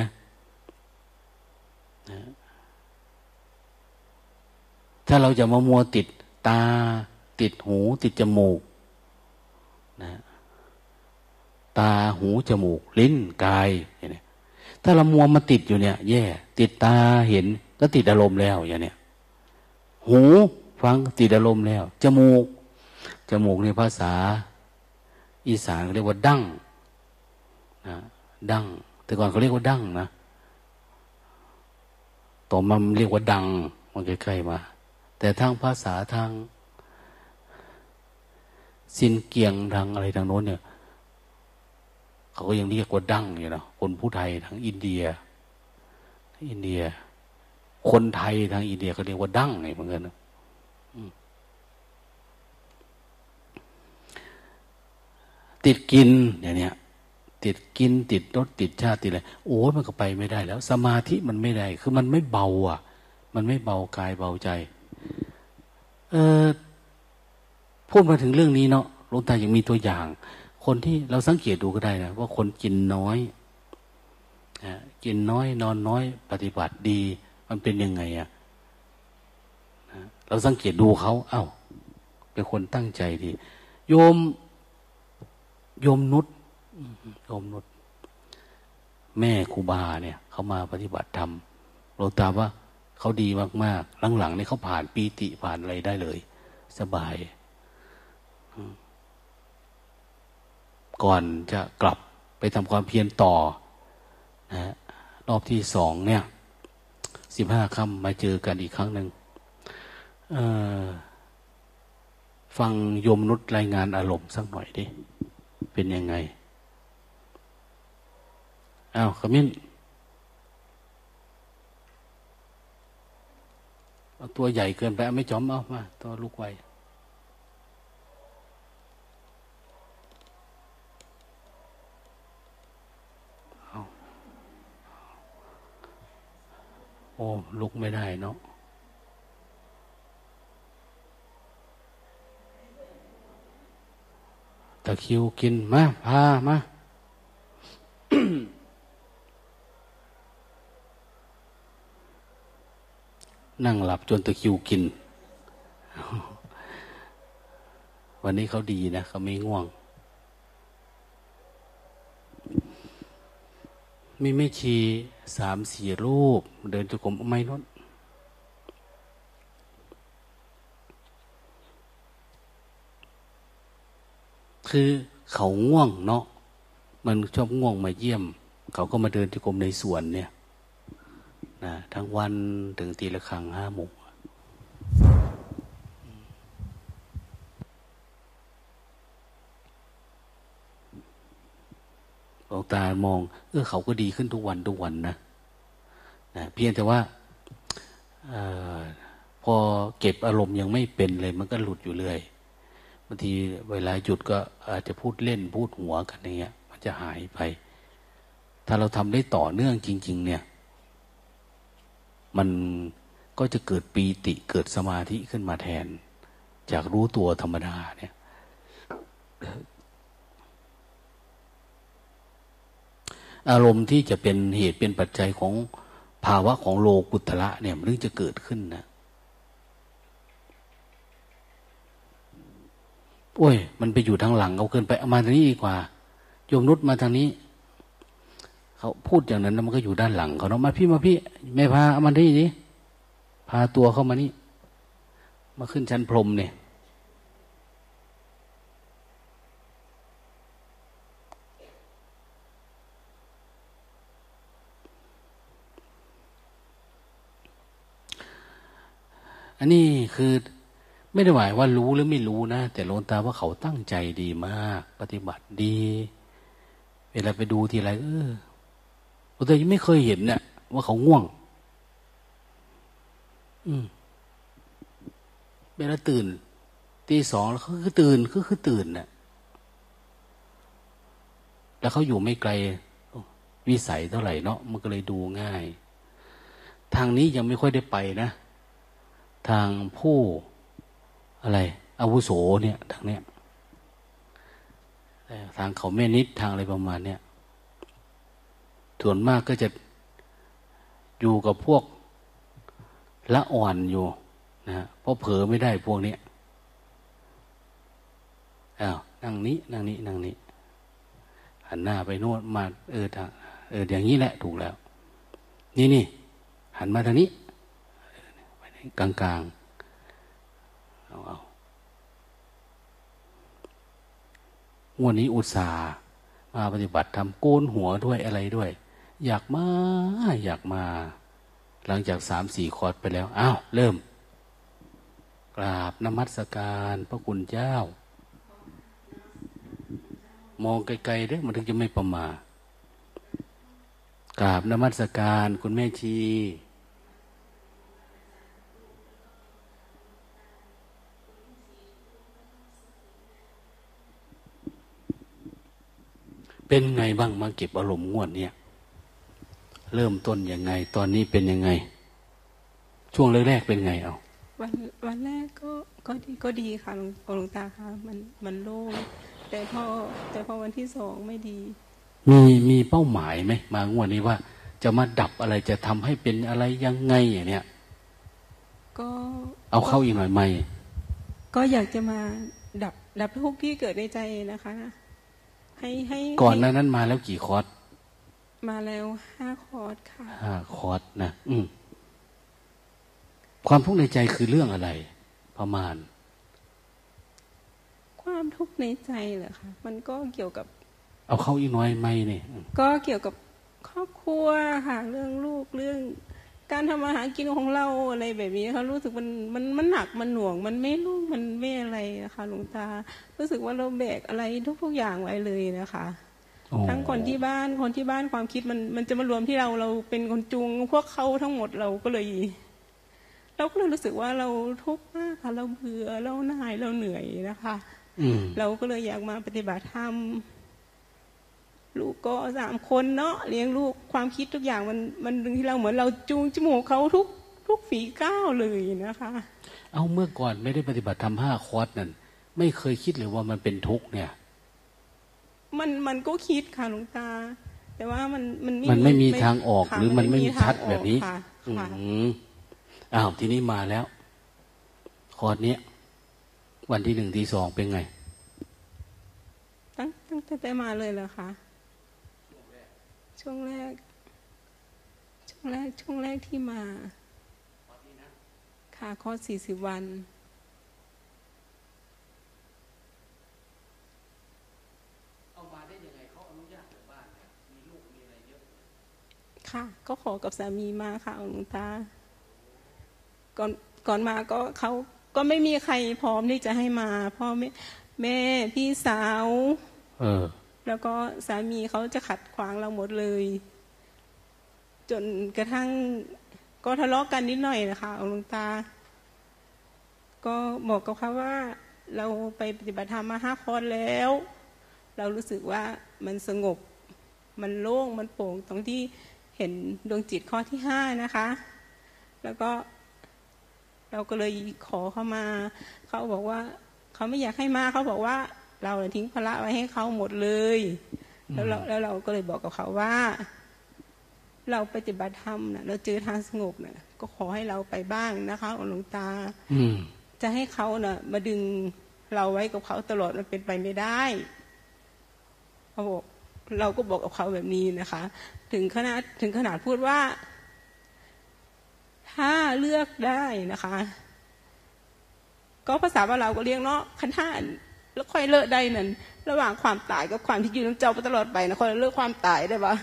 ถ้าเราจะมามัวติดตาติดหูติดจมูกนะตาหูจมูกลิ้นกายเนี่ยถ้าเรามัวมาติดอยู่เนี่ยแย่ติดตาเห็นก็ติดอารมณ์แล้วอย่างเนี้ยหูฟังติดอารมณ์แล้วจมูกในภาษาอีสานเขาเรียกว่าดั้งนะดั้งแต่ก่อนเขาเรียกว่าดั้งนะต่อมามันเรียกว่าดังมันใกล้ๆมาแต่ทางภาษาทางซินเกียงทางอะไรทางโน้นเนี่ยเขาก็ยังเรียกว่าดั้งอยู่นะคนผู้ไทยทางอินเดียคนไทยทางอินเดียเขาเรียกว่าดั้งไงเหมือนกันนะติดกินเนี่ยติดกินติดรสติดชาติติดอะไรโอ้ยมันก็ไปไม่ได้แล้วสมาธิมันไม่ได้คือมันไม่เบาอ่ะมันไม่เบากายเบาใจพูดมาถึงเรื่องนี้เนาะหลวงตายังมีตัวอย่างคนที่เราสังเกตดูก็ได้นะว่าคนกินน้อยกินน้อยนอนน้อยปฏิบัติดีมันเป็นยังไงอะเราสังเกตดูเขาเป็นคนตั้งใจดีโยมนุชแม่ครูบาเนี่ยเขามาปฏิบัติธรรมหลวงตาว่าเขาดีมากๆหลังๆนี่เขาผ่านปีติผ่านอะไรได้เลยสบายก่อนจะกลับไปทำความเพียรต่อนะรอบที่2เนี่ย15 ค่ำมาเจอกันอีกครั้งหนึ่งฟังโยมนุชรายงานอารมณ์สักหน่อยดิเป็นยังไงขมิ้นเอาตัวใหญ่เกินไปไม่จอมเอามาตัวลูกไวโอ้ลุกไม่ได้เนาะตะคริวกินมาพามา นั่งหลับจนตะคริวกิน วันนี้เขาดีนะเขาไม่ง่วงมีแม่ชี3-4 รูปเดินจงกรมไม่ลดคือเขาง่วงเนาะมันชอบง่วงมาเยี่ยมเขาก็มาเดินจงกรมในสวนเนี่ยนะทั้งวันถึงตีละครั้ง5 โมงหลวงตามองเขาก็ดีขึ้นทุกวันนะเพียงแต่ว่าพอเก็บอารมณ์ยังไม่เป็นเลยมันก็หลุดอยู่เรื่อยบางทีเวลาหยุดก็อาจจะพูดเล่นพูดหัวกันอย่างเงี้ยมันจะหายไปถ้าเราทำได้ต่อเนื่องจริงๆเนี่ยมันก็จะเกิดปีติเกิดสมาธิขึ้นมาแทนจากรู้ตัวธรรมดาเนี่ยอารมณ์ที่จะเป็นเหตุเป็นปัจจัยของภาวะของโลกุตระเนี่ยมันถึงจะเกิดขึ้นนะโอ้ยมันไปอยู่ทางหลังเอาเกินไปเอามาทางนี้ดีกว่าโยมนุชมาทางนี้เขาพูดอย่างนั้นแล้วมันก็อยู่ด้านหลังเขาเนาะมาพี่ไม่พาเอามาที่นี่พาตัวเข้ามานี่มาขึ้นชั้นพรหมเนี่ยอันนี้คือไม่ได้หมายว่ารู้หรือไม่รู้นะแต่หลวงตาว่าเขาตั้งใจดีมากปฏิบัติดีเวลาไปดูทีไรหลวงตายังไม่เคยเห็นเนี่ยว่าเขาง่วงเวลาตื่นตี 2แล้วเขาคือตื่นคือตื่นน่ะแล้วเขาอยู่ไม่ไกลวิสัยเท่าไหร่เนาะมันก็เลยดูง่ายทางนี้ยังไม่ค่อยได้ไปนะทางผู้อะไรอาวุโสเนี่ยทางเนี้ยทางเขาแม่นิดทางอะไรประมาณเนี้ยส่วนมากก็จะอยู่กับพวกละอ่อนอยู่นะเพราะเผลอไม่ได้พวกนี้นั่งนี้หันหน้าไปโน่นมาอย่างนี้แหละถูกแล้วนี่หันมาทางนี้กลางงวดนี้อุตส่าห์มาปฏิบัติทำโกนหัวด้วยอะไรด้วยอยากมาหลังจาก 3-4 คอร์สไปแล้วเริ่มกราบนมัสการพระคุณเจ้ามองไกลๆเด้อมันถึงจะไม่ประมาทกราบนมัสการคุณแม่ชีเป็นไงบ้างมาเก็บอารมณ์งวดเนี่ยเริ่มต้นยังไงตอนนี้เป็นยังไงช่วงแรกๆเป็นไงวันแรกก็ดีค่ะหลวงตาค่ะมันโล่งแต่พอวันที่ 2ไม่ดีมีเป้าหมายไหมมางวดนี้ว่าจะมาดับอะไรจะทำให้เป็นอะไรยังไงอย่างเนี้ยก็เอาเข้าอีกหน่อยไหมก็อยากจะมาดับทุกข์ที่เกิดในใจนะคะให้ก่อนนั้นมาแล้วกี่คอร์สมาแล้ว5 คอร์สค่ะ 5 คอร์สนะความทุกข์ในใจคือเรื่องอะไรประมาณความทุกข์ในใจเหรอคะมันก็เกี่ยวกับเอาเข้าอีกน้อยไหมเนี่ยก็เกี่ยวกับครอบครัวค่ะเรื่องลูกเรื่องการทำอาหารกินของเราอะไรแบบนี้เขารู้สึกมันหนักมันหน่วงมันไม่รู้มันไม่อะไรนะคะหลวงตารู้สึกว่าเราแบกอะไรทุกอย่างไว้เลยนะคะทั้งคนที่บ้านความคิดมันจะมารวมที่เราเป็นคนจูงพวกเขาทั้งหมดเราก็เลยรู้สึกว่าเราทุกข์มากค่ะเราเบื่อเราหน่ายเราเหนื่อยนะคะเราก็เลยอยากมาปฏิบัติธรรมลูกก็3 คนเนาะเลี้ยงลูกความคิดทุกอย่างมันดึงที่เราเหมือนเราจูงจมูกเขาทุกฝีก้าวเลยนะคะเอาเมื่อก่อนไม่ได้ปฏิบัติธรรม5 คอร์สนั่นไม่เคยคิดเลยว่ามันเป็นทุกข์เนี่ยมันก็คิดค่ะหลวงตาแต่ว่ามันไม่มีทางออกหรือมันไม่มีชัดแบบนี้อ้าวทีนี้มาแล้วคอร์สนี้วันที่1 ที่ 2เป็นไงตั้งแต่มาเลยเหรอคะช่วงแรกที่มาค่ะคอร์ส40 วันเอามาได้ยังไงเขาอนุญาตจากบ้านเนี่ยมีลูกมีอะไรเยอะค่ะก็ขอกับสามีมาค่ะหลวงตาก่อนมาก็เขาก็ไม่มีใครพร้อมที่จะให้มาพ่อแม่พี่สาวแล้วก็สามีเขาจะขัดขวางเราหมดเลยจนกระทั่งก็ทะเลาะกันนิดหน่อยนะคะหลวงตาก็บอกกับเขาว่าเราไปปฏิบัติธรรมมา5 คอร์สแล้วเรารู้สึกว่ามันสงบมันโล่งมันโปร่งตรงที่เห็นดวงจิตข้อที่5นะคะแล้วก็เราก็เลยขอเขามาเขาบอกว่าเขาไม่อยากให้มาเขาบอกว่าเราทิ้งภาระไว้ให้เขาหมดเลยแล้วเราก็เลยบอกกับเขาว่าเราปฏิบัติธรรมนะเราเจอทางสงบนะก็ขอให้เราไปบ้างนะคะหลวงตาจะให้เขานะมาดึงเราไว้กับเขาตลอดมันเป็นไปไม่ได้เขาบอกเราก็บอกกับเขาแบบนี้นะคะถึงขนาดพูดว่าถ้าเลือกได้นะคะก็ภาษาบ้านเราก็เรียกเนาะคันท่านแล้วค่อยเลิกได้นั่นระหว่างความตายกับความที่อยู่น้ำเจ้าไปตลอดไปนะค่อยเลิกความตายได้ปะ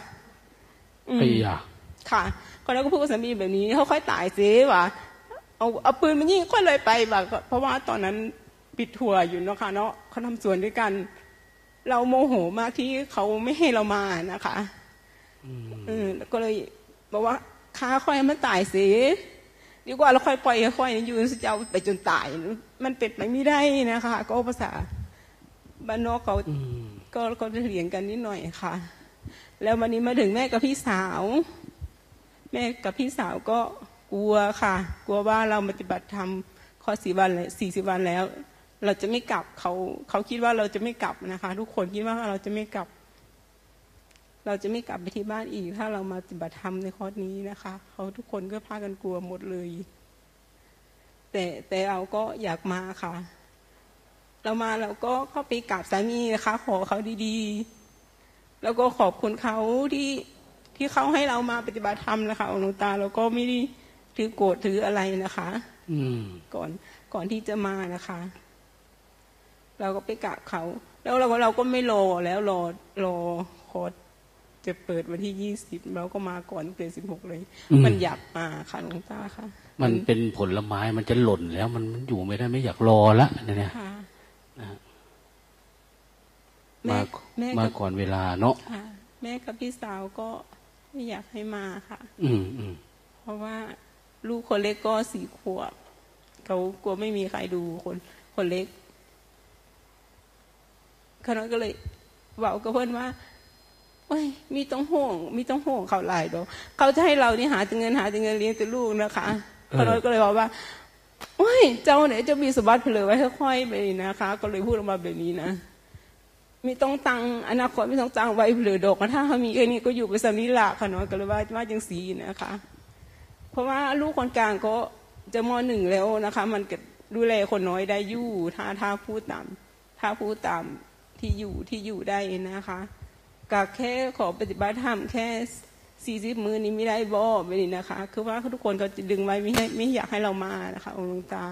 ค่ะก็แล้วก็พูดกับสามีแบบนี้เขาค่อยตายสิวะเอาปืนมันยิงค่อยเลยไปแบบเพราะว่าตอนนั้นปิดทัวร์อยู่เนาะค่ะเนาะเขาทำสวนด้วยกันเราโมโหมากที่เขาไม่ให้เรามานะคะก็เลยบอกว่าค้าค่อยมันตายสิดีกว่าเราค่อยปล่อยค่อยอยู่สุดเจ้าไปจนตายมันเป็นไปไม่ได้นะคะก็ภาษาบ้านนอกเขาก็จะเถียงกันนิดหน่อยค่ะแล้ววันนี้มาถึงแม่กับพี่สาวแม่กับพี่สาวก็กลัวค่ะกลัวว่าเราปฏิบัติธรรมข้อ40 วันเลย40 วันแล้วเราจะไม่กลับเขาคิดว่าเราจะไม่กลับนะคะทุกคนคิดว่าเราจะไม่กลับไปที่บ้านอีกถ้าเรามาปฏิบัติธรรมในคอร์สนี้นะคะเขาทุกคนก็พากันกลัวหมดเลยแต่เราก็อยากมาค่ะเราก็เข้าไปกราบสามีนะคะขอเขาดีๆแล้วก็ขอบคุณเขาที่เขาให้เรามาปฏิบัติธรรมนะคะหลวงตาเราก็ไม่ได้ถือโกรธถืออะไรนะคะก่อนที่จะมานะคะเราก็ไปกราบเขาแล้วเราก็ไม่รอแล้วรอคอร์สจะเปิดวันที่20เราก็มาก่อนเดือน16เลยมันอยากมาค่ะหลวงตาค่ะมันเป็นผลไม้มันจะหล่นแล้วมันอยู่ไม่ได้ไม่อยากรอละเนี่ยมาก่อนเวลาเนาะแม่กับพี่สาวก็ไม่อยากให้มาค่ะเพราะว่าลูกคนเล็กก็4 ขวบเขากลัวไม่มีใครดูคนเล็กเขาก็เลยบอกกับเพื่อนว่าโอ้ยมีต้องห่วงเขาหลายดอกเขาจะให้เรานี่หาแต่เงินเลี้ยงแต่ลูกนะคะเขาก็เลยบอกว่าโอ้ยเจ้าเนี่ยจะมีสมบัติเผลอไว้ค่อยๆไปนะคะก็เลยพูดออกมาแบบนี้นะมีต้องตังอนาคตไม่ต้องตังไว้เผลอดอกถ้าเขามีแค่นี้ก็อยู่ไปสำนิละค่ะเนาะก็เลยว่าจังสีนะคะเพราะว่าลูกคนกลางก็จะม.1แล้วนะคะมันก็ดูแลคนน้อยได้อยู่ถ้าพูดตามที่อยู่ได้นะคะก็แค่ขอปฏิบัติธรรมแค่40 มื้อนี้ไม่ได้บ่ไปนี่นะคะคือว่าทุกคนเขาจะดึงไว้ไม่อยากให้เรามานะคะองค์หลวงตา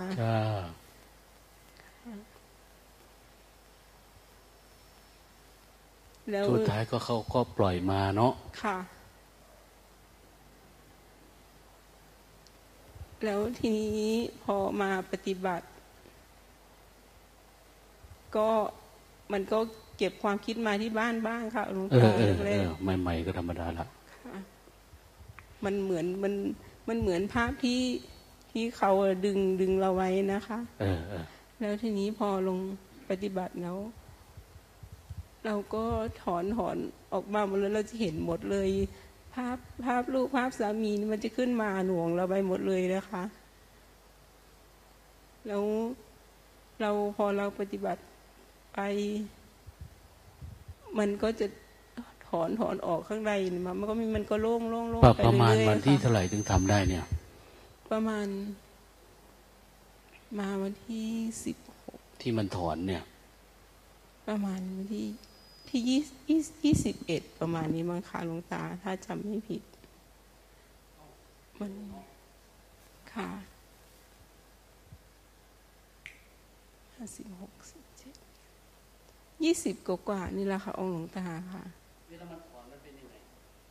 แล้วสุดท้ายก็เขาก็ปล่อยมาเนาะค่ะแล้วทีนี้พอมาปฏิบัติก็มันก็เก็บความคิดมาที่บ้านบ้างค่ะหลวงตาใหม่ๆก็ธรรมดาละมันเหมือนภาพที่เขาดึงเราไว้นะคะแล้วทีนี้พอลงปฏิบัติแล้วเราก็ถอนออกมาหมดเลยเราจะเห็นหมดเลยภาพลูกภาพสามีมันจะขึ้นมาหน่วงเราไปหมดเลยนะคะแล้วเราพอเราปฏิบัติไปมันก็จะถอนออกข้างในมันก็โล่งไปเรื่อยๆประมาณวันที่เท่าไหร่ถึงทำได้เนี่ยประมาณมาวันที่16 ที่มันถอนเนี่ยประมาณวันที่21ประมาณนี้มั้งค่ะหลวงตาถ้าจำไม่ผิดมันค่ะ20กว่านี่แหละค่ะองค์หลวงตาค่ะเวลามันถอนมันเป็นยังไง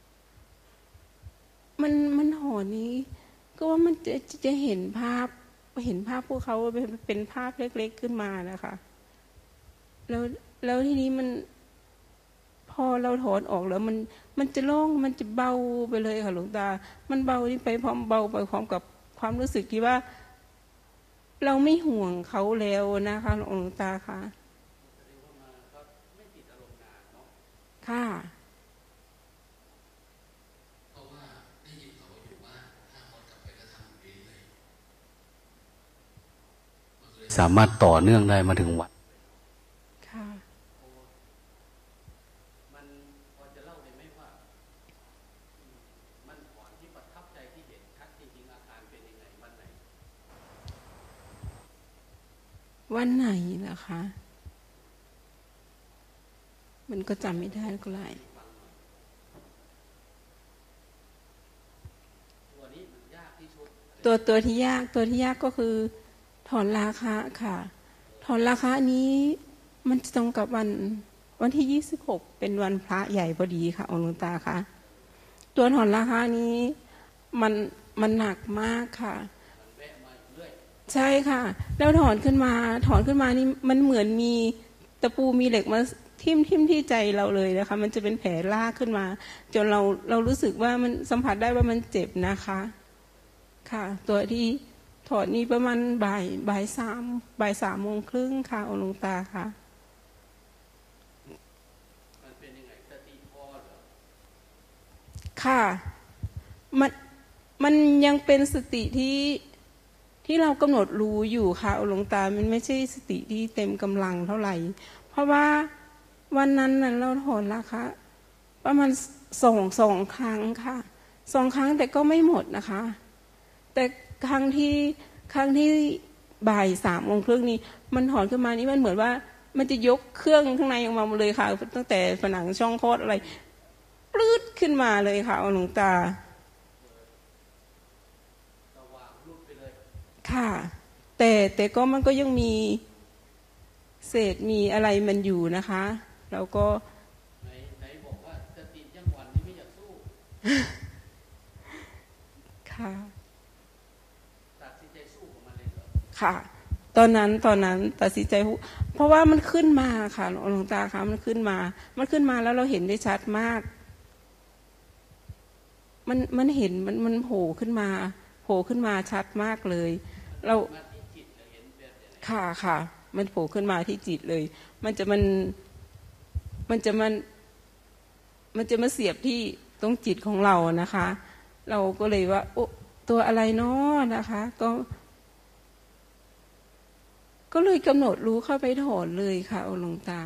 มันถอนนี้ก็ว่ามันจะเห็นภาพพวกเขาเป็นภาพเล็กๆขึ้นมานะคะแล้วทีนี้มันพอเราถอนออกแล้วมันจะโล่งมันจะเบาไปเลยค่ะหลวงตามันเบานี่ไปพร้อมเบาไปพร้อมกับความรู้สึกที่ว่าเราไม่ห่วงเขาแล้วนะคะหลวงตาค่ะค่ะสามารถต่อเนื่องได้มาถึงวันค่ะมันพอจะเล่าได้ไหมว่ามันถอนที่ประทับใจที่เห็นชัดจริงๆอาการเป็นยังไงวันไหนเหรอคะมันก็จำไม่ได้ก็เลยตัวที่ยากก็คือถอนราคะค่ะถอนราคะนี้มันจะตรงกับวันที่26เป็นวันพระใหญ่พอดีค่ะองค์หลวงตาค่ะตัวถอนราคะนี้มันหนักมากค่ะใช่ค่ะแล้วถอนขึ้นมานี่มันเหมือนมีตะปูมีเหล็กมาทิ่มที่ใจเราเลยนะคะมันจะเป็นแผลลากขึ้นมาจนเรารู้สึกว่ามันสัมผัสได้ว่ามันเจ็บนะคะค่ะตัวที่ถอนนี้ประมาณบ่าย3 โมงครึ่งค่ะองค์หลวงตาค่ะมันเป็นยังไงสติพอเหรอค่ะมันยังเป็นสติที่เรากำหนดรู้อยู่ค่ะองค์หลวงตามันไม่ใช่สติที่เต็มกำลังเท่าไหร่เพราะว่าวันนั้นเราถอนราคะประมาณสองครั้งค่ะ2 ครั้งแต่ก็ไม่หมดนะคะแต่ครั้งที่บ่าย3 โมงครึ่งนี้มันถอนขึ้นมานี่มันเหมือนว่ามันจะยกเครื่องข้างในออกมาหมดเลยค่ะตั้งแต่ผนังช่องคลอดอะไรปลื้ดขึ้นมาเลยค่ะหลวงตาค่ะแต่ก็มันก็ยังมีเศษมีอะไรมันอยู่นะคะแล้วก็ไหนบอกว่าจะติดยังหวันนี่ไม่อยากสู้ค่ะตัดสินใจสู้กับมันเลยเหรอค่ะตอนนั้นตัดสินใจเพราะว่ามันขึ้นมาค่ะหลวงตาคะมันขึ้นมาแล้วเราเห็นได้ชัดมากมันเห็นมันโผล่ขึ้นมาชัดมากเลยเราค่ะมันโผล่ขึ้นมาที่จิตเลยมันจะมาเสียบที่ตรงจิตของเรานะคะเราก็เลยว่าโอ้ตัวอะไรเนาะนะคะก็เลยกำหนดรู้เข้าไปถอนเลยค่ะหลวงตา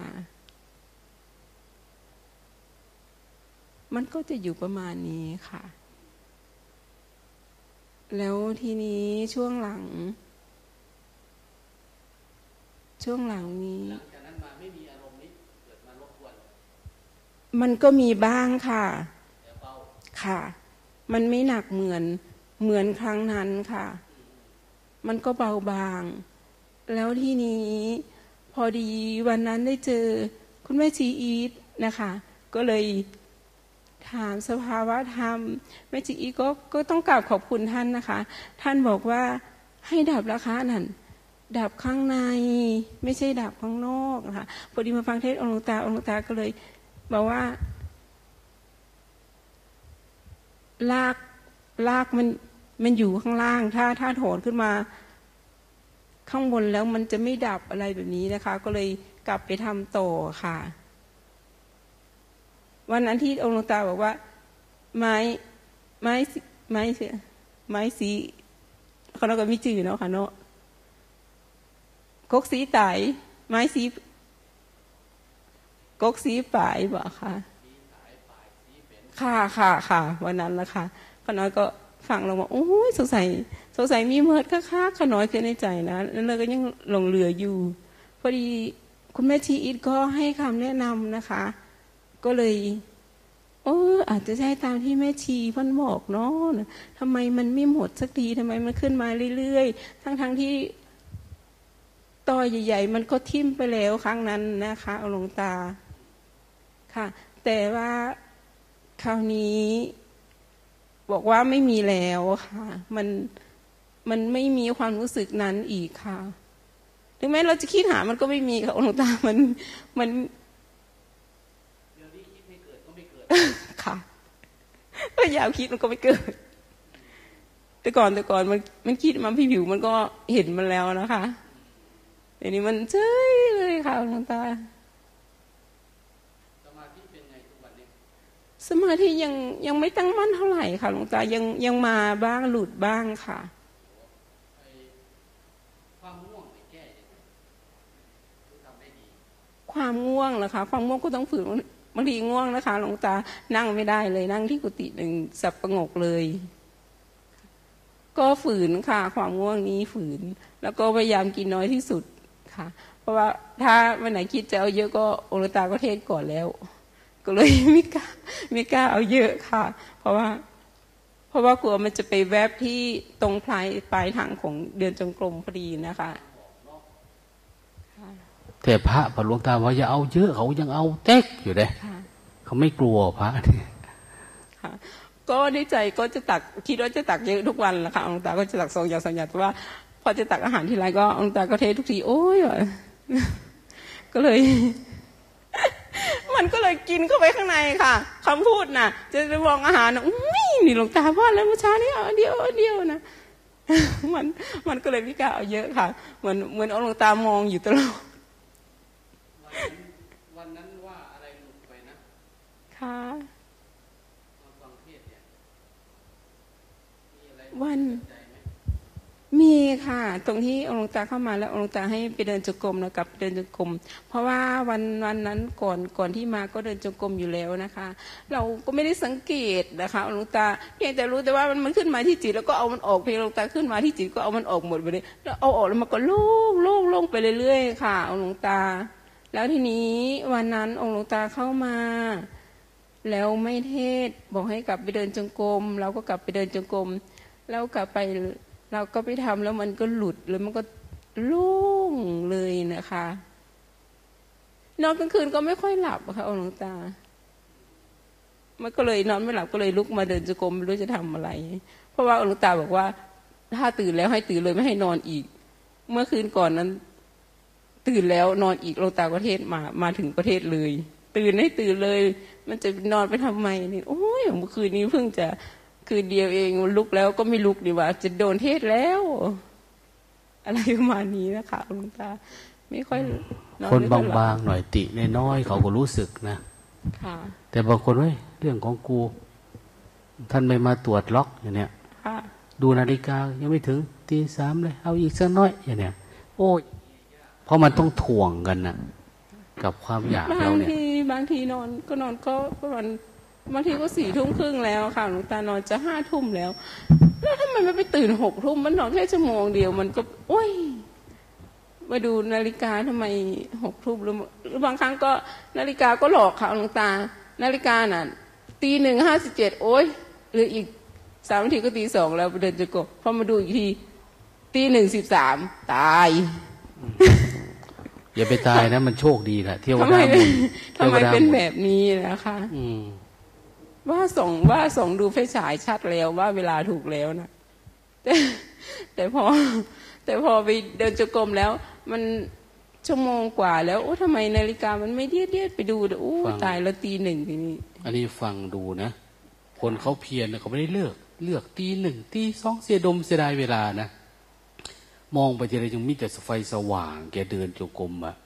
มันก็จะอยู่ประมาณนี้ค่ะแล้วทีนี้ช่วงหลังนี้หลังจากนั้นมาไม่มีอารมณ์นี้เกิดมารบกวนมันก็มีบ้างค่ะค่ะมันไม่หนักเหมือนครั้งนั้นค่ะมันก็เบาบางแล้วทีนี้พอดีวันนั้นได้เจอคุณแม่ชีอีทนะคะก็เลยถามสภาวะธรรมแม่ชีอีทก็ต้องกราบขอบคุณท่านนะคะท่านบอกว่าให้ดับราคะนั่นดับข้างในไม่ใช่ดับข้างนอกนะคะพอดีมาฟังเทศน์องค์หลวงตาก็เลยบอกว่าลากมันอยู่ข้างล่างถ้าถอนขึ้นมาข้างบนแล้วมันจะไม่ดับอะไรแบบนี้นะคะก็เลยกลับไปทำต่อค่ะวันนั้นที่องค์หลวงตาบอกว่าไม้สีเขาเราก็มีจื่อเนาะค่ะเนาะกกสีไตไม้สีกกสีปลายบ่ค่ะค่ะวันนั้นละค่ะขน้อยก็ฟังเราว่าโอ้ยสงสัยมีเมิดค่าขน้อยคือในใจนะแล้วเราก็ยังหลงเหลืออยู่พอดีคุณแม่ชีอิทก็ให้คำแนะนำนะคะก็เลยอาจจะใช่ตามที่แม่ชีเพิ่นบอกเนาะทำไมมันไม่หมดสักทีทำไมมันขึ้นมาเรื่อยๆทั้งที่ตอใหญ่ๆมันก็ทิ่มไปแล้วครั้งนั้นนะคะเอาหลวงตาค่ะแต่ว่าคราวนี้บอกว่าไม่มีแล้วค่ะมันไม่มีความรู้สึกนั้นอีกค่ะถึงแม้เราจะคิดหามันก็ไม่มีค่ะหลวงตามันเดี๋ยวนี้คิดไม่เกิดก็ไม่เกิดค่ะพยายามคิดมันก็ไม่เกิดแต่ก่อนมันคิดมาผิวมันก็เห็นมันแล้วนะคะเดี๋ยวนี้มันเฉยเลยค่ะหลวงตาสมาธิเป็นไงทุกวันนี้สมาธิยังไม่ตั้งมั่นเท่าไหร่ค่ะหลวงตายังมาบ้างหลุดบ้างค่ะความง่วงแก้ทำได้ดีความง่วงเหรอคะความง่วงก็ต้องฝืนบางทีง่วงนะคะหลวงตานั่งไม่ได้เลยนั่งที่กุฏิหนึ่งสับประงกเลยก็ฝืนค่ะความง่วงนี้ฝืนแล้วก็พยายามกินน้อยที่สุดค่ะเพราะว่าถ้าวันไหนคิดจะเอาเยอะก็หลวงตาก็เทศก่อนแล้วก็เลยไม่กล้าเอาเยอะค่ะเพราะว่ากลัวมันจะไปแวบที่ตรงปลายทางของเดินจงกรมพอดีนะคะแต่พระหลวงตาว่าอย่าเอาเยอะเขายังเอาเต๊กอยู่เลยเขาไม่กลัวพระนี่ก็ในใจก็จะตักคิดว่าจะตักเยอะทุกวันแหละค่ะหลวงตาก็จะตัก2 อย่างแต่ว่าพอจะตักอาหารทีไรก็หลวงตาก็เททุกทีโอ้ยก็เลยมันก็เลยกินเข้าไปข้างในค่ะคำพูดน่ะจะมองอาหารนะนี่หลวงตาว่าแล้วเมื่อเช้านี้เดียวนะมันก็เลยไม่กล้าเอาเยอะค่ะเหมือนเอาหลวงตามองอยู่ตลอดวันนั้นว่าอะไรหลุดไปนะค่ะวันมีค่ะตรงที่องค์หลวงตาเข้ามาแล้วองค์หลวงตาให้ไปเดินจงกรมนะกับเดินจงกรมเพราะว่าวันนั้นก่อนที่มาก็เดินจงกรมอยู่แล้วนะคะเราก็ไม่ได้สังเกตนะคะองค์หลวงตาเพียงแต่รู้แต่ว่ามันขึ้นมาที่จิตแล้วก็เอามันออกเพียงหลวงตาขึ้นมาที่จิตก็เอามันออกหมดไปเลยแล้วเอาออกแล้วมันก็โล่งไปเรื่อยๆค่ะองค์หลวงตาแล้วทีนี้วันนั้นองค์หลวงตาเข้ามาแล้วไม่เทศบอกให้กลับไปเดินจงกรมเราก็กลับไปเดินจงกรมแล้วกลับไปเราก็ไปทำแล้วมันก็หลุดแล้วมันก็โล่งเลยนะคะนอนกลางคืนก็ไม่ค่อยหลับค่ะหลวงตามันก็เลยนอนไม่หลับก็เลยลุกมาเดินจงกรมไม่รู้จะทำอะไรเพราะว่าหลวงตาบอกว่าถ้าตื่นแล้วให้ตื่นเลยไม่ให้นอนอีกเมื่อคืนก่อนนั้นตื่นแล้วนอนอีกหลวงตาก็เทศมาถึงประเทศเลยตื่นให้ตื่นเลยมันจะนอนไปทำไมนี่โอ้ยเมื่อคืนนี้เพิ่งจะคืนเดียวเองลุกแล้วก็ไม่ลุกดีว่าจะโดนเทศแล้วอะไรประมาณนี้นะคะหลวงตาไม่ค่อยคนบางๆหน่อยติน้อยๆเขาก็รู้สึกนะแต่บางคนเรื่องของกูท่านไม่มาตรวจล็อกอย่างเนี้ยดูนาฬิกายังไม่ถึงตี 3เลยเอาอีกสักน้อยอย่างเนี้ยโอ้ยเพราะมันต้องถ่วงกันนะกับความอยากเราเนี่ยบางทีนอนก็ประมาณบางทีก็4 ทุ่มครึ่งแล้วค่ะหลวงตานอนจะ5 ทุ่มแล้วทำไมไม่ไปตื่น6 ทุ่มมันนอนแค่ชั่วโมงเดียวมันก็โอ้ยมาดูนาฬิกาทำไม6 ทุ่มหรือบางครั้งก็นาฬิกาก็หลอกค่ะหลวงตานาฬิกาน่ะ 1:57โอ้ยหรืออีก3 นาทีก็ 2:00แล้วเดินจะกบพอมาดูอีกที1:13ตายอย่าไปตายนะมันโชคดีแหละเที่ยวดาทำไมเป็นแบบนี้นะคะว่าส่งดูไฟฉายชัดแล้วว่าเวลาถูกแล้วนะแต่พอไปเดินจงกรมแล้วมันชั่วโมงกว่าแล้วโอ้ทำไมนาฬิกามันไม่เดียดไปดูโอ้ตายแล้ว1:00ทีนี้อันนี้ฟังดูนะคนเขาเพียรเขาไม่ได้เลือก1:00 2:00เสียดายเวลานะมองไปทีไรจึงมีแต่ไฟสว่างแกเดินจงกรมอะ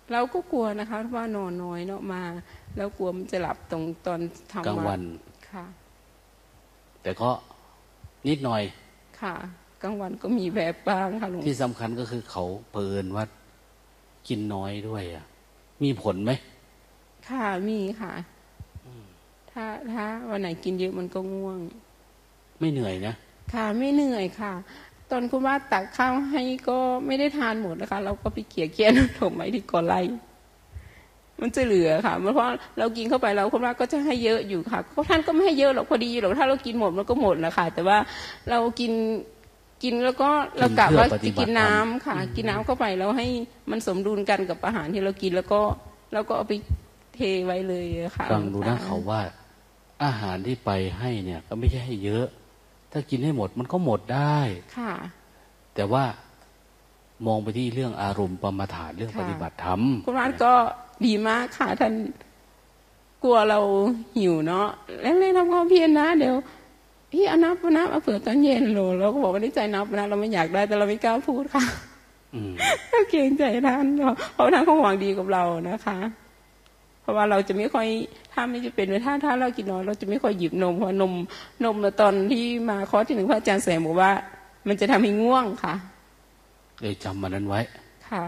เราก็กลัวนะคะว่านอนน้อยเนาะมาแล้วกลัวมันจะหลับตอนทำกลางวันค่ะแต่ก็นิดหน่อยค่ะกลางวันก็มีแบบบ้างค่ะหลวงที่สำคัญก็คือเขาเปินว่ากินน้อยด้วยอ่ะมีผลไหมค่ะมีค่ะถ้าวันไหนกินเยอะมันก็ง่วงไม่เหนื่อยนะค่ะไม่เหนื่อยค่ะตอนคุณว่าตักข้าวให้ก็ไม่ได้ทานหมดนะคะเราก็ไปเกี่ยถมไว้ที่ก่อไร่มันจะเหลือค่ะเพราะเรากินเข้าไปเราคุณว่าก็จะให้เยอะอยู่ค่ะก็ท่านก็ไม่ให้เยอะหรอกพอดีหรอกถ้าเรากินหมดมันก็หมดแล้วค่ะแต่ว่าเรากินแล้วก็เรากะว่าจะกินน้ำค่ะกินน้ำเข้าไปแล้วให้มันสมดุลกันกับอาหารที่เรากินแล้วก็เราก็เอาไปเทไว้เลยค่ะฟังดูนะเขาว่าอาหารที่ไปให้เนี่ยก็ไม่ใช่ให้เยอะถ้ากินให้หมดมันก็หมดได้ค่ะแต่ว่ามองไปที่เรื่องอารมณ์ปรมาฐานเรื่องปฏิบัติธรรมคุณวัดก็ดีมากค่ะท่านกลัวเราหิวเนาะแล้วเลยทำความเพียรนะเดี๋ยวพี่เอาน้ำเอาเผื่อตอนเย็นโหลเราก็บอกว่าได้ใจนับนะเราไม่อยากได้แต่เราไม่กล้าพูดค่ะเราเกรงใจท่านเพราะท่านเขาหวังดีกับเรานะคะเพราะว่าเราจะไม่ค่อยถ้าไม่จะเป็นถ้าเรากินน้อยเราจะไม่ค่อยหยิบนมเพราะนมตอนที่มาคอร์สที่1พระอาจารย์แสงบอกว่ามันจะทำให้ง่วงค่ะเลยจำมันนั้นไว้ค่ะ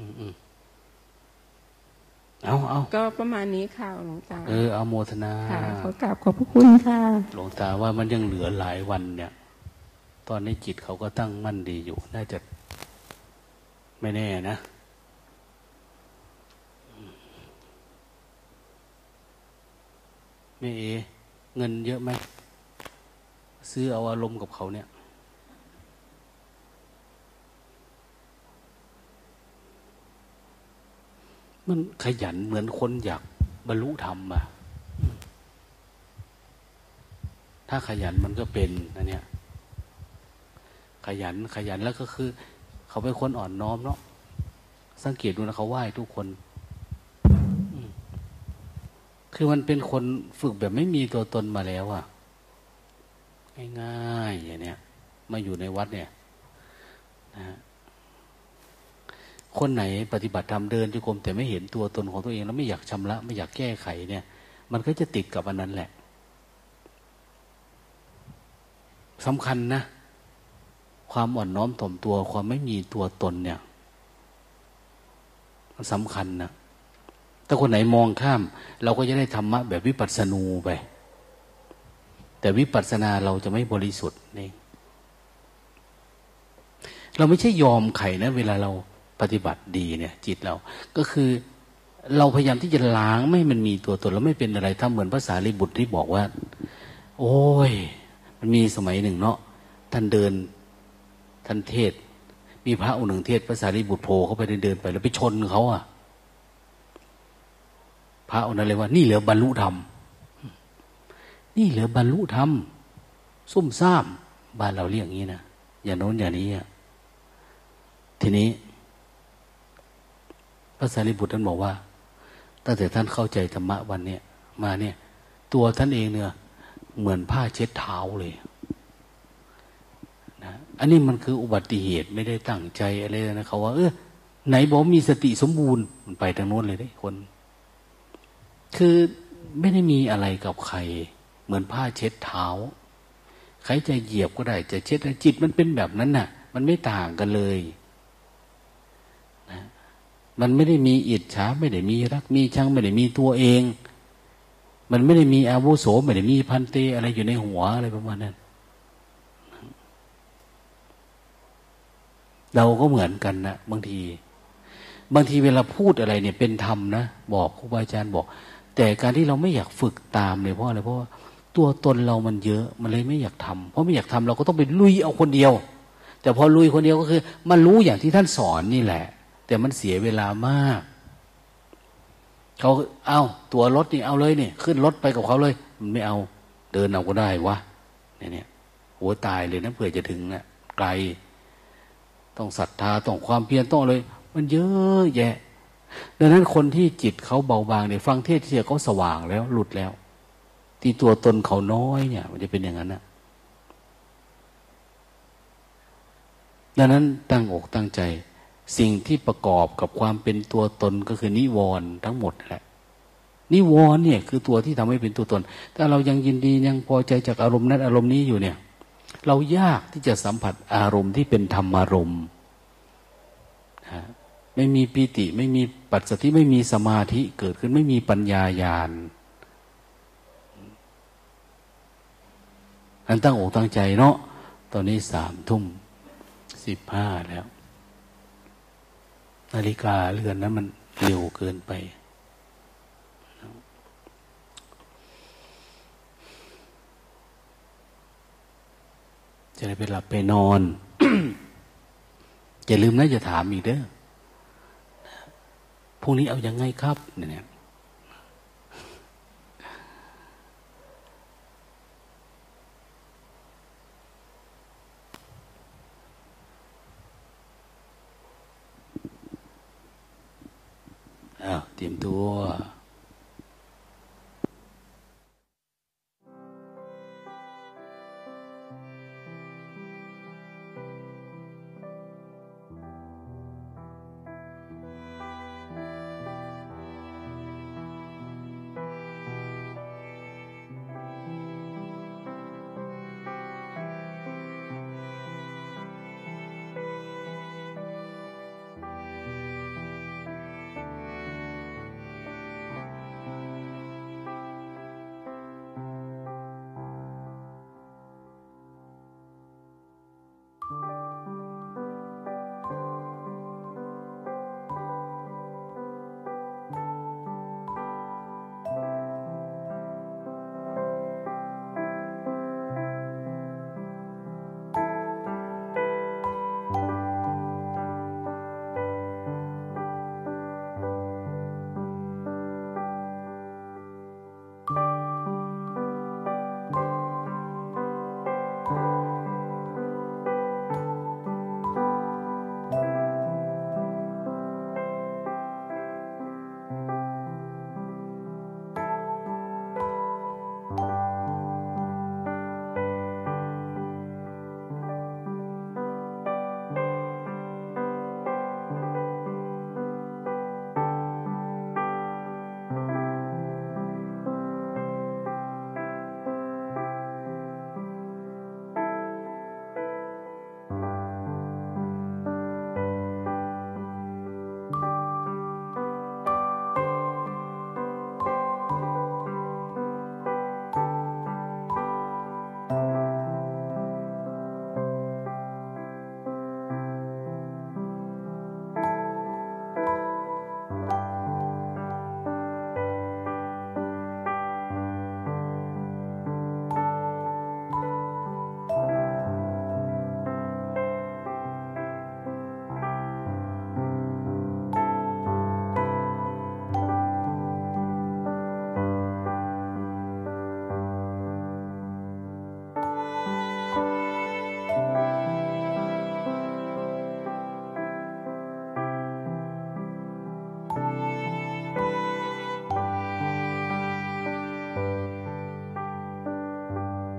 เอาก็ประมาณนี้ค่ะหลวงตาเอาโมทนาค่ะขอกราบขอบพระคุณค่ะหลวงตาว่ามันยังเหลือหลายวันเนี่ยตอนนี้จิตเขาก็ตั้งมั่นดีอยู่น่าจะไม่แน่นะไม่เงินเยอะไหมซื้อเอาอารมณ์กับเขาเนี่ยมันขยันเหมือนคนอยากบรรลุธรรมอ่ะถ้าขยันมันก็เป็นนะเนี่ยขยันแล้วก็คือเขาเป็นคนอ่อนน้อมเนาะสังเกตดูนะเขาไหว้ทุกคนคือมันเป็นคนฝึกแบบไม่มีตัวตนมาแล้วอ่ะง่ายๆอย่างเนี้ยมาอยู่ในวัดเนี่ยนะคนไหนปฏิบัติธรรมเดินจงกรมแต่ไม่เห็นตัวตนของตัวเองแล้วไม่อยากชำระไม่อยากแก้ไขเนี่ยมันก็จะติดกับอันนั้นแหละสำคัญนะความอ่อนน้อมถ่อมตัวความไม่มีตัวตนเนี่ยมันสำคัญนะถ้าคนไหนมองข้ามเราก็จะได้ธรรมะแบบวิปัสสนูไปแต่วิปัสสนาเราจะไม่บริสุทธิ์นี่เราไม่ใช่ยอมไขนะเวลาเราปฏิบัติดีเนี่ยจิตเราก็คือเราพยายามที่จะล้างไม่ให้มันมีตัวตนแล้วไม่เป็นอะไรถ้าเหมือนภาษาลิบุตรที่บอกว่าโอ้ยมันมีสมัยหนึ่งเนาะท่านเดินท่านเทศมีพระองค์หนึ่งเทศภาษาลิบุตรโผล่เข้าไปเดินไปแล้วไปชนเขาอ่ะพระองค์นั้นเลยว่านี่เหลือบรรลุธรรมนี่เหลือบรรลุธรรมซุ่มซ่ามบ้านเราเรียกอย่างนี้นะอย่าโน้นอย่านี้อ่ะทีนี้พระสารีบุตรท่านบอกว่าตั้งแต่ท่านเข้าใจธรรมะวันนี้มาเนี่ยตัวท่านเองเนี่ยเหมือนผ้าเช็ดเท้าเลยนะอันนี้มันคืออุบัติเหตุไม่ได้ตั้งใจอะไรนะเขาว่าไหนบอกมีสติสมบูรณ์มันไปทางโน้นเลยได้คนคือไม่ได้มีอะไรกับใครเหมือนผ้าเช็ดเท้าใครจะเหยียบก็ได้จะเช็ดจิตมันเป็นแบบนั้นน่ะมันไม่ต่างกันเลยนะมันไม่ได้มีอิจฉาไม่ได้มีรักมีชังไม่ได้มีตัวเองมันไม่ได้มีอาวุโสไม่ได้มีพันเตอะไรอยู่ในหัวอะไรประมาณนั้นเราก็เหมือนกันนะบางทีเวลาพูดอะไรเนี่ยเป็นธรรมนะบอกครูบาอาจารย์บอกแต่การที่เราไม่อยากฝึกตามเนี่ยเพราะอะไรเพราะว่าตัวตนเรามันเยอะมันเลยไม่อยากทำเพราะไม่อยากทำเราก็ต้องไปลุยเอาคนเดียวแต่พอลุยคนเดียวก็คือมันรู้อย่างที่ท่านสอนนี่แหละแต่มันเสียเวลามากเขาเอาตัวรถนี่เอาเลยเนี่ยขึ้นรถไปกับเขาเลยมันไม่เอาเดินเอาก็ได้วะเนี่ยหัวตายเลยนะเผื่อจะถึงน่ะไกลต้องศรัทธาต้องความเพียรต้องเลยมันเยอะแยะดังนั้นคนที่จิตเขาเบาบางเนี่ยฟังเทศน์ที่เขาสว่างแล้วหลุดแล้วที่ตัวตนเขาน้อยเนี่ยมันจะเป็นอย่างนั้นนะดังนั้นตั้งอกตั้งใจสิ่งที่ประกอบกับความเป็นตัวตนก็คือนิวรณ์ทั้งหมดแหละนิวรณ์เนี่ยคือตัวที่ทำให้เป็นตัวตนถ้าเรายังยินดียังพอใจจากอารมณ์นั้นอารมณ์นี้อยู่เนี่ยเรายากที่จะสัมผัสอารมณ์ที่เป็นธรรมารมณ์ไม่มีปีติไม่มีปัสสัทธิไม่มีสมาธิเกิดขึ้นไม่มีปัญญาญาณอันตั้งอกตั้งใจเนาะตอนนี้3:15แล้วนาฬิกาเรือนนั้นมันเร็วเกินไปจะได้ไปหลับไปนอน อย่าลืมนะจะถามอีกเด้อพรุ่งนี้เอายังไงครับเนี่ยเตรียมตัว